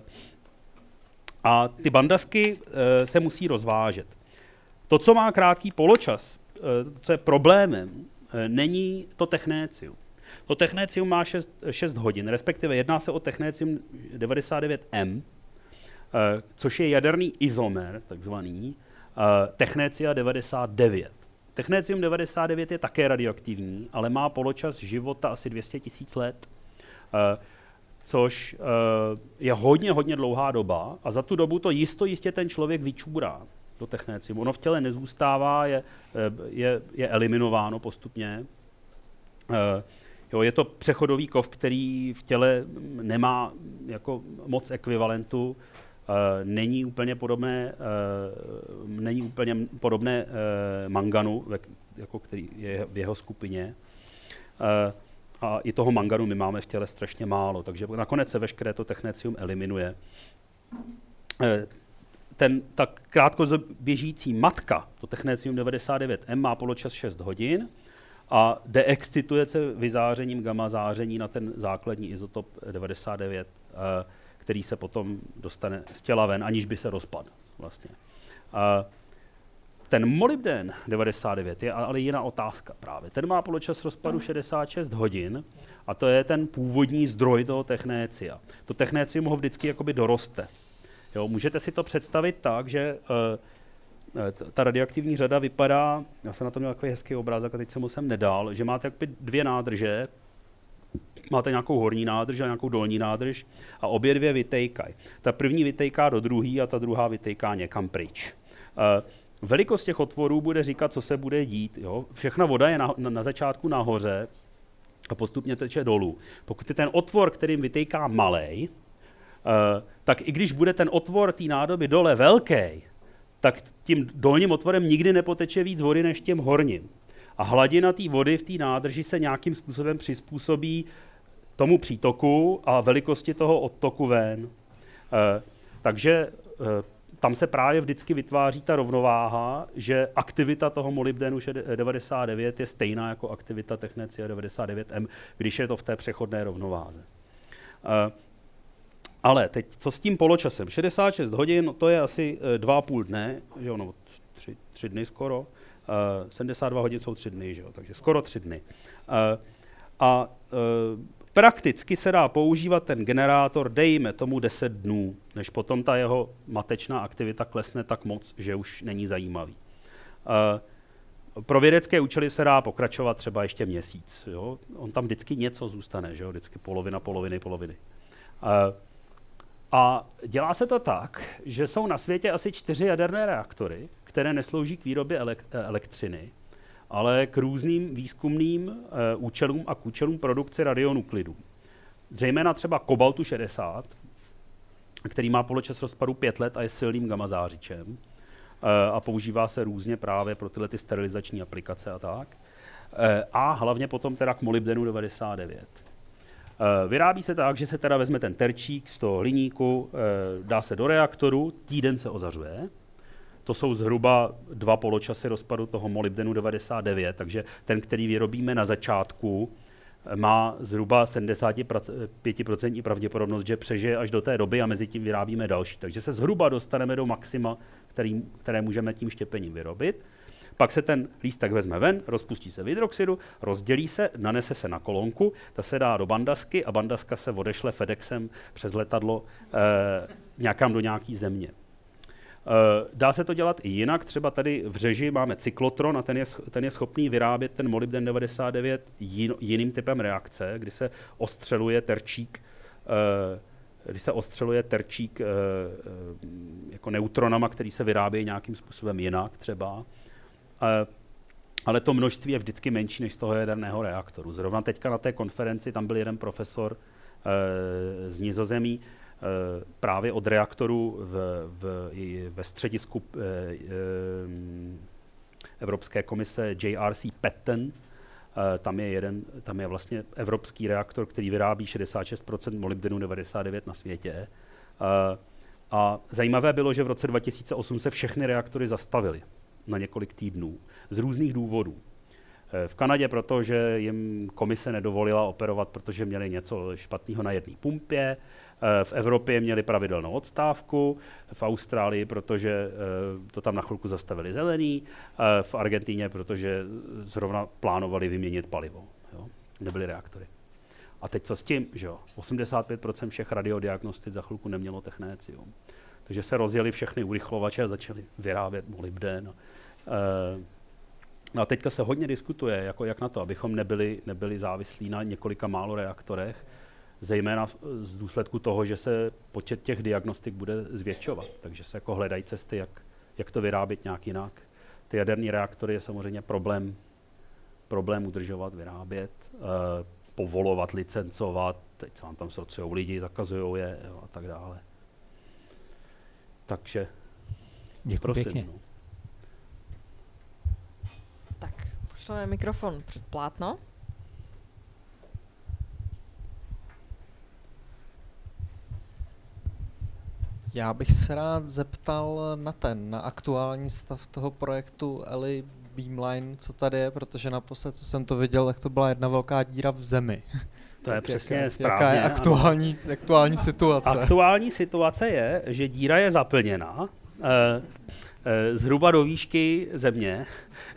a ty bandasky eh, se musí rozvážet. To, co má krátký poločas, eh, co je problémem, eh, není to technécium. To technécium má šest hodin, respektive jedná se o technécium devadesát devět M, eh, což je jaderný izomer, takzvaný, eh, technécia devadesát devět. Technécium devadesát devět je také radioaktivní, ale má poločas života asi dvě stě tisíc let, eh, což eh, je hodně, hodně dlouhá doba a za tu dobu to jisto jistě ten člověk vyčůrá, to technécium. Ono v těle nezůstává, je, je, je eliminováno postupně. Eh, Jo, je to přechodový kov, který v těle nemá jako moc ekvivalentu, e, není úplně podobné, e, není úplně podobné e, manganu, ve, jako který je v jeho skupině. E, a i toho manganu my máme v těle strašně málo, takže nakonec se veškeré to technécium eliminuje. E, ten, ta krátkozběžící matka, to technécium devadesát devět M, má poločas šest hodin, a deexcituje se vyzářením gamma záření na ten základní izotop devadesát devět, který se potom dostane z těla ven, aniž by se rozpadl vlastně. Ten molybden devadesát devět je ale jiná otázka právě. Ten má poločas rozpadu šedesát šest hodin a to je ten původní zdroj toho technécia. To technécium ho vždycky jakoby doroste. Jo, můžete si to představit tak, že ta radioaktivní řada vypadá, já jsem na tom měl takový hezký obrázek a teď jsem ho sem nedal, že máte dvě nádrže, máte nějakou horní nádrž a nějakou dolní nádrž a obě dvě vytejkají. Ta první vytejká do druhé a ta druhá vytejká někam pryč. Velikost těch otvorů bude říkat, co se bude dít. Jo? Všechna voda je na, na, na začátku nahoře a postupně teče dolů. Pokud je ten otvor, kterým vytejká malej, tak i když bude ten otvor té nádoby dole velký, tak tím dolním otvorem nikdy nepoteče víc vody než tím horním. A hladina té vody v té nádrži se nějakým způsobem přizpůsobí tomu přítoku a velikosti toho odtoku ven. E, takže e, tam se právě vždycky vytváří ta rovnováha, že aktivita toho molybdenu devadesát devět je stejná jako aktivita technecia devadesát devět M, když je to v té přechodné rovnováze. E, ale teď, co s tím poločasem? šedesát šest hodin, to je asi dva a půl dne, že ono, tři, tři dny skoro. Uh, sedmdesát dva hodin jsou tři dny, že jo? Takže skoro tři dny. Uh, a uh, prakticky se dá používat ten generátor, dejme tomu deset dnů, než potom ta jeho matečná aktivita klesne tak moc, že už není zajímavý. Uh, pro vědecké účely se dá pokračovat třeba ještě měsíc. Jo? On tam vždycky něco zůstane, že jo? Vždycky polovina, poloviny, poloviny. Uh, a dělá se to tak, že jsou na světě asi čtyři jaderné reaktory, které neslouží k výrobě elektřiny, ale k různým výzkumným uh, účelům a k účelům produkce radionuklidů. Zejména třeba kobaltu šedesát, který má poločas rozpadu pět let a je silným gamma zářičem uh, a používá se různě právě pro tyhle ty sterilizační aplikace a tak. Uh, a hlavně potom teda k molybdenu devadesát devět. Uh, vyrábí se tak, že se teda vezme ten terčík z toho hliníku, uh, dá se do reaktoru, týden se ozařuje. To jsou zhruba dva poločasy rozpadu toho molybdenu devadesát devět, takže ten, který vyrobíme na začátku, má zhruba sedmdesát pět procent pravděpodobnost, že přežije až do té doby a mezi tím vyrábíme další. Takže se zhruba dostaneme do maxima, který, které můžeme tím štěpením vyrobit. Pak se ten lístek vezme ven, rozpustí se v hydroxidu, rozdělí se, nanese se na kolonku, ta se dá do bandasky a bandaska se odešle FedExem přes letadlo eh, nějakam do nějaký země. Eh, dá se to dělat i jinak, třeba tady v Řeži máme cyklotron a ten je, ten je schopný vyrábět ten molybden devadesát devět jin, jiným typem reakce, kdy se ostřeluje terčík, eh, kdy se ostřeluje terčík eh, jako neutronama, který se vyrábějí nějakým způsobem jinak třeba. Uh, ale to množství je vždycky menší než z toho jaderného reaktoru. Zrovna teďka na té konferenci tam byl jeden profesor uh, z Nizozemí uh, právě od reaktoru v, v, ve středisku uh, uh, Evropské komise J R C Petten. Uh, tam je jeden, tam je vlastně evropský reaktor, který vyrábí šedesát šest procent molybdenu devadesát devět na světě. Uh, a zajímavé bylo, že v roce dva tisíce osm se všechny reaktory zastavily na několik týdnů, z různých důvodů. V Kanadě, protože jim komise nedovolila operovat, protože měli něco špatného na jedné pumpě, v Evropě měli pravidelnou odstávku, v Austrálii, protože to tam na chvilku zastavili zelený, v Argentíně, protože zrovna plánovali vyměnit palivo. Jo? Nebyly reaktory. A teď co s tím? Že jo? osmdesát pět procent všech radiodiagnostik za chvilku nemělo technécium. Takže se rozjeli všechny urychlovače a začali vyrábět molybden. No a teďka se hodně diskutuje, jako jak na to, abychom nebyli, nebyli závislí na několika málo reaktorech, zejména z důsledku toho, že se počet těch diagnostik bude zvětšovat. Takže se jako hledají cesty, jak, jak to vyrábět nějak jinak. Ty jaderní reaktory je samozřejmě problém, problém udržovat, vyrábět, eh, povolovat, licencovat, teď se vám tam sorcujou lidi, zakazujou je jo, a tak dále. Takže děkuji prosím. Pěkně. No. Tak, pošleme mikrofon před plátno. Já bych se rád zeptal na ten, na aktuální stav toho projektu Eli Beamline, co tady je, protože naposled, co jsem to viděl, tak to byla jedna velká díra v zemi. To je tak přesně jaká, správně. Jaká je aktuální, aktuální situace? Aktuální situace je, že díra je zaplněná, eh, eh, zhruba do výšky země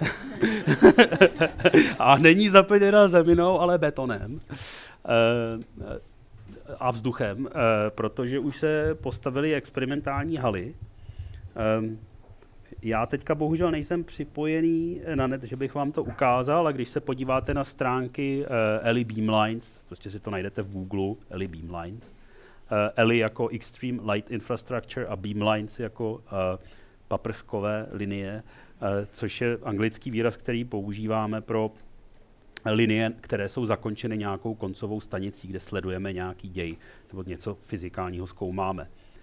a není zaplněna zeminou, ale betonem eh, a vzduchem, eh, protože už se postavily experimentální haly. Eh, Já teďka bohužel nejsem připojený na net, že bych vám to ukázal, a když se podíváte na stránky uh, Eli Beamlines, prostě si to najdete v Google, Eli Beamlines, uh, Eli jako Extreme Light Infrastructure a Beamlines jako uh, paprskové linie, uh, což je anglický výraz, který používáme pro uh, linie, které jsou zakončeny nějakou koncovou stanicí, kde sledujeme nějaký děj nebo něco fyzikálního zkoumáme.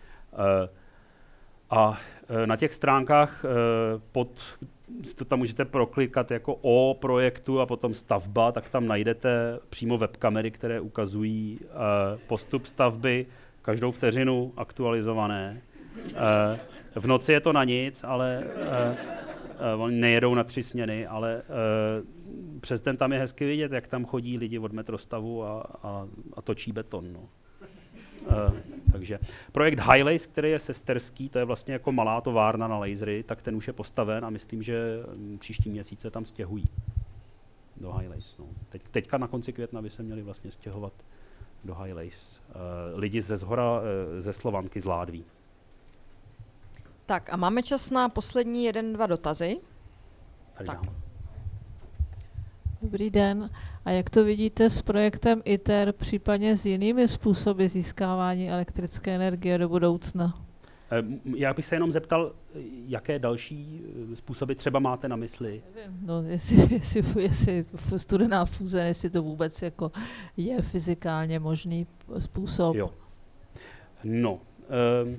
A na těch stránkách pod, to tam můžete proklikat jako o projektu a potom stavba, tak tam najdete přímo webkamery, které ukazují postup stavby, každou vteřinu aktualizované. V noci je to na nic, ale oni nejedou na tři směny, ale přes den tam je hezky vidět, jak tam chodí lidi od metrostavu a, a, a točí beton. No. Uh, takže projekt Highlights, který je sesterský, to je vlastně jako malá továrna na lasery, tak ten už je postaven a myslím, že příští měsíce tam stěhují do Highlights. No. Teď, teďka na konci května by se měli vlastně stěhovat do Highlights. Uh, lidi ze zhora, uh, ze Slovanky, z Ládví. Tak a máme čas na poslední jeden, dva dotazy. Tady tak. dám. Dobrý den. A jak to vidíte s projektem ITER, případně s jinými způsoby získávání elektrické energie do budoucna? Já bych se jenom zeptal, jaké další způsoby třeba máte na mysli? No, jestli, jestli, jestli studená fúze, jestli to vůbec jako je fyzikálně možný způsob. Jo. No. Um,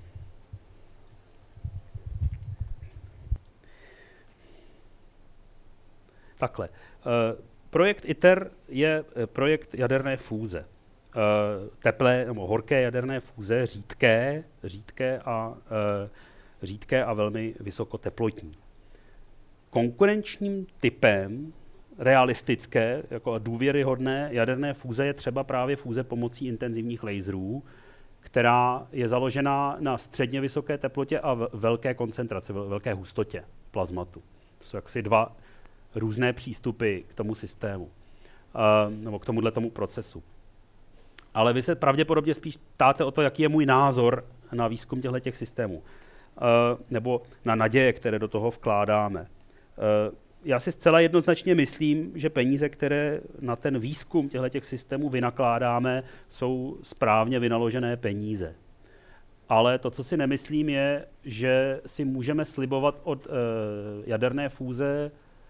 takhle. Uh, projekt ITER je projekt jaderné fúze. Uh, teplé nebo horké jaderné fúze, řídké, řídké a, uh, řídké a velmi vysokoteplotní. Konkurenčním typem realistické jako důvěryhodné jaderné fúze je třeba právě fúze pomocí intenzivních laserů, která je založená na středně vysoké teplotě a velké koncentraci, velké hustotě plazmatu. To jsou jaksi dva různé přístupy k tomu systému, uh, nebo k tomuhle tomu procesu. Ale vy se pravděpodobně spíš ptáte o to, jaký je můj názor na výzkum těchto systémů, uh, nebo na naděje, které do toho vkládáme. Uh, já si zcela jednoznačně myslím, že peníze, které na ten výzkum těchto systémů vynakládáme, jsou správně vynaložené peníze. Ale to, co si nemyslím, je, že si můžeme slibovat od uh, jaderné fúze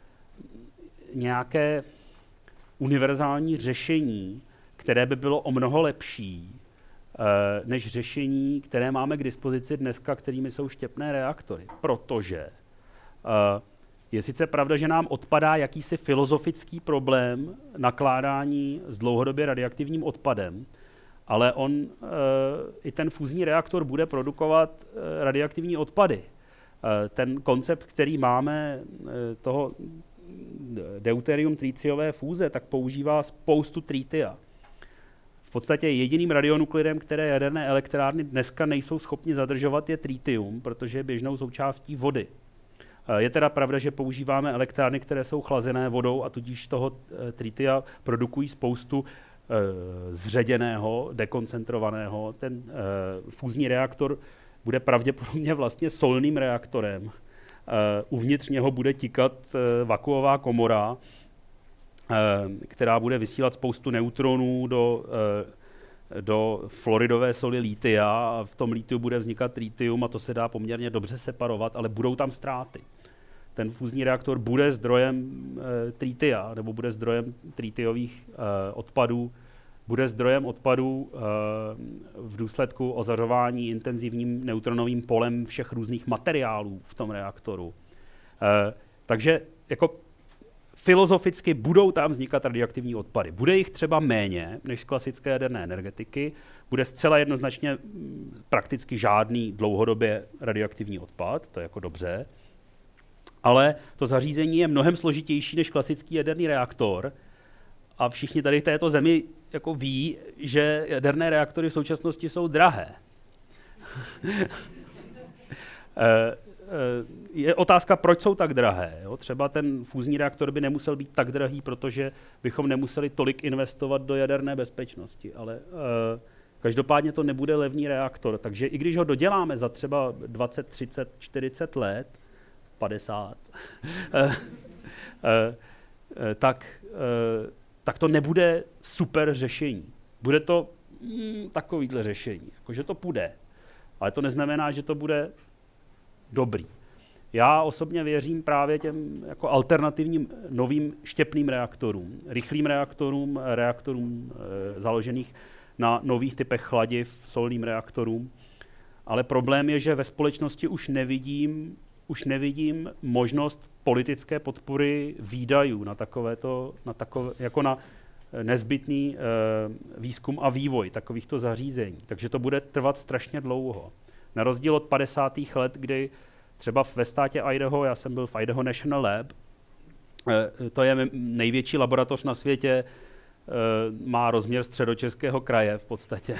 nějaké univerzální řešení, které by bylo o mnoho lepší uh, než řešení, které máme k dispozici dneska, kterými jsou štěpné reaktory. Protože uh, je sice pravda, že nám odpadá jakýsi filozofický problém nakládání s dlouhodobě radioaktivním odpadem, ale on, uh, i ten fúzní reaktor bude produkovat uh, radioaktivní odpady. Uh, ten koncept, který máme uh, toho deuterium tritiové fúze, tak používá spoustu tritia. V podstatě jediným radionuklidem, které jaderné elektrárny dneska nejsou schopni zadržovat, je tritium, protože je běžnou součástí vody. Je teda pravda, že používáme elektrárny, které jsou chlazené vodou a tudíž toho tritia produkují spoustu zředěného, dekoncentrovaného. Ten fúzní reaktor bude pravděpodobně vlastně solným reaktorem. Uh, uvnitř něho bude tikat uh, vakuová komora, uh, která bude vysílat spoustu neutronů do, uh, do fluoridové soli litia a v tom litiu bude vznikat tritium a to se dá poměrně dobře separovat, ale budou tam ztráty. Ten fúzní reaktor bude zdrojem uh, tritia nebo bude zdrojem tritiových uh, odpadů, bude zdrojem odpadů uh, v důsledku ozařování intenzivním neutronovým polem všech různých materiálů v tom reaktoru. Uh, takže jako filozoficky budou tam vznikat radioaktivní odpady. Bude jich třeba méně než z klasické jaderné energetiky, bude zcela jednoznačně prakticky žádný dlouhodobě radioaktivní odpad, to je jako dobře, ale to zařízení je mnohem složitější než klasický jaderný reaktor a všichni tady v této zemi jako ví, že jaderné reaktory v současnosti jsou drahé. Je otázka, proč jsou tak drahé. Jo? Třeba ten fúzní reaktor by nemusel být tak drahý, protože bychom nemuseli tolik investovat do jaderné bezpečnosti. Ale uh, každopádně to nebude levný reaktor. Takže i když ho doděláme za třeba dvacet, třicet, čtyřicet let, padesát, uh, uh, uh, tak... Uh, tak to nebude super řešení. Bude to mm, takovýhle řešení, jakože to půjde, ale to neznamená, že to bude dobrý. Já osobně věřím právě těm jako alternativním novým štěpným reaktorům, rychlým reaktorům, reaktorům e, založených na nových typech chladiv, solným reaktorům. Ale problém je, že ve společnosti už nevidím, už nevidím možnost politické podpory výdajů na takovéto, na takové, jako na nezbytný e, výzkum a vývoj takovýchto zařízení. Takže to bude trvat strašně dlouho. Na rozdíl od padesátých let, kdy třeba ve státě Idaho, já jsem byl v Idaho National Lab, e, to je největší laboratoř na světě, e, má rozměr středočeského kraje v podstatě.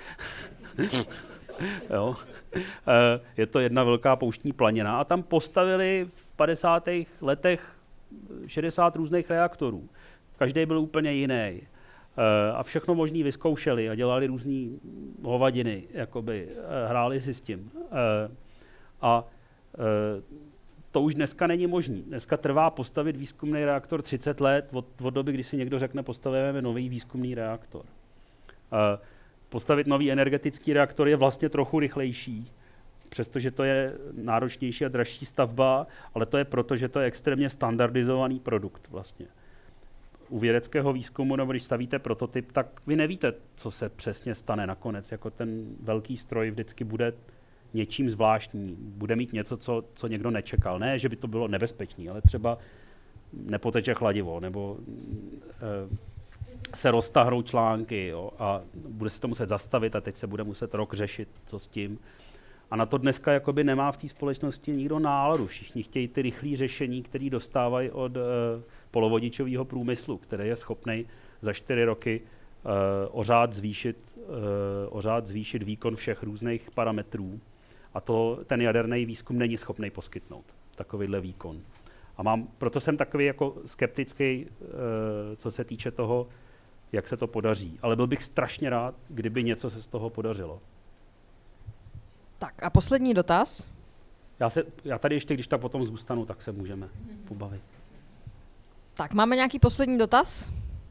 Jo. E, je to jedna velká pouštní planina a tam postavili v padesátých letech šedesát různých reaktorů. Každý byl úplně jiný. E, a všechno možný vyzkoušeli a dělali různé hovadiny, jakoby, e, hráli si s tím. E, a e, to už dneska není možný. Dneska trvá postavit výzkumný reaktor třicet let od, od doby, kdy si někdo řekne, postavíme nový výzkumný reaktor. E, postavit nový energetický reaktor je vlastně trochu rychlejší, přestože to je náročnější a dražší stavba, ale to je proto, že to je extrémně standardizovaný produkt vlastně. U vědeckého výzkumu, nebo když stavíte prototyp, tak vy nevíte, co se přesně stane nakonec. Jako ten velký stroj vždycky bude něčím zvláštní. Bude mít něco, co, co někdo nečekal. Ne, že by to bylo nebezpečné, ale třeba nepoteče chladivo, nebo e, se roztáhnou články, jo, a bude se to muset zastavit a teď se bude muset rok řešit, co s tím. A na to dneska jakoby nemá v té společnosti nikdo náladu. Všichni chtějí ty rychlé řešení, které dostávají od e, polovodičového průmyslu, který je schopný za čtyři roky e, ořád zvýšit, e, ořád zvýšit výkon všech různých parametrů. A to ten jaderný výzkum není schopný poskytnout, takovýhle výkon. A mám, proto jsem takový jako skeptický, e, co se týče toho, jak se to podaří. Ale byl bych strašně rád, kdyby něco se z toho podařilo. Tak a poslední dotaz. Já, se, já tady ještě, když tak potom zůstanu, tak se můžeme pobavit. Tak, máme nějaký poslední dotaz?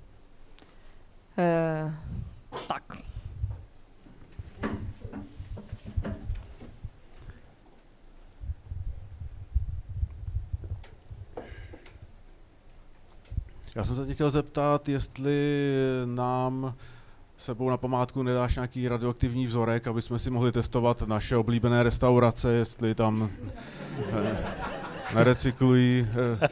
E, tak. Já jsem se tě chtěl zeptat, jestli nám sebou na památku nedáš nějaký radioaktivní vzorek, aby jsme si mohli testovat naše oblíbené restaurace, jestli tam eh, nerecyklují eh,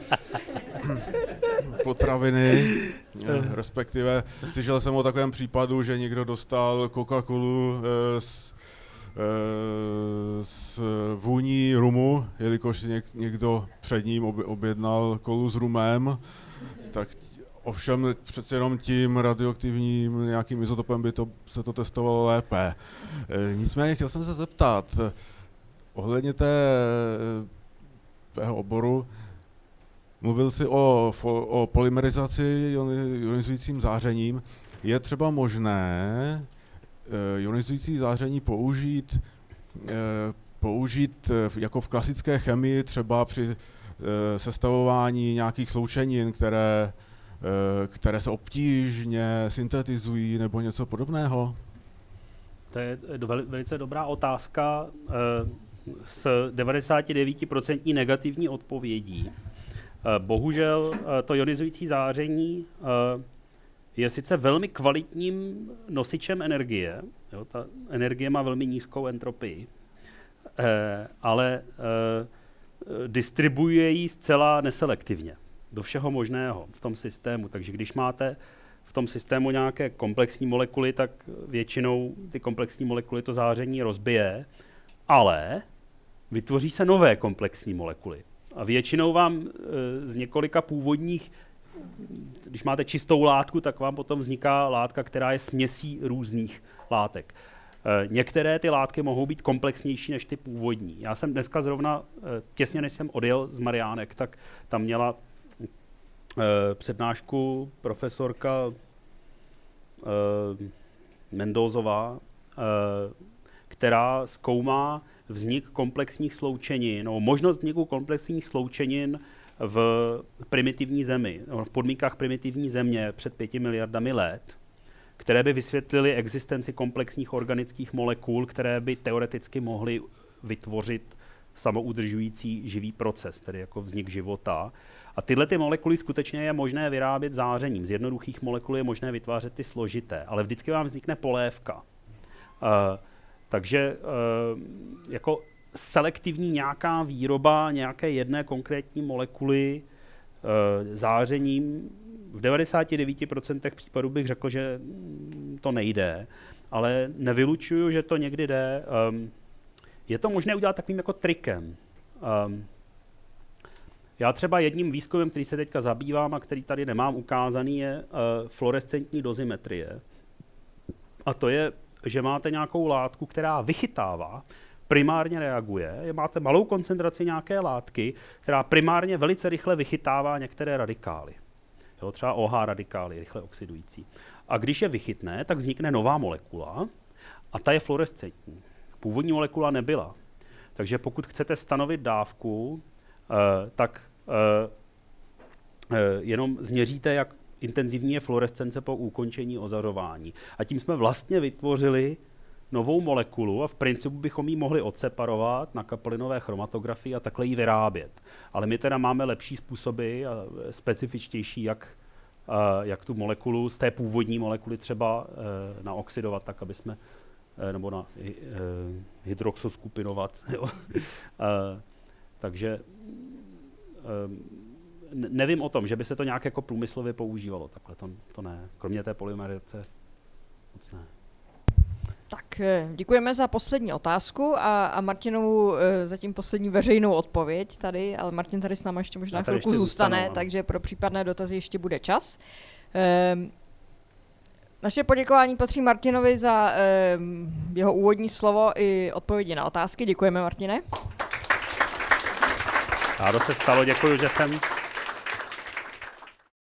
potraviny, eh, respektive slyšel jsem o takovém případu, že někdo dostal Coca-Colu eh, s, eh, s vůní rumu, jelikož něk, někdo před ním objednal kolu s rumem, tak ovšem přece jenom tím radioaktivním nějakým izotopem by to, se to testovalo lépe. E, nicméně chtěl jsem se zeptat, ohledně té, tého oboru, mluvil jsi o, o polymerizaci ionizujícím zářením. Je třeba možné e, ionizující záření použít, e, použít jako v klasické chemii, třeba při e, sestavování nějakých sloučenin, které které se obtížně syntetizují nebo něco podobného? To je velice dobrá otázka s devadesát devět procent negativní odpovědí. Bohužel to ionizující záření je sice velmi kvalitním nosičem energie, jo, ta energie má velmi nízkou entropii, ale distribuuje ji zcela neselektivně do všeho možného v tom systému. Takže když máte v tom systému nějaké komplexní molekuly, tak většinou ty komplexní molekuly to záření rozbije, ale vytvoří se nové komplexní molekuly. A většinou vám e, z několika původních, když máte čistou látku, tak vám potom vzniká látka, která je směsí různých látek. E, některé ty látky mohou být komplexnější než ty původní. Já jsem dneska zrovna, e, těsně než jsem odjel z Mariánek, tak tam měla e, přednášku profesorka e, Mendozová, e, která zkoumá vznik komplexních sloučenin, no, možnost vzniku komplexních sloučenin v primitivní zemi, v podmínkách primitivní země před pěti miliardami let, které by vysvětlily existenci komplexních organických molekul, které by teoreticky mohly vytvořit samoudržující živý proces, tedy jako vznik života. A tyhle ty molekuly skutečně je možné vyrábět zářením. Z jednoduchých molekul je možné vytvářet ty složité, ale vždycky vám vznikne polévka. Uh, takže uh, jako selektivní nějaká výroba nějaké jedné konkrétní molekuly uh, zářením v devadesát devět procent případů bych řekl, že to nejde, ale nevylučuju, že to někdy jde. Um, je to možné udělat takovým jako trikem. Um, já třeba jedním výzkumem, který se teďka zabývám a který tady nemám ukázaný, je uh, fluorescentní dozimetrie. A to je, že máte nějakou látku, která vychytává, primárně reaguje, máte malou koncentraci nějaké látky, která primárně velice rychle vychytává některé radikály. Jo, třeba O H radikály, rychle oxidující. A když je vychytne, tak vznikne nová molekula a ta je fluorescentní. Původní molekula nebyla. Takže pokud chcete stanovit dávku, Uh, tak uh, uh, jenom změříte, jak intenzivní je fluorescence po ukončení ozařování. A tím jsme vlastně vytvořili novou molekulu a v principu bychom ji mohli odseparovat na kaplinové chromatografii a takhle ji vyrábět. Ale my teda máme lepší způsoby a specifičtější, jak, uh, jak tu molekulu z té původní molekuly třeba uh, naoxidovat, tak aby jsme, uh, nebo na uh, hydroxoskupinovat. Jo. uh, Takže nevím o tom, že by se to nějak jako průmyslově používalo. Takhle to, to ne. Kromě té polymerizace moc ne. Tak děkujeme za poslední otázku a, a Martinovu zatím poslední veřejnou odpověď tady, ale Martin tady s náma ještě možná chvilku ještě zůstane, zůstanu, takže pro případné dotazy ještě bude čas. Ehm, naše poděkování patří Martinovi za ehm, jeho úvodní slovo i odpovědi na otázky. Děkujeme, Martine. Rádo se stalo, děkuji, že jsem